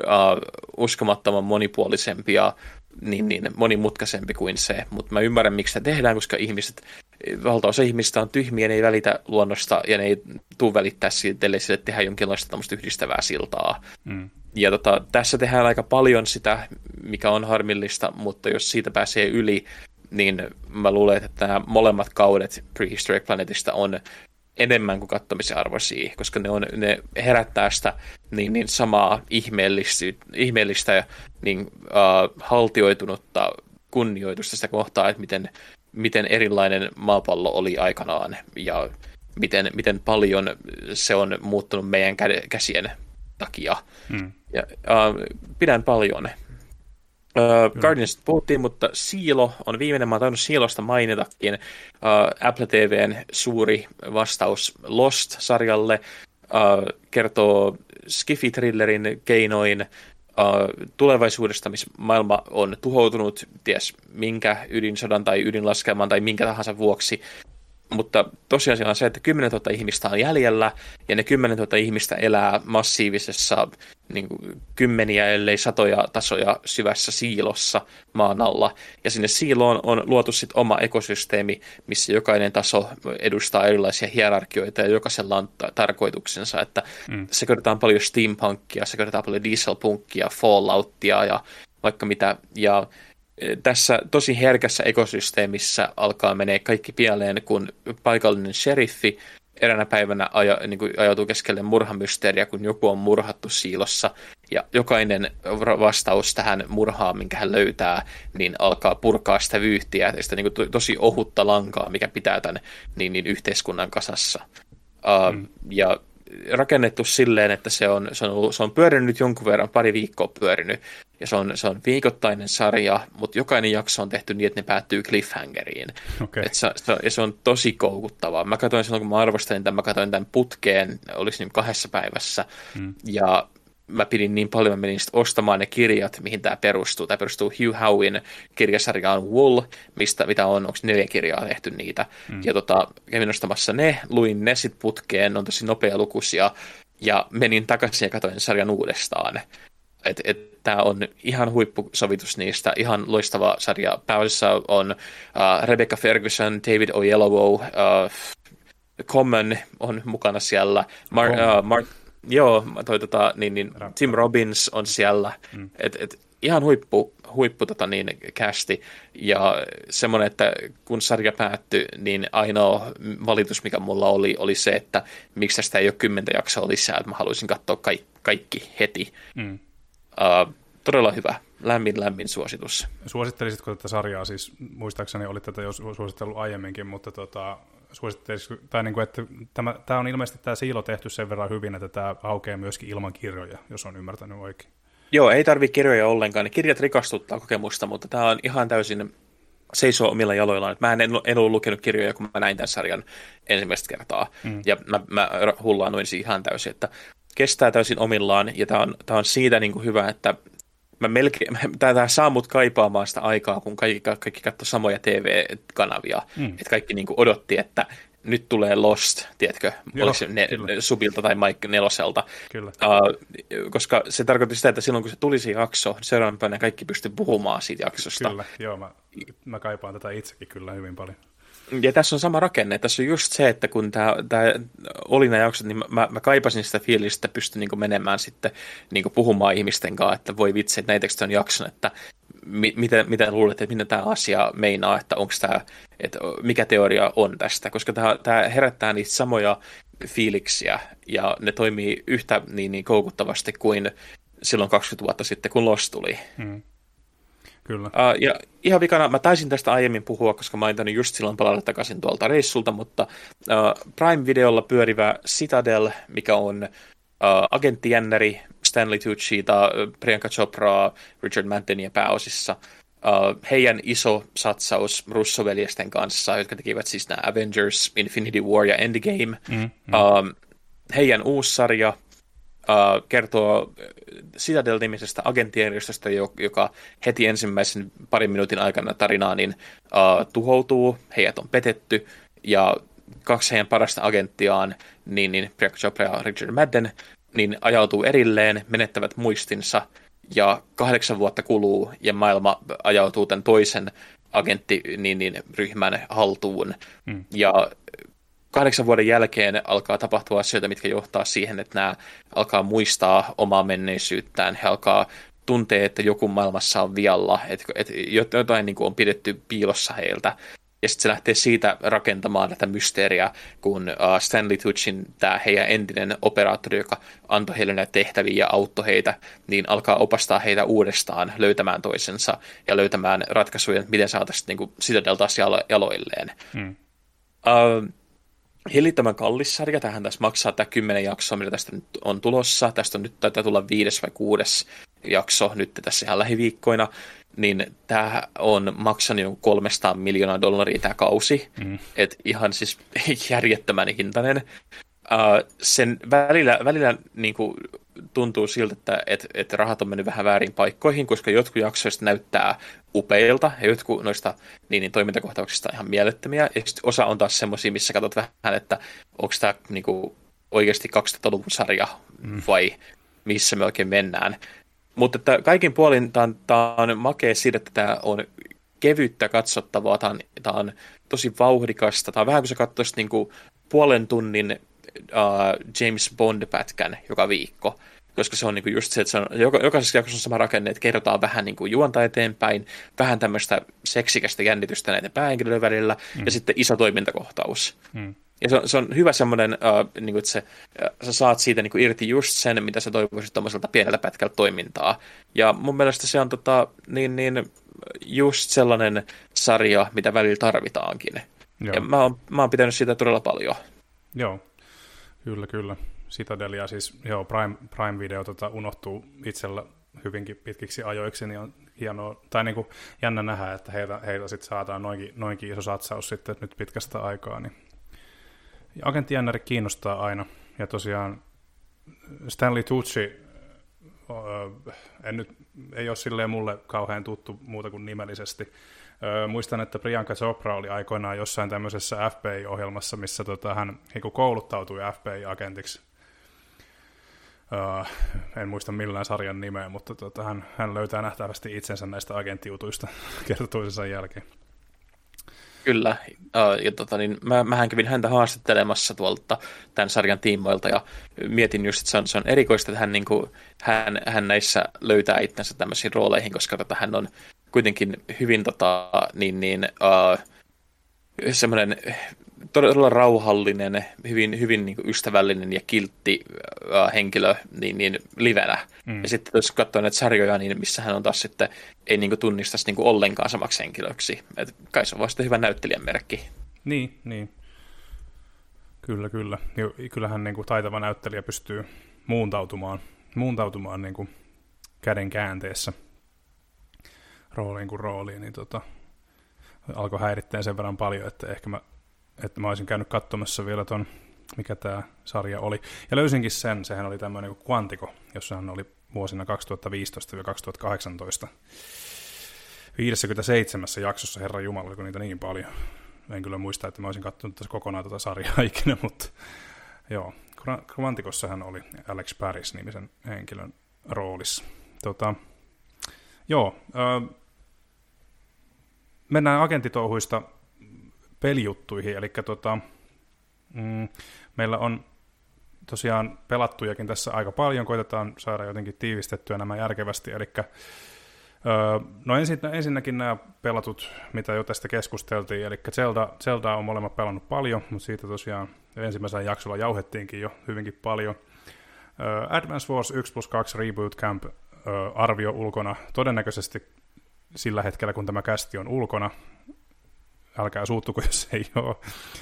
uskomattoman monipuolisempi ja niin, niin monimutkaisempi kuin se. Mutta mä ymmärrän, miksi sitä tehdään, koska ihmiset, valtaosa ihmistä on tyhmiä, ne ei välitä luonnosta ja ne ei tule välittää siitä, ellei sille tehdä jonkinlaista tämmöistä yhdistävää siltaa. Mm. Ja tota, tässä tehdään aika paljon sitä, mikä on harmillista, mutta jos siitä pääsee yli, niin mä luulen, että nämä molemmat kaudet Prehistoric Planetista on enemmän kuin kattomisen arvoisia, koska ne, on, ne herättää sitä niin, niin samaa ihmeellistä, ihmeellistä niin, uh, haltioitunutta kunnioitusta sitä kohtaa, että miten, miten erilainen maapallo oli aikanaan ja miten, miten paljon se on muuttunut meidän käsien takia. Hmm. Ja, uh, pidän paljon. Uh, Guardians puhuttiin, mutta Siilo on viimeinen. Mä oon tainnut Siilosta mainitakin. Uh, Apple T V:n suuri vastaus Lost-sarjalle uh, kertoo Skifi-thrillerin keinoin uh, tulevaisuudesta, missä maailma on tuhoutunut, ties minkä ydinsodan tai ydinlaskelman tai minkä tahansa vuoksi. Mutta tosiasia on se, että kymmenen tuhatta ihmistä on jäljellä, ja ne kymmenen tuhatta ihmistä elää massiivisessa niin kuin, kymmeniä, ellei satoja tasoja syvässä siilossa maan alla. Ja sinne siiloon on luotu sit oma ekosysteemi, missä jokainen taso edustaa erilaisia hierarkioita, ja jokaisella on ta- tarkoituksensa, että mm. sekoitetaan paljon steampunkia, sekoitetaan paljon dieselpunkkia, falloutia ja vaikka mitä, ja tässä tosi herkässä ekosysteemissä alkaa menee kaikki pieleen, kun paikallinen sheriffi eräänä päivänä aja, niin kuin ajautuu keskelle murhamysteeriä, kun joku on murhattu siilossa, ja jokainen vastaus tähän murhaan, minkä hän löytää, niin alkaa purkaa sitä vyyhtiä, ja sitä niin kuin to, tosi ohutta lankaa, mikä pitää tämän niin, niin yhteiskunnan kasassa. Uh, mm. Ja rakennettu silleen, että se on, se on, ollut, se on pyörinyt jonkun verran, pari viikkoa pyörinyt, ja se on, se on viikoittainen sarja, mutta jokainen jakso on tehty niin, että ne päättyy cliffhangeriin. Okay. Et se, se, ja se on tosi koukuttavaa. Mä katsoin silloin, kun mä arvostelin tämän, mä katsoin tämän putkeen, olisi niin kahdessa päivässä, mm. ja mä pidin niin paljon, mä menin ostamaan ne kirjat, mihin tämä perustuu. Tämä perustuu Hugh Howin kirjasarjaan Wool, mistä, mitä on, onko neljä kirjaa tehty niitä. Mm. Ja tota, kävin ostamassa ne, luin ne sit putkeen, ne on tosi nopealukuisia, ja menin takaisin ja katsoin sarjan uudestaan. Et, et, tämä on ihan huippusovitus niistä, ihan loistava sarja. Pääosassa on uh, Rebecca Ferguson, David Oyelowo, uh, Common on mukana siellä, Mar- uh, Mark Joo, toi, tota, niin, niin, Tim Robbins on siellä, mm. et, et, ihan huippu, huippu tota, niin, casti, ja semmoinen, että kun sarja päättyi, niin ainoa valitus, mikä mulla oli, oli se, että miksi tästä ei ole kymmentä jaksoa lisää, että mä haluaisin katsoa kaikki, kaikki heti. Mm. Uh, todella hyvä, lämmin, lämmin suositus. Suosittelisitko tätä sarjaa, siis muistaakseni olit tätä jo suositellut aiemminkin, mutta tota... Tai niin kuin, että tämä, tämä on ilmeisesti tämä siilo tehty sen verran hyvin, että tämä aukeaa myöskin ilman kirjoja, jos on ymmärtänyt oikein. Joo, ei tarvitse kirjoja ollenkaan. Ne kirjat rikastuttaa kokemusta, mutta tämä on ihan täysin seisoo omilla jaloillaan. Mä en, en ollut lukenut kirjoja, kun mä näin tämän sarjan ensimmäistä kertaa. Mm. Ja mä, mä hullaannuin siihen ihan täysin, että kestää täysin omillaan. Ja tämä on, tämä on siitä niin kuin hyvä, että mä melkein, tämä saa mut kaipaamaan sitä aikaa, kun kaikki, kaikki katsoi samoja T V-kanavia. Mm. Että kaikki niin kuin odotti, että nyt tulee Lost, tiedätkö, Joo, oliko se ne, Subilta tai Mike Neloselta. Kyllä. Uh, koska se tarkoitti sitä, että silloin kun se tuli se jakso, seuraavan päivänä kaikki pystyi puhumaan siitä jaksosta. Kyllä, joo, mä, mä kaipaan tätä itsekin kyllä hyvin paljon. Ja tässä on sama rakenne. Tässä on just se, että kun tämä, tämä oli nämä jaksot, niin mä, mä kaipasin sitä fiilistä, että pystyn niin menemään sitten niin puhumaan ihmisten kanssa, että voi vitsi, että näitekö on jakson, että mi, miten, miten luulet, että mitä tämä asia meinaa, että onko tämä, että mikä teoria on tästä, koska tämä, tämä herättää niitä samoja fiiliksiä ja ne toimii yhtä niin, niin koukuttavasti kuin silloin kaksikymmentä vuotta sitten, kun Lost tuli. Hmm. Kyllä. Uh, ja ihan vikana, mä taisin tästä aiemmin puhua, koska mä en just silloin palata takaisin tuolta reissulta, mutta uh, Prime-videolla pyörivä Citadel, mikä on uh, agenttijännäri, Stanley Tucci, Priyanka Chopra, Richard Maddenin pääosissa. Uh, heidän iso satsaus Russo-veljesten kanssa, jotka tekivät siis nämä Avengers, Infinity War ja Endgame. Mm, mm. Uh, heidän uusi sarja Uh, kertoo Citadel-nimisestä agenttijärjestöstä, joka heti ensimmäisen parin minuutin aikana tarinaa niin, uh, tuhoutuu, heidät on petetty, ja kaksi heidän parasta agenttiaan, niin, niin Priyanka Chopra ja Richard Madden, niin ajautuu erilleen, menettävät muistinsa, ja kahdeksan vuotta kuluu, ja maailma ajautuu tämän toisen agenttiryhmän niin, niin, ryhmän haltuun, mm. ja kahdeksan vuoden jälkeen alkaa tapahtua asioita, mitkä johtaa siihen, että nämä alkaa muistaa omaa menneisyyttään. He alkaa tuntea, että joku maailmassa on vialla, että, että jotain niin kuin on pidetty piilossa heiltä. Ja sitten se lähtee siitä rakentamaan tätä mysteeriä, kun uh, Stanley Tuccin, tämä heidän entinen operaattori, joka antoi heille näitä tehtäviä ja auttoi heitä, niin alkaa opastaa heitä uudestaan löytämään toisensa ja löytämään ratkaisuja, miten saataisiin niin kuin Citadel taas jalo- jaloilleen. Hmm. Uh, Hillittömän kallis sarja. Tähän tässä maksaa tämä kymmenen jaksoa, mitä tästä nyt on tulossa. Tästä on nyt taitaa tulla viides vai kuudes jakso nyt tässä ihan lähiviikkoina. Niin tämä on maksanut jo kolmesataa miljoonaa dollaria tämä kausi. Mm. Et ihan siis järjettömän hintainen. Uh, sen välillä, välillä niin kuin tuntuu siltä, että et, et rahat on mennyt vähän väärin paikkoihin, koska jotkut jaksoista näyttää upeilta ja jotkut noista niin, niin toimintakohtauksista ihan mielettömiä. Ja osa on taas semmoisia, missä katsot vähän, että onko tämä niin kuin oikeasti kaksituhattaluvun sarja mm. vai missä me oikein mennään. Mutta että kaikin puolin tämä on, tämä on makea siitä, että tämä on kevyttä katsottavaa, tämä on, tämä on tosi vauhdikasta. Tämä on vähän kuin sä katsoisit niin kuin puolen tunnin Uh, James Bond-pätkän joka viikko, koska se on niinku just se, että se on, joka, jokaisessa jaksossa on sama rakenne, että kerrotaan vähän niinku juonta eteenpäin, vähän tämmöistä seksikästä jännitystä näiden päähenkilöiden välillä, mm. ja sitten iso toimintakohtaus. Mm. Ja se on, se on hyvä semmoinen, uh, niinku, että se, uh, sä saat siitä niinku irti just sen, mitä sä toivoisit tommoiselta pieneltä pätkältä toimintaa. Ja mun mielestä se on tota, niin, niin, just sellainen sarja, mitä välillä tarvitaankin. Joo. Ja mä oon, mä oon pitänyt siitä todella paljon. Joo. Kyllä, kyllä. Citadelia, siis joo, Prime, Prime Video tota, unohtuu itsellä hyvinkin pitkiksi ajoiksi, niin on hienoa, tai niin kuin jännä nähdä, että heiltä, heiltä sitten saadaan noinkin, noinkin iso satsaus sitten nyt pitkästä aikaa. Niin. Agenttijännäri kiinnostaa aina, ja tosiaan Stanley Tucci, en nyt, ei ole silleen mulle kauhean tuttu muuta kuin nimellisesti. Öö, muistan, että Priyanka Chopra oli aikoinaan jossain tämmöisessä F B I-ohjelmassa, missä tota, hän niin kouluttautui F B I-agentiksi. Öö, en muista millään sarjan nimeä, mutta tota, hän, hän löytää nähtävästi itsensä näistä agenttiutuista kerta toisensa jälkeen. Kyllä, ja tota, niin mä, mähän kävin häntä haastattelemassa tuolta tämän sarjan tiimoilta, ja mietin just, että se on, se on erikoista, että hän, niin kuin, hän, hän näissä löytää itsensä tämmöisiin rooleihin, koska tota, hän on kuitenkin hyvin tota, niin, niin, uh, semmoinen todella rauhallinen, hyvin, hyvin niin kuin ystävällinen ja kiltti uh, henkilö niin, niin livenä. Mm. Ja sitten jos katsoo näitä sarjoja, niin missä hän on taas sitten, ei niin kuin tunnistaisi niin kuin ollenkaan samaksi henkilöksi. Et kai se on vasta hyvä näyttelijän merkki. Niin, niin. Kyllä, kyllä. Kyllähän niin kuin taitava näyttelijä pystyy muuntautumaan, muuntautumaan niin kuin käden käänteessä rooliin kuin rooliin, niin tota, alkoi häirittää sen verran paljon, että ehkä mä, että mä olisin käynyt katsomassa vielä ton, mikä tämä sarja oli. Ja löysinkin sen, sehän oli tämmöinen kuin Quantico, jossa hän oli vuosina kaksituhattaviisitoista kaksituhattakahdeksantoista. viidessäkymmenessäseitsemässä jaksossa, herran jumala, oliko niitä niin paljon. En kyllä muista, että mä olisin katsonut tässä kokonaan tuota sarjaa ikinä, mutta joo. Quanticossa hän oli Alex Paris-nimisen henkilön roolissa. Tota, joo, äh, mennään agenttitouhuista pelijuttuihin, eli tota, mm, meillä on tosiaan pelattujakin tässä aika paljon, koitetaan saada jotenkin tiivistettyä nämä järkevästi, eli öö, no ensin, ensinnäkin nämä pelatut, mitä jo tästä keskusteltiin, eli Zelda, Zelda on molemmat pelannut paljon, mutta siitä tosiaan ensimmäisellä jaksolla jauhettiinkin jo hyvinkin paljon. Öö, Advance Wars yksi plus kaksi Reboot Camp öö, arvio ulkona, todennäköisesti sillä hetkellä, kun tämä kästi on ulkona. Älkää suuttuko, jos ei ole.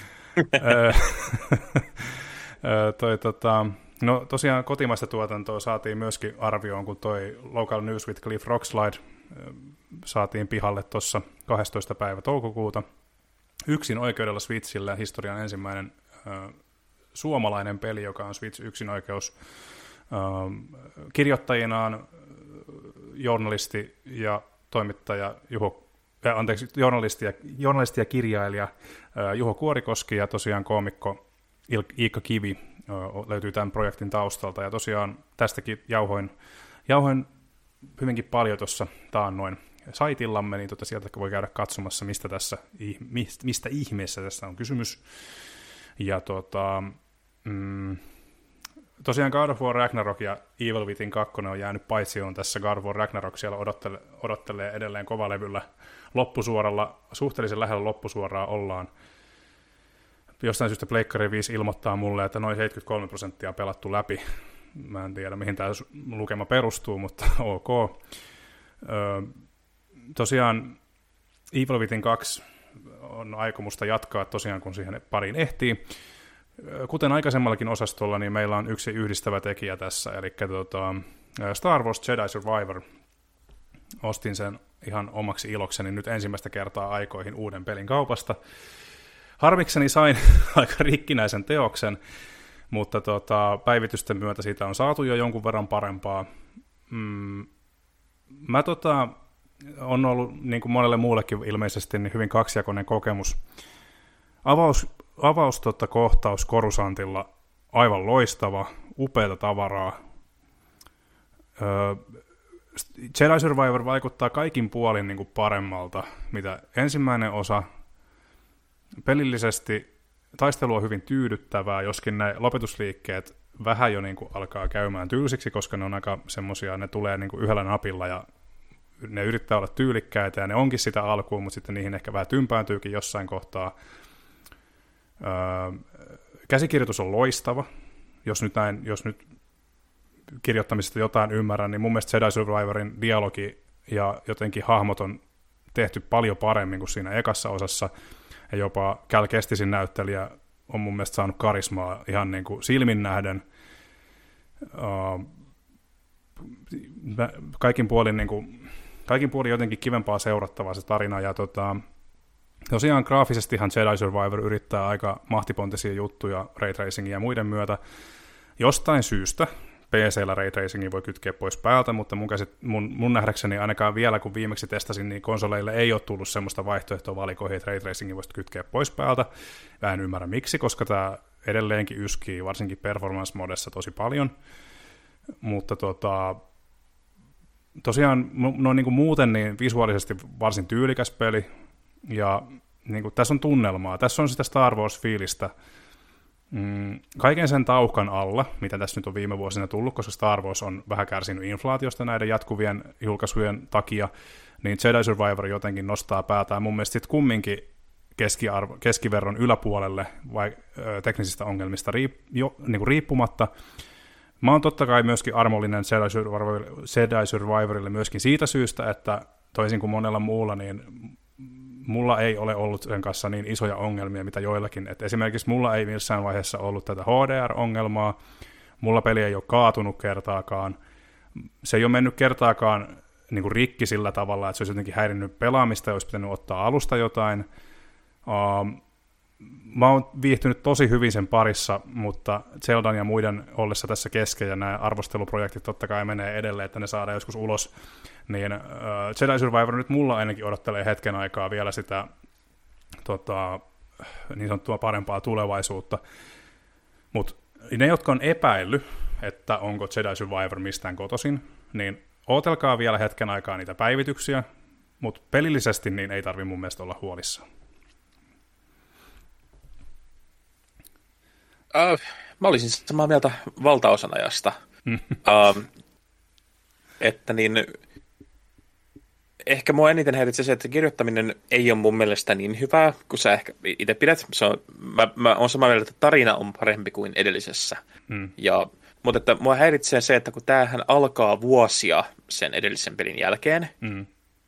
toi, tota, no tosiaan kotimaista tuotantoa saatiin myöskin arvioon, kun toi Local News with Cliff Rockslide saatiin pihalle tuossa kahdestoista päivä toukokuuta. Yksin oikeudella Switchillä historian ensimmäinen äh, suomalainen peli, joka on Switch yksin oikeus. Äh, kirjoittajinaan journalisti ja toimittaja Juho Äh, anteeksi, journalisti ja, journalisti ja kirjailija äh, Juho Kuorikoski ja tosiaan koomikko Il- Iikka Kivi äh, löytyy tämän projektin taustalta. Ja tosiaan tästäkin jauhoin, jauhoin hyvinkin paljon tuossa taannoin saitillamme, niin tota sieltä voi käydä katsomassa, mistä, tässä, mistä ihmeessä tässä on kysymys. Ja tota, mm, tosiaan God of War Ragnarok ja Evil Within kaksi on jäänyt paitsioon tässä. God of War Ragnarok siellä odottelee, odottelee edelleen kovalevyllä loppusuoralla, suhteellisen lähellä loppusuoraa ollaan. Jostain syystä Pleikkari viisi ilmoittaa mulle, että noin seitsemänkymmentäkolme prosenttia on pelattu läpi. Mä en tiedä, mihin tämä lukema perustuu, mutta ok. Öö, tosiaan Evil Within kaksi on aikomusta jatkaa tosiaan, kun siihen pariin ehtii. Kuten aikaisemmallakin osastolla, niin meillä on yksi yhdistävä tekijä tässä, eli tota, Star Wars Jedi Survivor. Ostin sen ihan omaksi ilokseni nyt ensimmäistä kertaa aikoihin uuden pelin kaupasta. Harmikseni sain aika rikkinäisen teoksen, mutta tota, päivitysten myötä siitä on saatu jo jonkun verran parempaa. Mm, mä tota, on ollut niin kuin monelle muullekin ilmeisesti niin hyvin kaksijakoinen kokemus. Avaus, avaus tota, kohtaus Coruscantilla aivan loistava, upeata tavaraa. Öö, Jedi Survivor vaikuttaa kaikin puolin niin kuin paremmalta, mitä ensimmäinen osa. Pelillisesti taistelu on hyvin tyydyttävää, joskin ne lopetusliikkeet vähän jo niin kuin alkaa käymään tylsiksi, koska ne on aika semmoisia, ne tulee niin kuin yhdellä napilla ja ne yrittää olla tyylikkäitä ja ne onkin sitä alkuun, mutta sitten niihin ehkä vähän tympääntyykin jossain kohtaa. Öö, käsikirjoitus on loistava, jos nyt, näin, jos nyt kirjoittamisesta jotain ymmärrän, niin mun mielestä Jedi Survivorin dialogi ja jotenkin hahmot on tehty paljon paremmin kuin siinä ekassa osassa, ja jopa Cal Kestisin näyttelijä on mun mielestä saanut karismaa ihan niin kuin silmin nähden, uh, kaikin puolin, niin kuin, kaikin puolin jotenkin kivempaa seurattavaa se tarina, ja tota, tosiaan graafisestihan Jedi Survivor yrittää aika mahtipontisia juttuja Ray Tracingin ja muiden myötä. Jostain syystä P C:llä Ray Tracingin voi kytkeä pois päältä, mutta mun, käsit, mun, mun nähdäkseni ainakaan vielä, kun viimeksi testasin, niin konsoleille ei ole tullut semmoista vaihtoehtoa valikoihin, että Ray Tracingin voisi kytkeä pois päältä. Mä en ymmärrä miksi, koska tämä edelleenkin yskii, varsinkin performance-modessa tosi paljon. Mutta tota, tosiaan no niin kuin muuten niin visuaalisesti varsin tyylikäs peli, ja niin kuin, tässä on tunnelmaa, tässä on sitä Star Wars-fiilistä, mm, kaiken sen tauhkan alla, mitä tässä nyt on viime vuosina tullut, koska Star Wars on vähän kärsinyt inflaatiosta näiden jatkuvien julkaisujen takia, niin Jedi Survivor jotenkin nostaa päätään mun mielestä sitten kumminkin keskiarvo, keskiverron yläpuolelle vai, ö, teknisistä ongelmista riip, jo, niin kuin riippumatta. Mä oon totta kai myöskin armollinen Jedi Survivorille, Jedi Survivorille myöskin siitä syystä, että toisin kuin monella muulla, niin mulla ei ole ollut sen kanssa niin isoja ongelmia, mitä joillakin. Et esimerkiksi mulla ei missään vaiheessa ollut tätä H D R-ongelmaa, mulla peli ei ole kaatunut kertaakaan, se ei ole mennyt kertaakaan niin kuin rikki sillä tavalla, että se olisi jotenkin häirinnyt pelaamista ja olisi pitänyt ottaa alusta jotain. Um, mä oon viihtynyt tosi hyvin sen parissa, mutta Zeldan ja muiden ollessa tässä kesken, ja nämä arvosteluprojektit totta kai menee edelleen, että ne saadaan joskus ulos, niin uh, Jedi Survivor nyt mulla ainakin odottelee hetken aikaa vielä sitä tota, niin sanottua parempaa tulevaisuutta. Mutta ne, jotka on epäillyt, että onko Jedi Survivor mistään kotoisin, niin ootelkaa vielä hetken aikaa niitä päivityksiä, mutta pelillisesti niin ei tarvitse mun mielestä olla huolissaan. Uh, mä olisin samaa mieltä valtaosan ajasta. uh, että niin, ehkä mua eniten häiritsee se, että kirjoittaminen ei ole mun mielestä niin hyvää, kun sä ehkä itse pidät. Se on, mä, mä oon samaa mieltä, että tarina on parempi kuin edellisessä. Mm. Ja, mutta että mua häiritsee se, että kun tämähän alkaa vuosia sen edellisen pelin jälkeen, mm.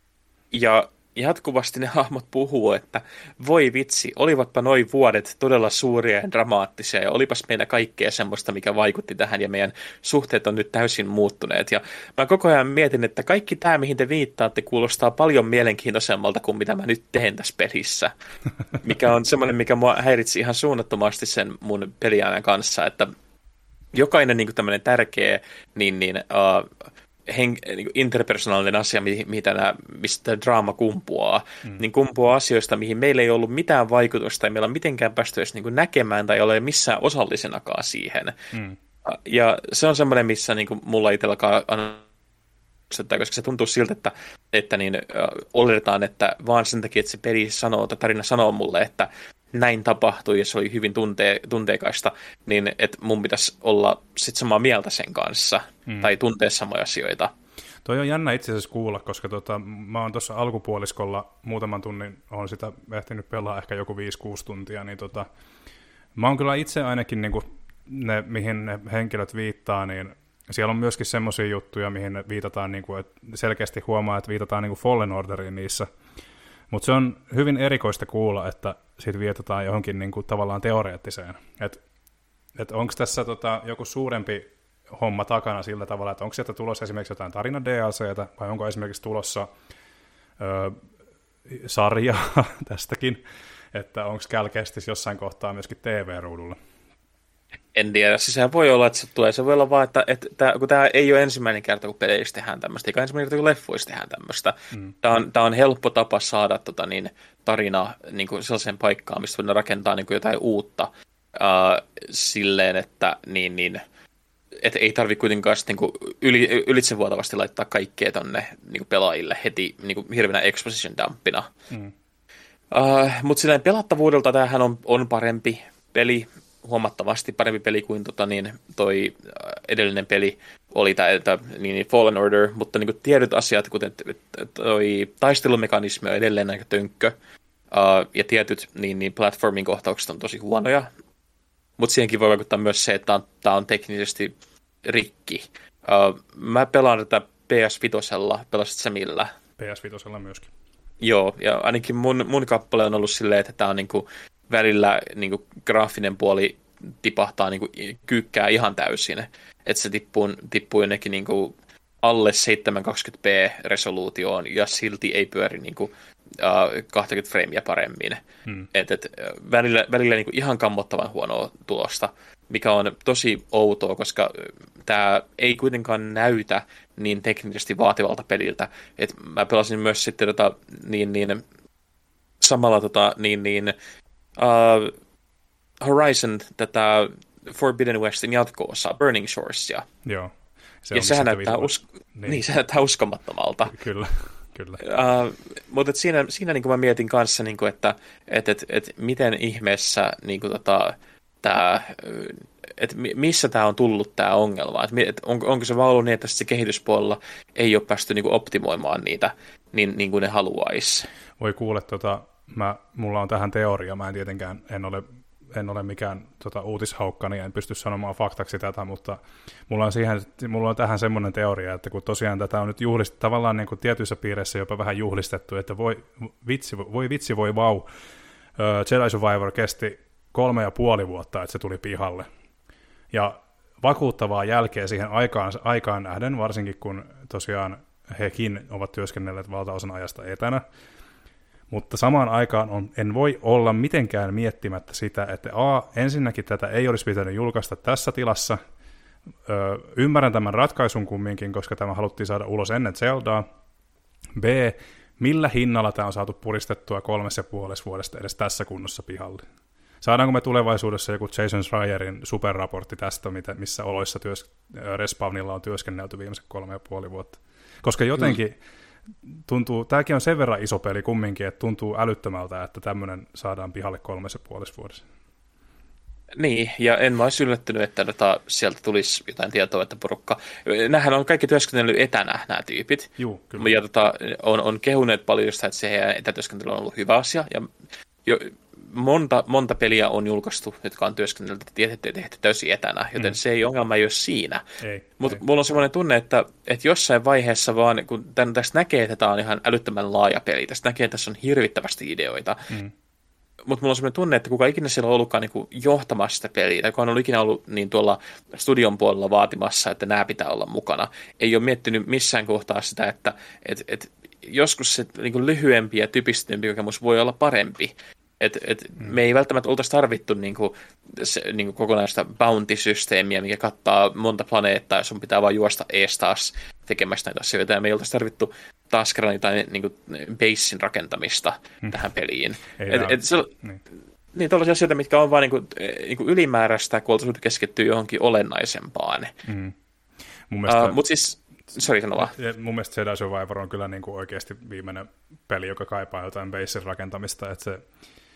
ja jatkuvasti ne hahmot puhuu, että voi vitsi, olivatpa noi vuodet todella suuria ja dramaattisia, ja olipas meillä kaikkea semmoista, mikä vaikutti tähän, ja meidän suhteet on nyt täysin muuttuneet. Ja mä koko ajan mietin, että kaikki tämä, mihin te viittaatte, kuulostaa paljon mielenkiintoisemmalta kuin mitä mä nyt teen tässä pelissä. Mikä on semmoinen, mikä mua häiritsi ihan suunnattomasti sen mun peliajan kanssa, että jokainen niin kuin tämmöinen tärkeä, niin, niin uh, Hen- niin interpersonaalinen asia, mitä nämä, mistä draama kumpuaa, mm. niin kumpuaa asioista, mihin meillä ei ollut mitään vaikutusta, ei meillä ole mitenkään päästy edes niin näkemään tai ole missään osallisenakaan siihen. Mm. Ja se on semmoinen, missä niin kuin mulla itselläkaan koska se tuntuu siltä, että, että niin, äh, oletetaan, että vaan sen takia, että se peli sanoo, tai tarina sanoo mulle, että näin tapahtui ja se oli hyvin tunte- tunteikaista, niin että mun pitäisi olla sit samaa mieltä sen kanssa mm. tai tuntea samoja asioita. Toi on jännä itse asiassa kuulla, koska tota, mä oon tuossa alkupuoliskolla muutaman tunnin, on sitä ehtinyt pelaa ehkä joku viisi kuusi tuntia, niin tota, mä oon kyllä itse ainakin, niin kuin ne, mihin ne henkilöt viittaa, niin siellä on myöskin semmoisia juttuja, mihin ne viitataan, niin kuin, että selkeästi huomaa, että viitataan niin kuin Fallen Orderiin niissä. Mutta se on hyvin erikoista kuulla, että siitä viitataan johonkin niin kuin tavallaan teoreettiseen. Että et onko tässä tota, joku suurempi homma takana sillä tavalla, että onko sieltä tulossa esimerkiksi jotain tarina D L C:tä, vai onko esimerkiksi tulossa ö, sarjaa tästäkin, että onko Cal-Kestis jossain kohtaa myöskin T V-ruudulla? En tiedä, siis sehän voi olla, että se tulee. Se voi olla vaan, että, että tämä, kun tämä ei ole ensimmäinen kerta, kun peleissä tehdään tämmöistä, eikä ensimmäinen kerta, kun leffoissa tehdään tämmöistä. Mm. Tämä, on, tämä on helppo tapa saada tota, niin, tarina niin kuin sellaiseen paikkaan, mistä voidaan rakentaa niin kuin jotain uutta äh, silleen, että niin, niin, et ei tarvitse kuitenkaan sitten, niin kuin yli, ylitsevuotavasti laittaa kaikkea tonne niin kuin pelaajille heti niin kuin hirveänä exposition dumpina. Mm. Äh, Mutta silleen pelattavuudelta tämähän on, on parempi peli, huomattavasti parempi peli kuin tota, niin, toi edellinen peli oli tämä niin, Fallen Order, mutta niin kuin tietyt asiat, kuten toi taistelumekanismi on edelleen aika tönkkö, uh, ja tietyt niin, niin platformin kohtaukset on tosi huonoja, mutta siihenkin voi vaikuttaa myös se, että tämä on teknisesti rikki. Uh, mä pelaan tätä P S viisi, pelasit sä millä? P S viisi myöskin. Joo, ja ainakin mun, mun kappale on ollut silleen, että tämä on niinku välillä niin kuin graafinen puoli tipahtaa niin kuin, kyykkää ihan täysin. Että se tippuu, tippuu jonnekin niin kuin, alle seitsemänsataakaksikymmentä p resoluutioon ja silti ei pyöri niin kuin, uh, kaksikymmentä framea paremmin. Hmm. Et, et, välillä välillä niin kuin, ihan kammottavan huonoa tulosta, mikä on tosi outoa, koska tämä ei kuitenkaan näytä niin teknisesti vaativalta peliltä. Et mä pelasin myös sitten tota, niin, niin, samalla tota, niin, niin, uh, Horizon tätä Forbidden Westin jatko-osaa, Burning Shoresia. Joo. Se ja sehän näyttää, usk- niin. Niin, se näyttää uskomattomalta. Kyllä, kyllä. Uh, mutta siinä, siinä niin kuin mä mietin kanssa, niin kuin, että et, et, et miten ihmeessä niin kuin, tota, tää, et missä tämä on tullut tämä ongelma. Et, et on, onko se vaan ollut niin, että se kehityspuolella ei ole päästy niin kuin optimoimaan niitä niin, niin kuin ne haluaisi. Voi kuule, tota, mä, mulla on tähän teoria, mä en tietenkään, en ole en ole mikään tota, uutishaukka, niin en pysty sanomaan faktaksi tätä, mutta mulla on, siihen, mulla on tähän semmoinen teoria, että kun tosiaan tätä on nyt juhlistettu, tavallaan niin kuin tietyissä piireissä jopa vähän juhlistettu, että voi vitsi, voi, vitsi, voi vau, uh, Jedi Survivor kesti kolme ja puoli vuotta, että se tuli pihalle. Ja vakuuttavaa jälkeä siihen aikaan, aikaan nähden, varsinkin kun tosiaan hekin ovat työskennelleet valtaosan ajasta etänä, mutta samaan aikaan on, en voi olla mitenkään miettimättä sitä, että a, ensinnäkin tätä ei olisi pitänyt julkaista tässä tilassa. Ö, ymmärrän tämän ratkaisun kumminkin, koska tämä haluttiin saada ulos ennen Zeldaa. B, millä hinnalla tämä on saatu puristettua kolmessa ja puolessa vuodesta edes tässä kunnossa pihalle? Saadaanko me tulevaisuudessa joku Jason Schreierin superraportti tästä, missä oloissa työs, Respawnilla on työskennelty viimeiset kolme ja puoli vuotta? Koska jotenkin... Mm. Tuntuu, tämäkin on sen verran iso peli kumminkin, että tuntuu älyttömältä, että tämmöinen saadaan pihalle kolmessa puolessa vuodessa. Niin, ja en mä olisi yllättynyt, että tota, sieltä tulisi jotain tietoa, että porukka... Nämähän on kaikki työskennellyt etänä, nämä tyypit. Juu, kyllä. Ja tota, on, on kehuneet paljon sitä, että se heidän etätyöskentely on ollut hyvä asia, ja jo, monta, monta peliä on julkaistu, jotka on työskennellyt tietysti tehty täysin etänä, joten mm. se ei ongelma ei ole siinä. Mutta mulla on semmoinen tunne, että, että jossain vaiheessa vaan, kun tämän, tästä näkee, että tämä on ihan älyttömän laaja peli, tästä näkee, että tässä on hirvittävästi ideoita, mm. mutta mulla on semmoinen tunne, että kuka ikinä siellä on ollutkaan niin kuin johtamassa sitä peliä, tai kuka on ollut ikinä ollut niin tuolla studion puolella vaatimassa, että nämä pitää olla mukana, ei ole miettinyt missään kohtaa sitä, että et, et, joskus se niin kuin lyhyempi ja typistympi kokemus voi olla parempi. Et, et mm. Me ei välttämättä oltaisi tarvittu niinku, se, niinku kokonaista bounty-systeemiä, mikä kattaa monta planeettaa, ja sun pitää vaan juosta ees taas tekemästä näitä asioita, ja me ei oltaisi tarvittu taas kerran jotain niinku, basin rakentamista mm. tähän peliin. Et, et se, niin. Niin, tällaisia asioita, mitkä on vaan niinku, niinku ylimääräistä, kun oltaisiin keskittyä johonkin olennaisempaan. Mm. Mielestä... Uh, Mutta siis, sori sano vaan. Mun mielestä Jedi Survivor on kyllä niinku oikeasti viimeinen peli, joka kaipaa jotain basin rakentamista, että se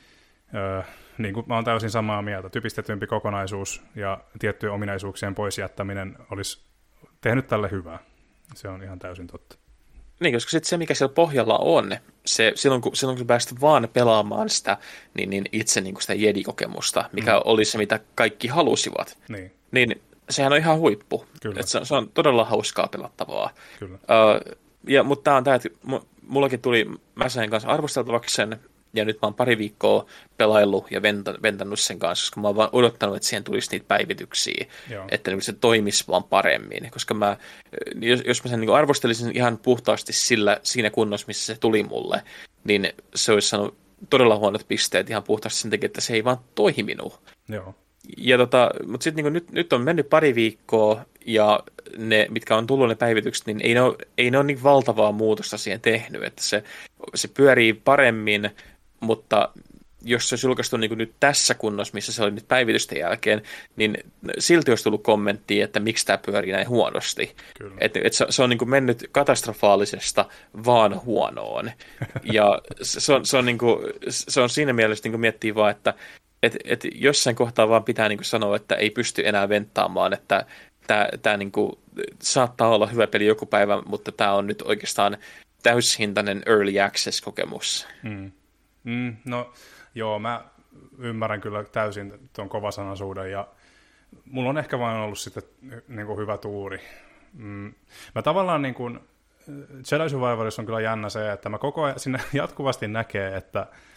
Öö, niin kuin mä oon täysin samaa mieltä. Typistetympi kokonaisuus ja tiettyjen ominaisuuksien pois jättäminen olisi tehnyt tälle hyvää. Se on ihan täysin totta. Niin, koska sitten se, mikä siellä pohjalla on, se, silloin, kun, silloin kun pääsit vaan pelaamaan sitä, niin, niin itse niin kuin sitä Jedi-kokemusta, mikä mm. oli se, mitä kaikki halusivat, niin, niin sehän on ihan huippu. Se, se on todella hauskaa pelattavaa. Kyllä. Öö, ja, mutta tämä on tämä, että mullakin tuli Mäsänen kanssa arvosteltavaksi sen, ja nyt mä oon pari viikkoa pelaillut ja ventannut sen kanssa, koska mä oon vaan odottanut, että siihen tulisi niitä päivityksiä, Joo. että se toimisi vaan paremmin. Koska mä, jos, jos mä sen niin arvostelisin ihan puhtaasti sillä, siinä kunnossa, missä se tuli mulle, niin se olisi saanut todella huonot pisteet ihan puhtaasti sen takia, että se ei vaan toiminut. Joo. Ja tota, mutta sitten niin nyt, nyt on mennyt pari viikkoa, ja ne, mitkä on tullut ne päivitykset, niin ei ne ole, ei ne ole niin valtavaa muutosta siihen tehnyt, että se, se pyörii paremmin, mutta jos se olisi julkaistu niin kuin nyt tässä kunnossa, missä se oli nyt päivitysten jälkeen, niin silti olisi tullut kommenttia, että miksi tämä pyörii näin huonosti. Että et se, se on niin kuin mennyt katastrofaalisesta vaan huonoon. Ja se on, se on, niin kuin, se on siinä mielessä niin kuin miettii vaan, että et, et jossain kohtaa vaan pitää niin kuin sanoa, että ei pysty enää venttaamaan, että tämä, tämä niin kuin saattaa olla hyvä peli joku päivä, mutta tämä on nyt oikeastaan täyshintainen early access-kokemus. Hmm. Mm, no joo, mä ymmärrän kyllä täysin tuon kovasanaisuuden ja mulla on ehkä vain ollut sitten niin kuin hyvä tuuri. Mm, mä tavallaan niin kuin, Jedi Survivorissa on kyllä jännä se, että mä koko ajan sinne jatkuvasti näkee, että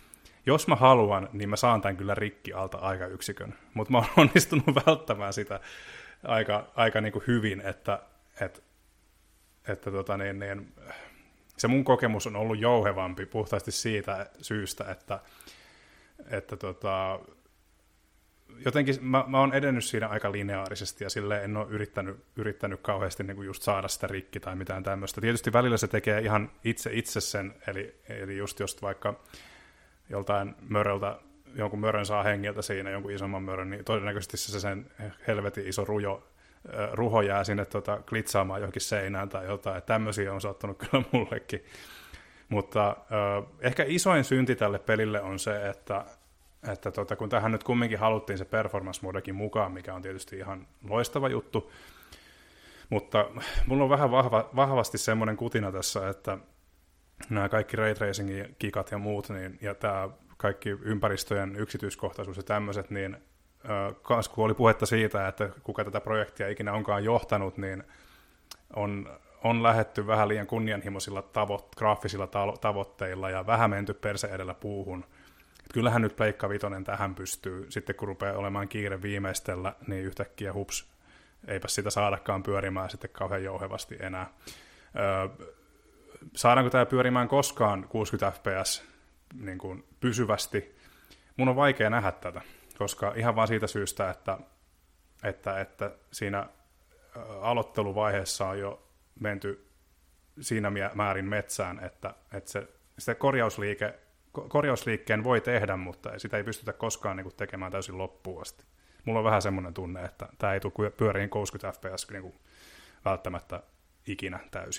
jos mä haluan, niin mä saan tämän kyllä rikki alta aikayksikön, mutta mä oon onnistunut välttämään sitä aika, aika niin kuin hyvin, että, että, että tota niin, niin, se mun kokemus on ollut jouhevampi puhtaasti siitä syystä, että, että tota, jotenkin mä, mä oon edennyt siinä aika lineaarisesti ja silleen en ole yrittänyt, yrittänyt kauheasti niin kuin just saada sitä rikki tai mitään tämmöistä. Tietysti välillä se tekee ihan itse itse sen, eli, eli just jos vaikka joltain möröltä, jonkun mörön saa hengiltä siinä, jonkun isomman mörön, niin todennäköisesti se sen helvetin iso rujo, ruho jää sinne tota, klitsaamaan johonkin seinään tai jotain. Tämmöisiä on sattunut kyllä mullekin. Mutta äh, ehkä isoin synti tälle pelille on se, että, että tota, kun tähän nyt kumminkin haluttiin se performance-modekin mukaan, mikä on tietysti ihan loistava juttu, mutta mulla on vähän vahva, vahvasti semmoinen kutina tässä, että nämä kaikki ray tracingin kikat ja muut, niin, ja tämä kaikki ympäristöjen yksityiskohtaisuus ja tämmöiset, niin äh, kun oli puhetta siitä, että kuka tätä projektia ikinä onkaan johtanut, niin on, on lähdetty vähän liian kunnianhimoisilla tavo- graafisilla tavo- tavoitteilla ja vähän menty perse edellä puuhun. Et kyllähän nyt Pleikka Vitoinen tähän pystyy, sitten kun rupeaa olemaan kiire viimeistellä, niin yhtäkkiä hups, eipä sitä saadakaan pyörimään sitten kauhean jouhevasti enää. Öö, Saadaanko tämä pyörimään koskaan kuusikymmentä F P S niin kuin pysyvästi? Mun on vaikea nähdä tätä, koska ihan vaan siitä syystä, että, että, että siinä aloitteluvaiheessa on jo menty siinä määrin metsään, että, että se, se korjausliike, korjausliikkeen voi tehdä, mutta sitä ei pystytä koskaan niin kuin tekemään täysin loppuun asti. Mulla on vähän semmoinen tunne, että tämä ei tule pyöriin kuusikymmentä F P S niin kuin välttämättä ikinä täysin.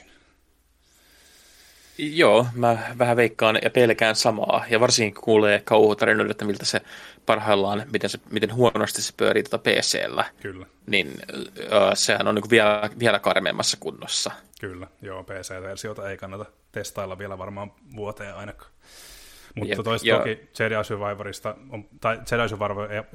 Joo, mä vähän veikkaan ja pelkään samaa, ja varsinkin kun kuulee kauhutarinoita, että miltä se parhaillaan, miten, se, miten huonosti se pyörii tuota P C:llä, Kyllä. niin äh, sehän on niin kuin vielä, vielä karmeammassa kunnossa. Kyllä, joo, P C-versiota ei kannata testailla vielä varmaan vuoteen ainakaan. Mutta Jep, toista ja... toki Jedi Survivorista, on, tai Jedi Survivor ei,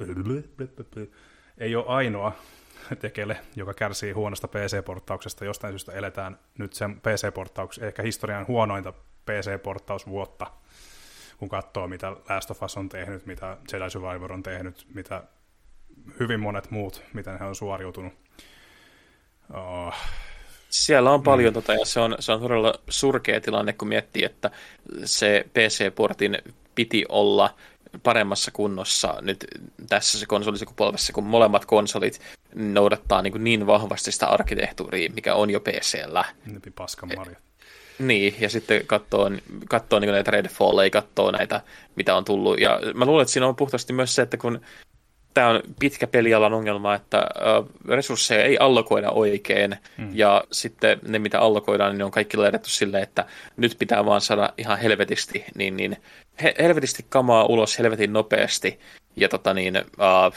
ei ole ainoa tekele, joka kärsii huonosta P C-porttauksesta. Jostain syystä eletään nyt sen P C-porttauksen, ehkä historian huonointa P C-porttausvuotta, kun katsoo, mitä Last of Us on tehnyt, mitä Jedi Survivor on tehnyt, mitä hyvin monet muut, miten he on suoriutunut. Oh. Siellä on paljon, mm. tota, ja se on, se on todella surkea tilanne, kun miettii, että se P C-portin piti olla paremmassa kunnossa nyt tässä se konsolisukupolvessa, kun molemmat konsolit noudattaa niin, kuin niin vahvasti sitä arkkitehtuuria, mikä on jo P C:llä. Nepi paskan marja. Niin, ja sitten katsoo, katsoo niin näitä Redfalleja, katsoo näitä, mitä on tullut. Ja mä luulen, että siinä on puhtaasti myös se, että kun tämä on pitkä pelialan ongelma, että resursseja ei allokoida oikein, mm. ja sitten ne, mitä allokoidaan, niin ne on kaikki laidettu silleen, että nyt pitää vaan saada ihan helvetisti, niin, niin he, helvetisti kamaa ulos helvetin nopeasti, ja tota niin, uh,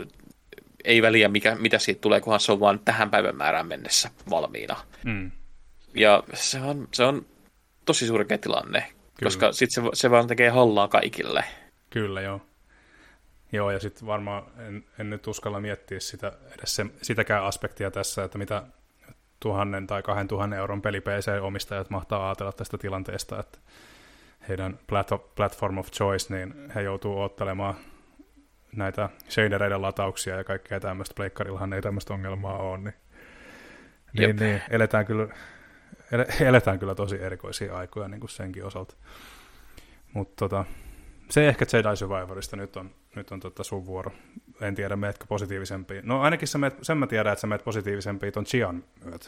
ei väliä, mikä, mitä siitä tulee, kunhan se on vaan tähän päivän määrään mennessä valmiina. Mm. Ja se on, se on tosi surkea tilanne, Kyllä. koska sitten se, se vaan tekee hallaa kaikille. Kyllä, joo. Joo, ja sitten varmaan en, en nyt uskalla miettiä sitä, edes se, sitäkään aspektia tässä, että mitä tuhannen tai kahden tuhannen euron peli P C-omistajat mahtaa ajatella tästä tilanteesta, että heidän platform of choice, niin he joutuu odottelemaan näitä shadereiden latauksia ja kaikkea tämmöistä. Pleikkarillahan ei tämmöistä ongelmaa ole, niin, niin, niin eletään, kyllä, eletään kyllä tosi erikoisia aikoja niin kuin senkin osalta. Mutta tota, se ehkä Jedi Survivorista nyt on, nyt on tota sun vuoro. En tiedä, meetkö positiivisempiin. No ainakin sä meet, sen mä tiedän, että sä meet positiivisempiin ton Chian myötä.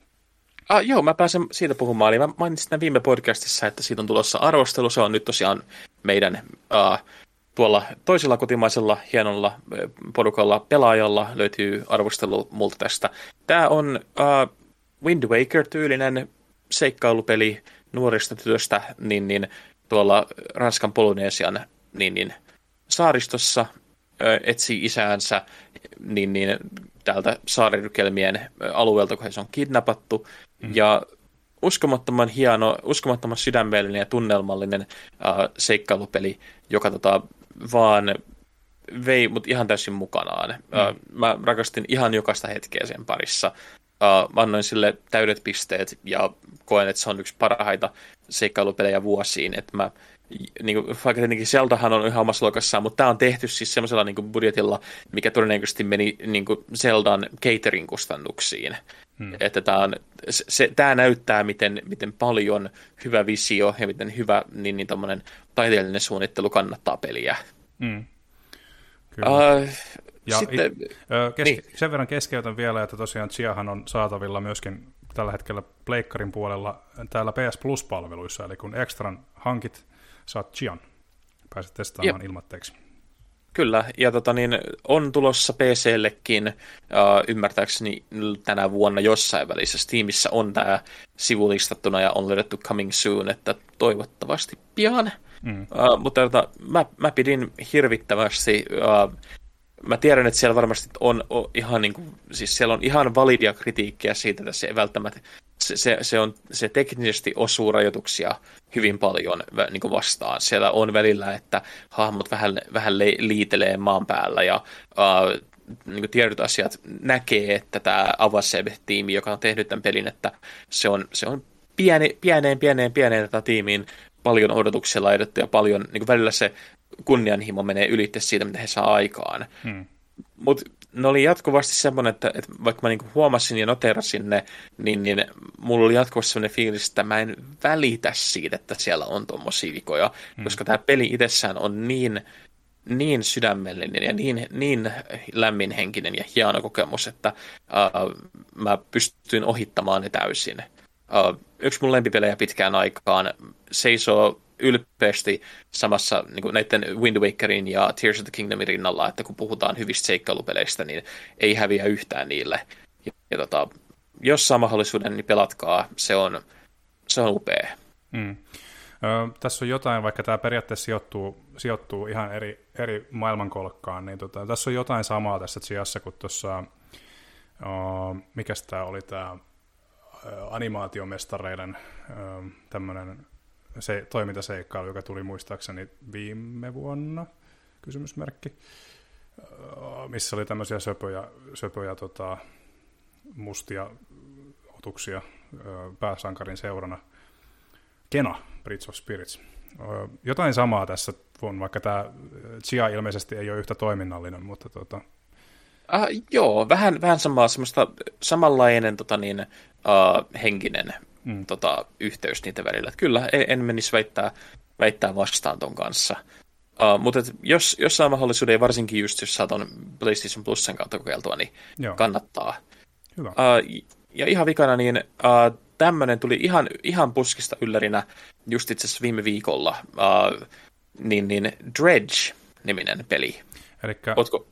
Ah, joo, mä pääsen siitä puhumaan. Eli mä mainitsin tämän viime podcastissa, että siitä on tulossa arvostelu. Se on nyt tosiaan meidän uh, tuolla toisella kotimaisella hienolla porukalla pelaajalla löytyy arvostelu multa tästä. Tämä on uh, Wind Waker-tyylinen seikkailupeli nuorista tytöstä, niin, niin tuolla Ranskan Polynesian niin, niin, saaristossa ö, etsii isäänsä niin, niin, täältä saarirykelmien alueelta, kun se on kidnappattu. Mm. Ja uskomattoman hieno, uskomattoman sydämellinen ja tunnelmallinen ö, seikkailupeli, joka tota, vaan vei mut ihan täysin mukanaan. Mm. Ö, mä rakastin ihan jokaista hetkeä sen parissa. Uh, mä annoin sille täydet pisteet ja koen, että se on yksi parhaita seikkailupelejä vuosiin. Että mä niin kuin, vaikka tietenkin Zeldahan on ihan omassa luokassaan, mutta tämä on tehty siis semmoisella niin kuin budjetilla, mikä todennäköisesti meni niin kuin Zeldan catering-kustannuksiin. Hmm. Että tämä, on, se, tämä näyttää, miten, miten paljon hyvä visio ja miten hyvä niin, niin taiteellinen suunnittelu kannattaa peliä. Hmm. Uh, ja sitten, i, ö, kes, niin. Sen verran keskeytän vielä, että tosiaan Chiahan on saatavilla myöskin tällä hetkellä Pleikkarin puolella täällä P S Plus-palveluissa, eli kun Extran hankit, saat Chian. Pääset testaamaan Jep. ilmatteeksi. Kyllä, ja tota, niin, on tulossa P C:llekin, uh, ymmärtääkseni tänä vuonna jossain välissä. Steamissa on tämä sivu listattuna ja on löydetty coming soon, että toivottavasti pian. Mm. Uh, mutta tota, mä, mä pidin hirvittävästi... Uh, Mä tiedän, että siellä varmasti on, on ihan niin kuin, siis siellä on ihan validia kritiikkiä siitä, että se välttämättä, se, se, se, on, se teknisesti osuu rajoituksia hyvin paljon niin kuin vastaan. Siellä on välillä, että hahmot vähän, vähän liitelee maan päällä ja uh, niin kuin tietyt asiat näkee, että tämä Avaceb-tiimi, joka on tehnyt tämän pelin, että se on, se on pieni, pieneen, pieneen, pieneen tätä tiimiin paljon odotuksia laitettu ja paljon, niin kuin välillä se kunnianhimo menee ylitte siitä, mitä he saa aikaan. Hmm. Mutta ne oli jatkuvasti semmoinen, että, että vaikka mä niinku huomasin ja noterasin ne, niin, niin mulla oli jatkuvasti semmoinen fiilis, että mä en välitä siitä, että siellä on tommosia vikoja, hmm. koska tämä peli itsessään on niin, niin sydämellinen ja niin, niin lämminhenkinen ja hieno kokemus, että uh, mä pystyin ohittamaan ne täysin. Uh, yksi mun lempipelejä pitkään aikaan seisoo ylpeästi samassa niin kuin näiden Wind Wakerin ja Tears of the Kingdomin rinnalla, että kun puhutaan hyvistä seikkailupeleistä, niin ei häviä yhtään niille. Ja, ja tota, jos saa mahdollisuuden, niin pelatkaa. Se on, se on upea. Mm. Ö, tässä on jotain, vaikka tämä periaatteessa sijoittuu, sijoittuu ihan eri, eri maailmankolkkaan, niin tota, tässä on jotain samaa tässä Chiassa kuin tuossa, mikäs tämä oli tämä animaatiomestareiden tämmöinen se toimintaseikkailu, joka tuli muistaakseni viime vuonna, kysymysmerkki, missä oli tämmöisiä söpöjä, söpöjä tota, mustia otuksia pääsankarin seurana. Kena, Bridge of Spirits. Jotain samaa tässä on, vaikka tämä Chia ilmeisesti ei ole yhtä toiminnallinen, mutta tota... Uh, joo, vähän, vähän samaa, semmoista samanlainen tota niin, uh, henkinen mm. tota, yhteys niitä välillä. Että kyllä, en, en menisi väittää, väittää vastaan ton kanssa. Uh, mutta et jos, jos saa mahdollisuuden, varsinkin just jos saa ton PlayStation Plusen kautta kokeiltua, niin joo. kannattaa. Hyvä. Uh, ja ihan vikana, niin uh, tämmöinen tuli ihan, ihan puskista yllärinä just itse asiassa viime viikolla. Uh, niin, niin Dredge-niminen peli. Elikkä... Ootko...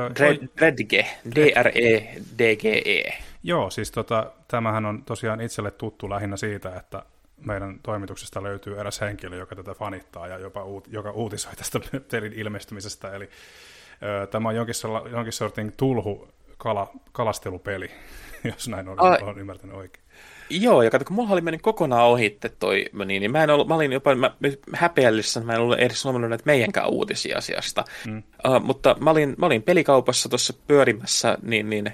Dredge, D R E D G E. Joo, siis tota, tämähän on tosiaan itselle tuttu lähinnä siitä, että meidän toimituksesta löytyy eräs henkilö, joka tätä fanittaa ja jopa uut, joka uutisoi tästä pelin ilmestymisestä. Eli ö, tämä on jonkin, jonkin sortin tulhu kala, kalastelupeli, jos näin on, uh, on ymmärtänyt oikein. Joo, ja kato, kun mulla oli mennyt kokonaan ohitte toi, niin, niin mä, en ollut, mä olin jopa mä, häpeällisessä, mä en ollut edes huomannut näitä meidänkään uutisia asiasta. Mm. Uh, mutta mä olin, mä olin pelikaupassa tuossa pyörimässä niin, niin,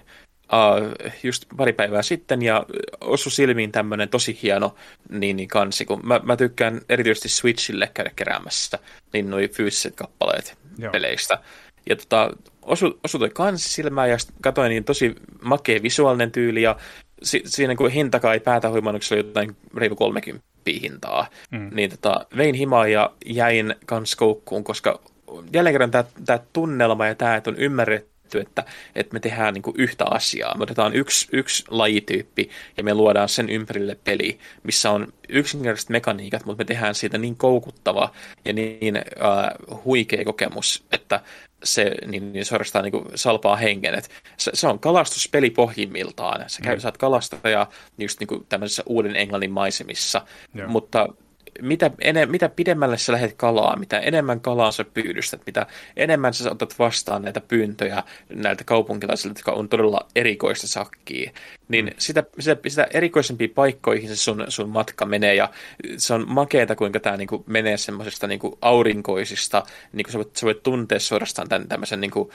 uh, just pari päivää sitten, ja osui silmiin tämmöinen tosi hieno niin, niin kansi, kun mä, mä tykkään erityisesti Switchille käydä keräämässä niin noi fyysiset kappaleet Joo. peleistä. Ja tota, osui, osui toi kansi silmään, ja katsoin niin tosi makea visuaalinen tyyli, ja Si- siinä kun hintakaan ei päätä huimannut, se oli jotain reilu kolmekymmentä hintaa, mm. niin tota, vein himaa ja jäin kans koukkuun, koska jälleen kerran tämä tunnelma ja tämä, että on ymmärretty, että, että me tehdään niinku yhtä asiaa. Me otetaan yksi, yksi lajityyppi ja me luodaan sen ympärille peli, missä on yksinkertaiset mekaniikat, mutta me tehdään siitä niin koukuttava ja niin äh, huikea kokemus, että se niin, niin suorastaan niin kuin salpaa hengen. Et se, se on kalastuspeli pohjimmiltaan. Sä, käy, mm. sä oot kalastaja just niin kuin tämmöisissä uuden Englannin maisemissa, Joo. mutta mitä, ene, mitä pidemmälle sä lähdet kalaa, mitä enemmän kalaa sä pyydystät, mitä enemmän sä otat vastaan näitä pyyntöjä näiltä kaupunkilaisilta, jotka on todella erikoista sakkia, niin mm. sitä, sitä, sitä erikoisempiin paikkoihin se sun, sun matka menee, ja se on makeeta, kuinka tämä niinku menee semmoisesta niinku aurinkoisista, niinku sä, voit, sä voit tuntea suorastaan tämän tämmöisen niinku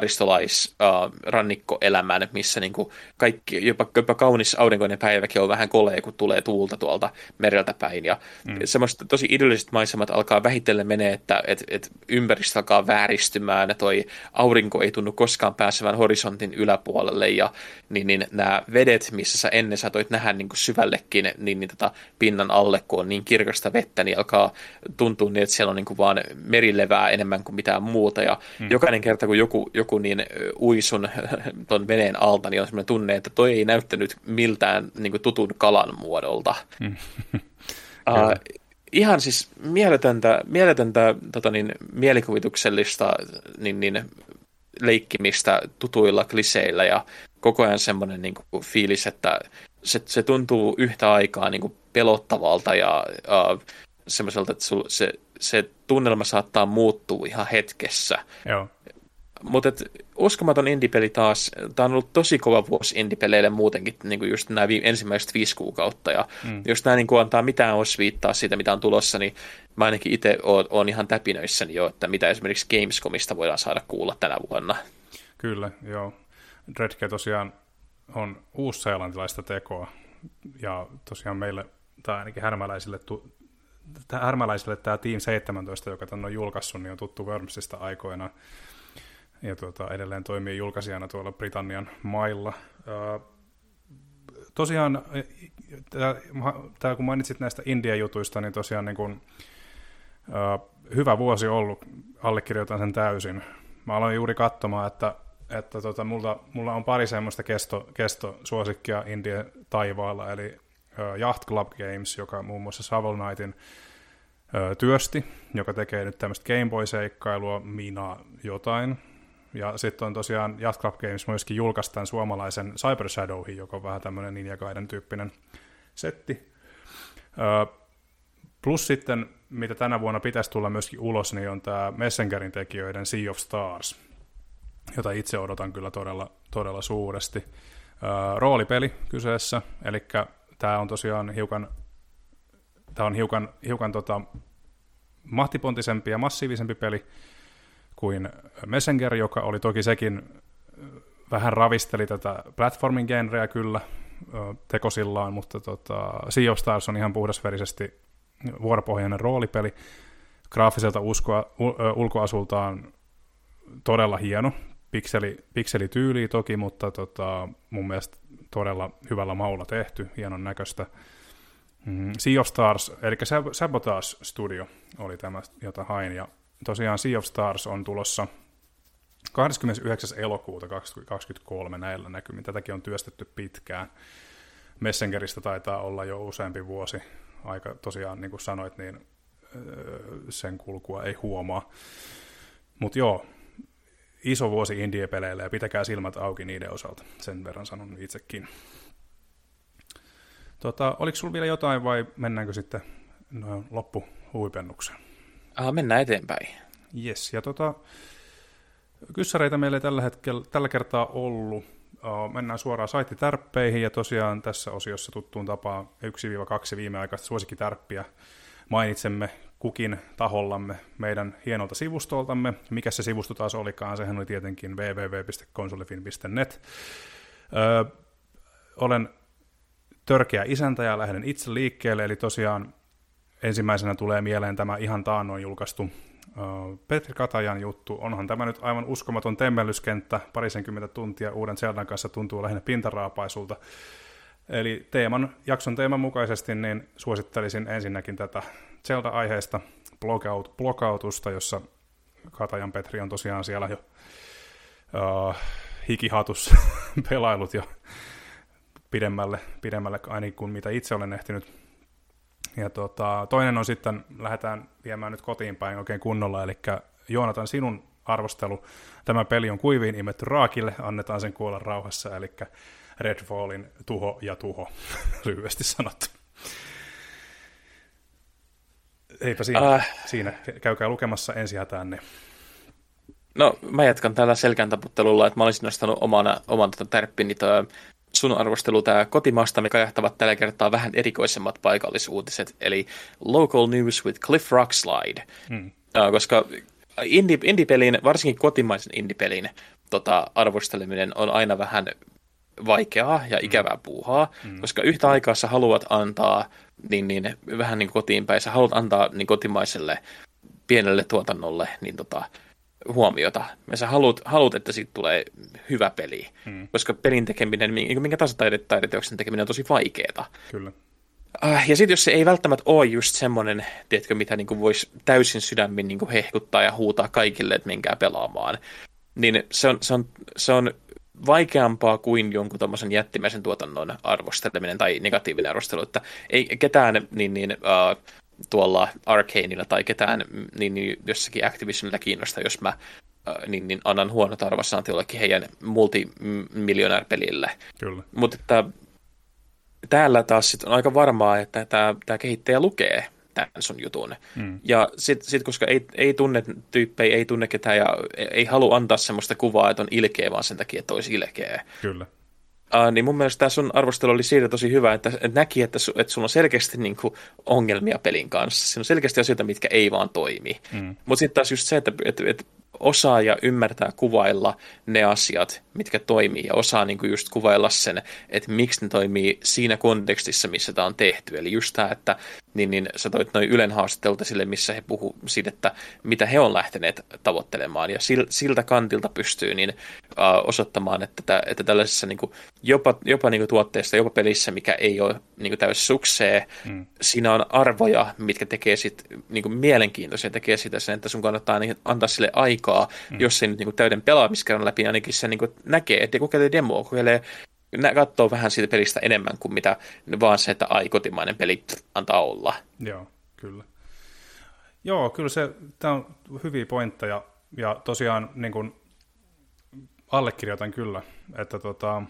saaristolais-rannikkoelämän, uh, missä niinku kaikki, jopa, jopa kaunis aurinkoinen päiväkin on vähän kolea, kun tulee tuulta tuolta mereltä päin, ja mm. semmoista tosi idylliset maisemat alkaa vähitellen menee, että et, et ympäristö alkaa vääristymään, toi aurinko ei tunnu koskaan pääsevän horisontin yläpuolelle, ja niin, niin nämä vedet, missä sä ennen saatoit nähdä niin kuin syvällekin niin, niin tota, pinnan alle, kun on niin kirkasta vettä, niin alkaa tuntua niin, että siellä on niin kuin vaan merilevää enemmän kuin mitään muuta, ja hmm. jokainen kerta, kun joku, joku niin ui sun ton veneen alta, niin on semmoinen tunne, että toi ei näyttänyt miltään niin kuin tutun kalan muodolta. Hmm. Uh, ihan siis mieletöntä, mieletöntä tota niin, mielikuvituksellista niin, niin, leikkimistä tutuilla kliseillä ja koko ajan semmoinen niin kuin, fiilis, että se, se tuntuu yhtä aikaa niin kuin, pelottavalta ja uh, semmoiselta, että sul, se, se tunnelma saattaa muuttua ihan hetkessä. Joo. Mutta uskomaton indie-peli taas, tämä on ollut tosi kova vuosi indie-peleille muutenkin, niin kuin just nämä ensimmäiset viisi kuukautta, ja mm. jos nämä niin kuin antaa mitään osviittaa siitä, mitä on tulossa, niin mä ainakin itse olen ihan täpinöissäni jo, että mitä esimerkiksi Gamescomista voidaan saada kuulla tänä vuonna. Kyllä, joo. Dreadcare tosiaan on uusseelantilaista tekoa, ja tosiaan meille, tai ainakin härmäläisille, tu- härmäläisille tämä Team seitsemäntoista, joka tämän on julkaissut, niin on tuttu Wormsista aikoinaan. Ja tuota, edelleen toimii julkaisijana tuolla Britannian mailla. Ää, tosiaan, tää, kun mainitsit näistä India-jutuista, niin tosiaan niin kun, ää, hyvä vuosi ollut, allekirjoitan sen täysin. Mä aloin juuri katsomaan, että, että tota, mulla, mulla on pari semmoista kesto, kestosuosikkia India taivaalla, eli ää, Yacht Club Games, joka muun muassa Shovel Knightin ää, työsti, joka tekee nyt tämmöistä Game Boy-seikkailua, Mina jotain. Ja sitten on tosiaan Yacht Club Games myöskin julkaisi tämän suomalaisen Cyber Shadowhin, joka on vähän tämmöinen Ninja Gaiden tyyppinen setti. Öö, plus sitten, mitä tänä vuonna pitäisi tulla myöskin ulos, niin on tämä Messengerin tekijöiden Sea of Stars, jota itse odotan kyllä todella, todella suuresti. Öö, roolipeli kyseessä, eli tämä on tosiaan hiukan, tää on hiukan, hiukan tota, mahtipontisempi ja massiivisempi peli kuin Messenger, joka oli toki sekin vähän ravisteli tätä platforming-genreä kyllä tekosillaan, mutta tota, Sea of Stars on ihan puhdasverisesti vuoropohjainen roolipeli. Graafiselta uskoa, u, ulkoasultaan todella hieno, pikseli, pikselityyliä toki, mutta tota, mun mielestä todella hyvällä maulla tehty, hienon näköistä. Mm, Sea of Stars, eli Sabotage Studio oli tämä, jota hain, ja tosiaan Sea of Stars on tulossa kahdeskymmenesyhdeksäs elokuuta kaksituhattakaksikymmentäkolme näillä näkymin. Tätäkin on työstetty pitkään. Messengeristä taitaa olla jo useampi vuosi. Aika tosiaan, niin kuin sanoit, niin sen kulkua ei huomaa. Mutta joo, iso vuosi indie-peleille ja pitäkää silmät auki niiden osalta. Sen verran sanon itsekin. Tota, oliko sulla vielä jotain vai mennäänkö sitten no, loppuhuipennukseen? Ah, mennään eteenpäin. Jes, ja tota, kyssäreitä meillä ei tällä hetkellä, tällä kertaa ollut. Uh, mennään suoraan saittitärppeihin, ja tosiaan tässä osiossa tuttuun tapaan yksi kaksi viimeaikaista suosikkitärppiä mainitsemme kukin tahollamme meidän hienolta sivustoltamme. Mikä se sivusto taas olikaan? Sehän oli tietenkin double-u double-u double-u piste konsolifin piste net. Uh, olen törkeä isäntä ja lähden itse liikkeelle, eli tosiaan ensimmäisenä tulee mieleen tämä ihan taannoin julkaistu uh, Petri Katajan juttu. Onhan tämä nyt aivan uskomaton temmellyskenttä, parisenkymmentä tuntia uuden Zeldan kanssa tuntuu lähinnä pintaraapaisulta. Eli teeman, jakson teeman mukaisesti niin suosittelisin ensinnäkin tätä Zelda-aiheesta blogout, blogautusta, jossa Katajan Petri on tosiaan siellä jo uh, hikihatussa pelailut jo pidemmälle, pidemmälle ainakin kuin mitä itse olen ehtinyt. Ja tota, toinen on sitten, lähdetään viemään nyt kotiin päin oikein kunnolla, eli Joonatan, sinun arvostelu. Tämä peli on kuiviin imetty raakille, annetaan sen kuolla rauhassa, eli Redfallin tuho ja tuho, lyhyesti sanottu. Eipä siinä, äh. siinä. Käykää lukemassa ensihätäänne. No, mä jatkan täällä selkään taputtelulla, että mä olisin nostanut omana, oman tota tärppini sun arvostelu tää kotimaasta, me kajahtavat tällä kertaa vähän erikoisemmat paikallisuutiset, eli Local News with Cliff Rockslide, hmm. uh, koska indie, indie-pelin, varsinkin kotimaisen indie-pelin tota, arvosteleminen on aina vähän vaikeaa ja ikävää hmm. puuhaa, hmm. koska yhtä aikaa sä haluat antaa niin, niin vähän niin kotiin päin. Sä haluat antaa niin kotimaiselle pienelle tuotannolle niin tota, huomiota. Ja sä haluat, haluat, että siitä tulee hyvä peli, hmm. koska pelin tekeminen, minkä tahansa taide, taideteoksen tekeminen on tosi vaikeaa. Kyllä. Ja sitten jos se ei välttämättä ole just semmoinen, tiedätkö, mitä niin voisi täysin sydämin niin hehkuttaa ja huutaa kaikille, että menkää pelaamaan, niin se on, se on, se on vaikeampaa kuin jonkun tommosen jättimäisen tuotannon arvosteleminen tai negatiivinen arvostelu, että ei ketään niin, niin, uh, tuolla Arcaneilla tai ketään niin, niin jossakin Activisionilla kiinnostaa, jos mä uh, niin, niin annan huonot arvosanat jollekin heidän multimiljonäärpelille. Kyllä. Mutta että täällä taas sit on aika varmaa, että tämä kehittäjä lukee tämän sun jutun. Mm. Ja sitten sit, koska ei, ei tunne tyyppejä, ei tunne ketään ja ei, ei halua antaa semmoista kuvaa, että on ilkeä, vaan sen takia, että olisi ilkeä. Kyllä. Uh, niin mun mielestä tämä sun arvostelu oli siitä tosi hyvä, että, että näki, että, su, että sulla on selkeästi niin kuin, ongelmia pelin kanssa. Siinä on selkeästi asioita, mitkä ei vaan toimi. Mm. Mutta sitten taas just se, että, että, että osaa ja ymmärtää kuvailla ne asiat, mitkä toimii, ja osaa niin kuin just kuvailla sen, että miksi ne toimii siinä kontekstissa, missä tämä on tehty. Eli just tämä, että niin, niin sä toit noin Ylen haastattelulta sille, missä he puhuu siitä, että mitä he on lähteneet tavoittelemaan, ja siltä kantilta pystyy niin, uh, osoittamaan, että, tä, että tällaisessa niin kuin, jopa, jopa niin kuin tuotteessa, jopa pelissä, mikä ei ole niin kuin täysin suksee, mm. siinä on arvoja, mitkä tekee sit, niin kuin mielenkiintoisia, tekee sitä sen, että sun kannattaa niin, antaa sille aikaa, mm. jos ei nyt niin kuin, täyden pelaamiskerran läpi, ainakin se niin kuin, näkee, että kokeilee demoa, kokeilee katsoo vähän siitä pelistä enemmän kuin mitä vaan se, että ai, kotimainen peli pff, antaa olla. Joo, kyllä. Joo, kyllä se, tämä on hyviä pointteja, ja tosiaan niin kuin allekirjoitan kyllä, että tota,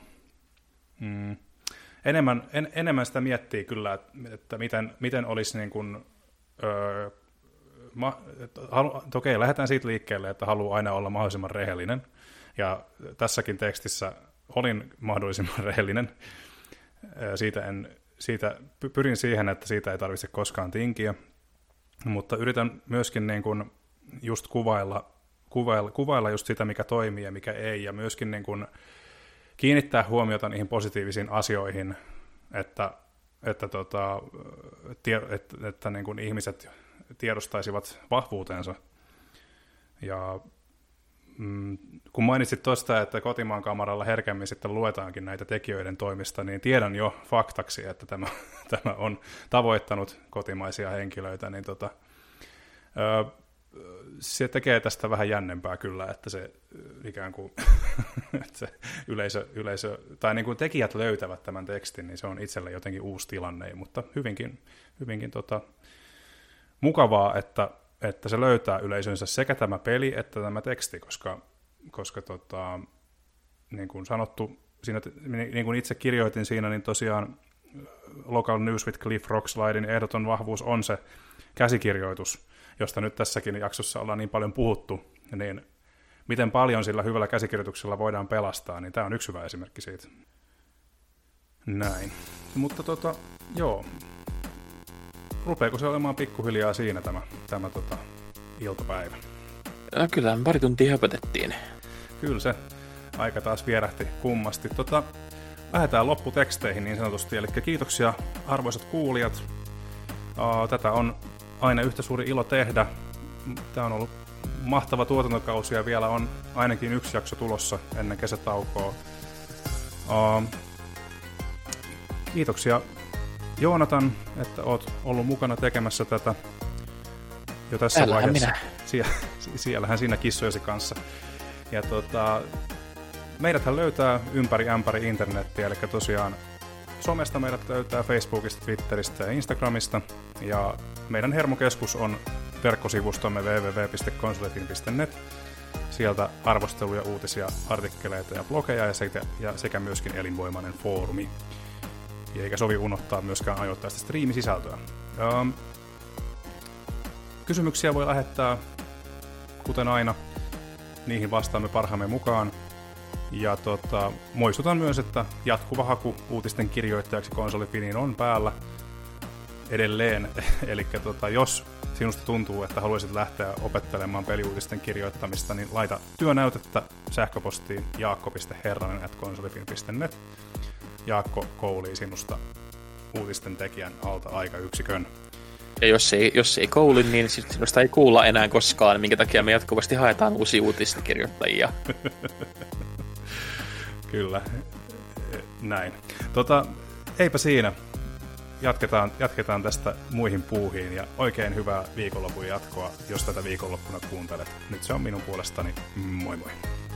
mm, enemmän, en, enemmän sitä miettii kyllä, että, että miten, miten olisi niin kuin, öö, ma, että halu, että okei, lähdetään siitä liikkeelle, että haluaa aina olla mahdollisimman rehellinen, ja tässäkin tekstissä olin mahdollisimman rehellinen. Siitä, en, siitä pyrin siihen, että siitä ei tarvitse koskaan tinkiä, mutta yritän myöskin niin kuin just kuvailla, kuvailla, kuvailla just sitä, mikä toimii ja mikä ei, ja myöskin niin kuin kiinnittää huomiota niihin positiivisiin asioihin, että, että, tota, tie, että, että niin kuin ihmiset tiedostaisivat vahvuutensa. Ja kun mainitsit tuosta, että kotimaan kamaralla herkemmin sitten luetaankin näitä tekijöiden toimista, niin tiedän jo faktaksi, että tämä, tämä on tavoittanut kotimaisia henkilöitä, niin tota, se tekee tästä vähän jännempää kyllä, että se ikään kuin että se yleisö, yleisö, tai niin kuin tekijät löytävät tämän tekstin, niin se on itselle jotenkin uusi tilanne, mutta hyvinkin, hyvinkin tota, mukavaa, että että se löytää yleisönsä sekä tämä peli että tämä teksti, koska, koska tota, niin kuin sanottu, siinä, niin kuin itse kirjoitin siinä, niin tosiaan Local News with Cliff Rockslidein ehdoton vahvuus on se käsikirjoitus, josta nyt tässäkin jaksossa ollaan niin paljon puhuttu, niin miten paljon sillä hyvällä käsikirjoituksella voidaan pelastaa, niin tämä on yksi hyvä esimerkki siitä. Näin. Mutta tota, joo. Rupeeko se olemaan pikkuhiljaa siinä tämä, tämä tota, iltapäivä? No kyllä, pari tuntia höpötettiin. Kyllä se aika taas vierähti kummasti. Tota, lähdetään lopputeksteihin niin sanotusti, eli kiitoksia arvoisat kuulijat. Tätä on aina yhtä suuri ilo tehdä. Tämä on ollut mahtava tuotantokausi ja vielä on ainakin yksi jakso tulossa ennen kesätaukoa. Kiitoksia Joonatan, että oot ollut mukana tekemässä tätä jo tässä Täällähän vaiheessa. Minä. Sie- siellähän siinä kissojesi kanssa. Ja tota, meidäthän löytää ympäri ämpäri internettiä, eli tosiaan somesta meidät löytää Facebookista, Twitteristä ja Instagramista. Ja meidän hermokeskus on verkkosivustomme double-u double-u double-u piste konsolifin piste net. Sieltä arvosteluja, uutisia, artikkeleita ja blogeja ja sekä, ja sekä myöskin elinvoimainen foorumi. Eikä sovi unohtaa myöskään ajoittaista striimisisältöä. Um, kysymyksiä voi lähettää, kuten aina. Niihin vastaamme parhaamme mukaan. Ja tota, muistutan myös, että jatkuva haku uutisten kirjoittajaksi Konsolifiniin on päällä edelleen. Eli tota, jos sinusta tuntuu, että haluaisit lähteä opettelemaan peliuutisten kirjoittamista, niin laita työnäytettä sähköpostiin jaakko piste herranen ät konsolifin piste net. Jaakko koulii sinusta uutisten tekijän alta aikayksikön. Ja jos ei, jos ei kouli, niin sinusta ei kuulla enää koskaan, minkä takia me jatkuvasti haetaan uusia uutiskirjoittajia. Kyllä, näin. Tota, eipä siinä. Jatketaan, jatketaan tästä muihin puuhiin ja oikein hyvää viikonlopun jatkoa, jos tätä viikonloppuna kuuntelet. Nyt se on minun puolestani. Moi moi.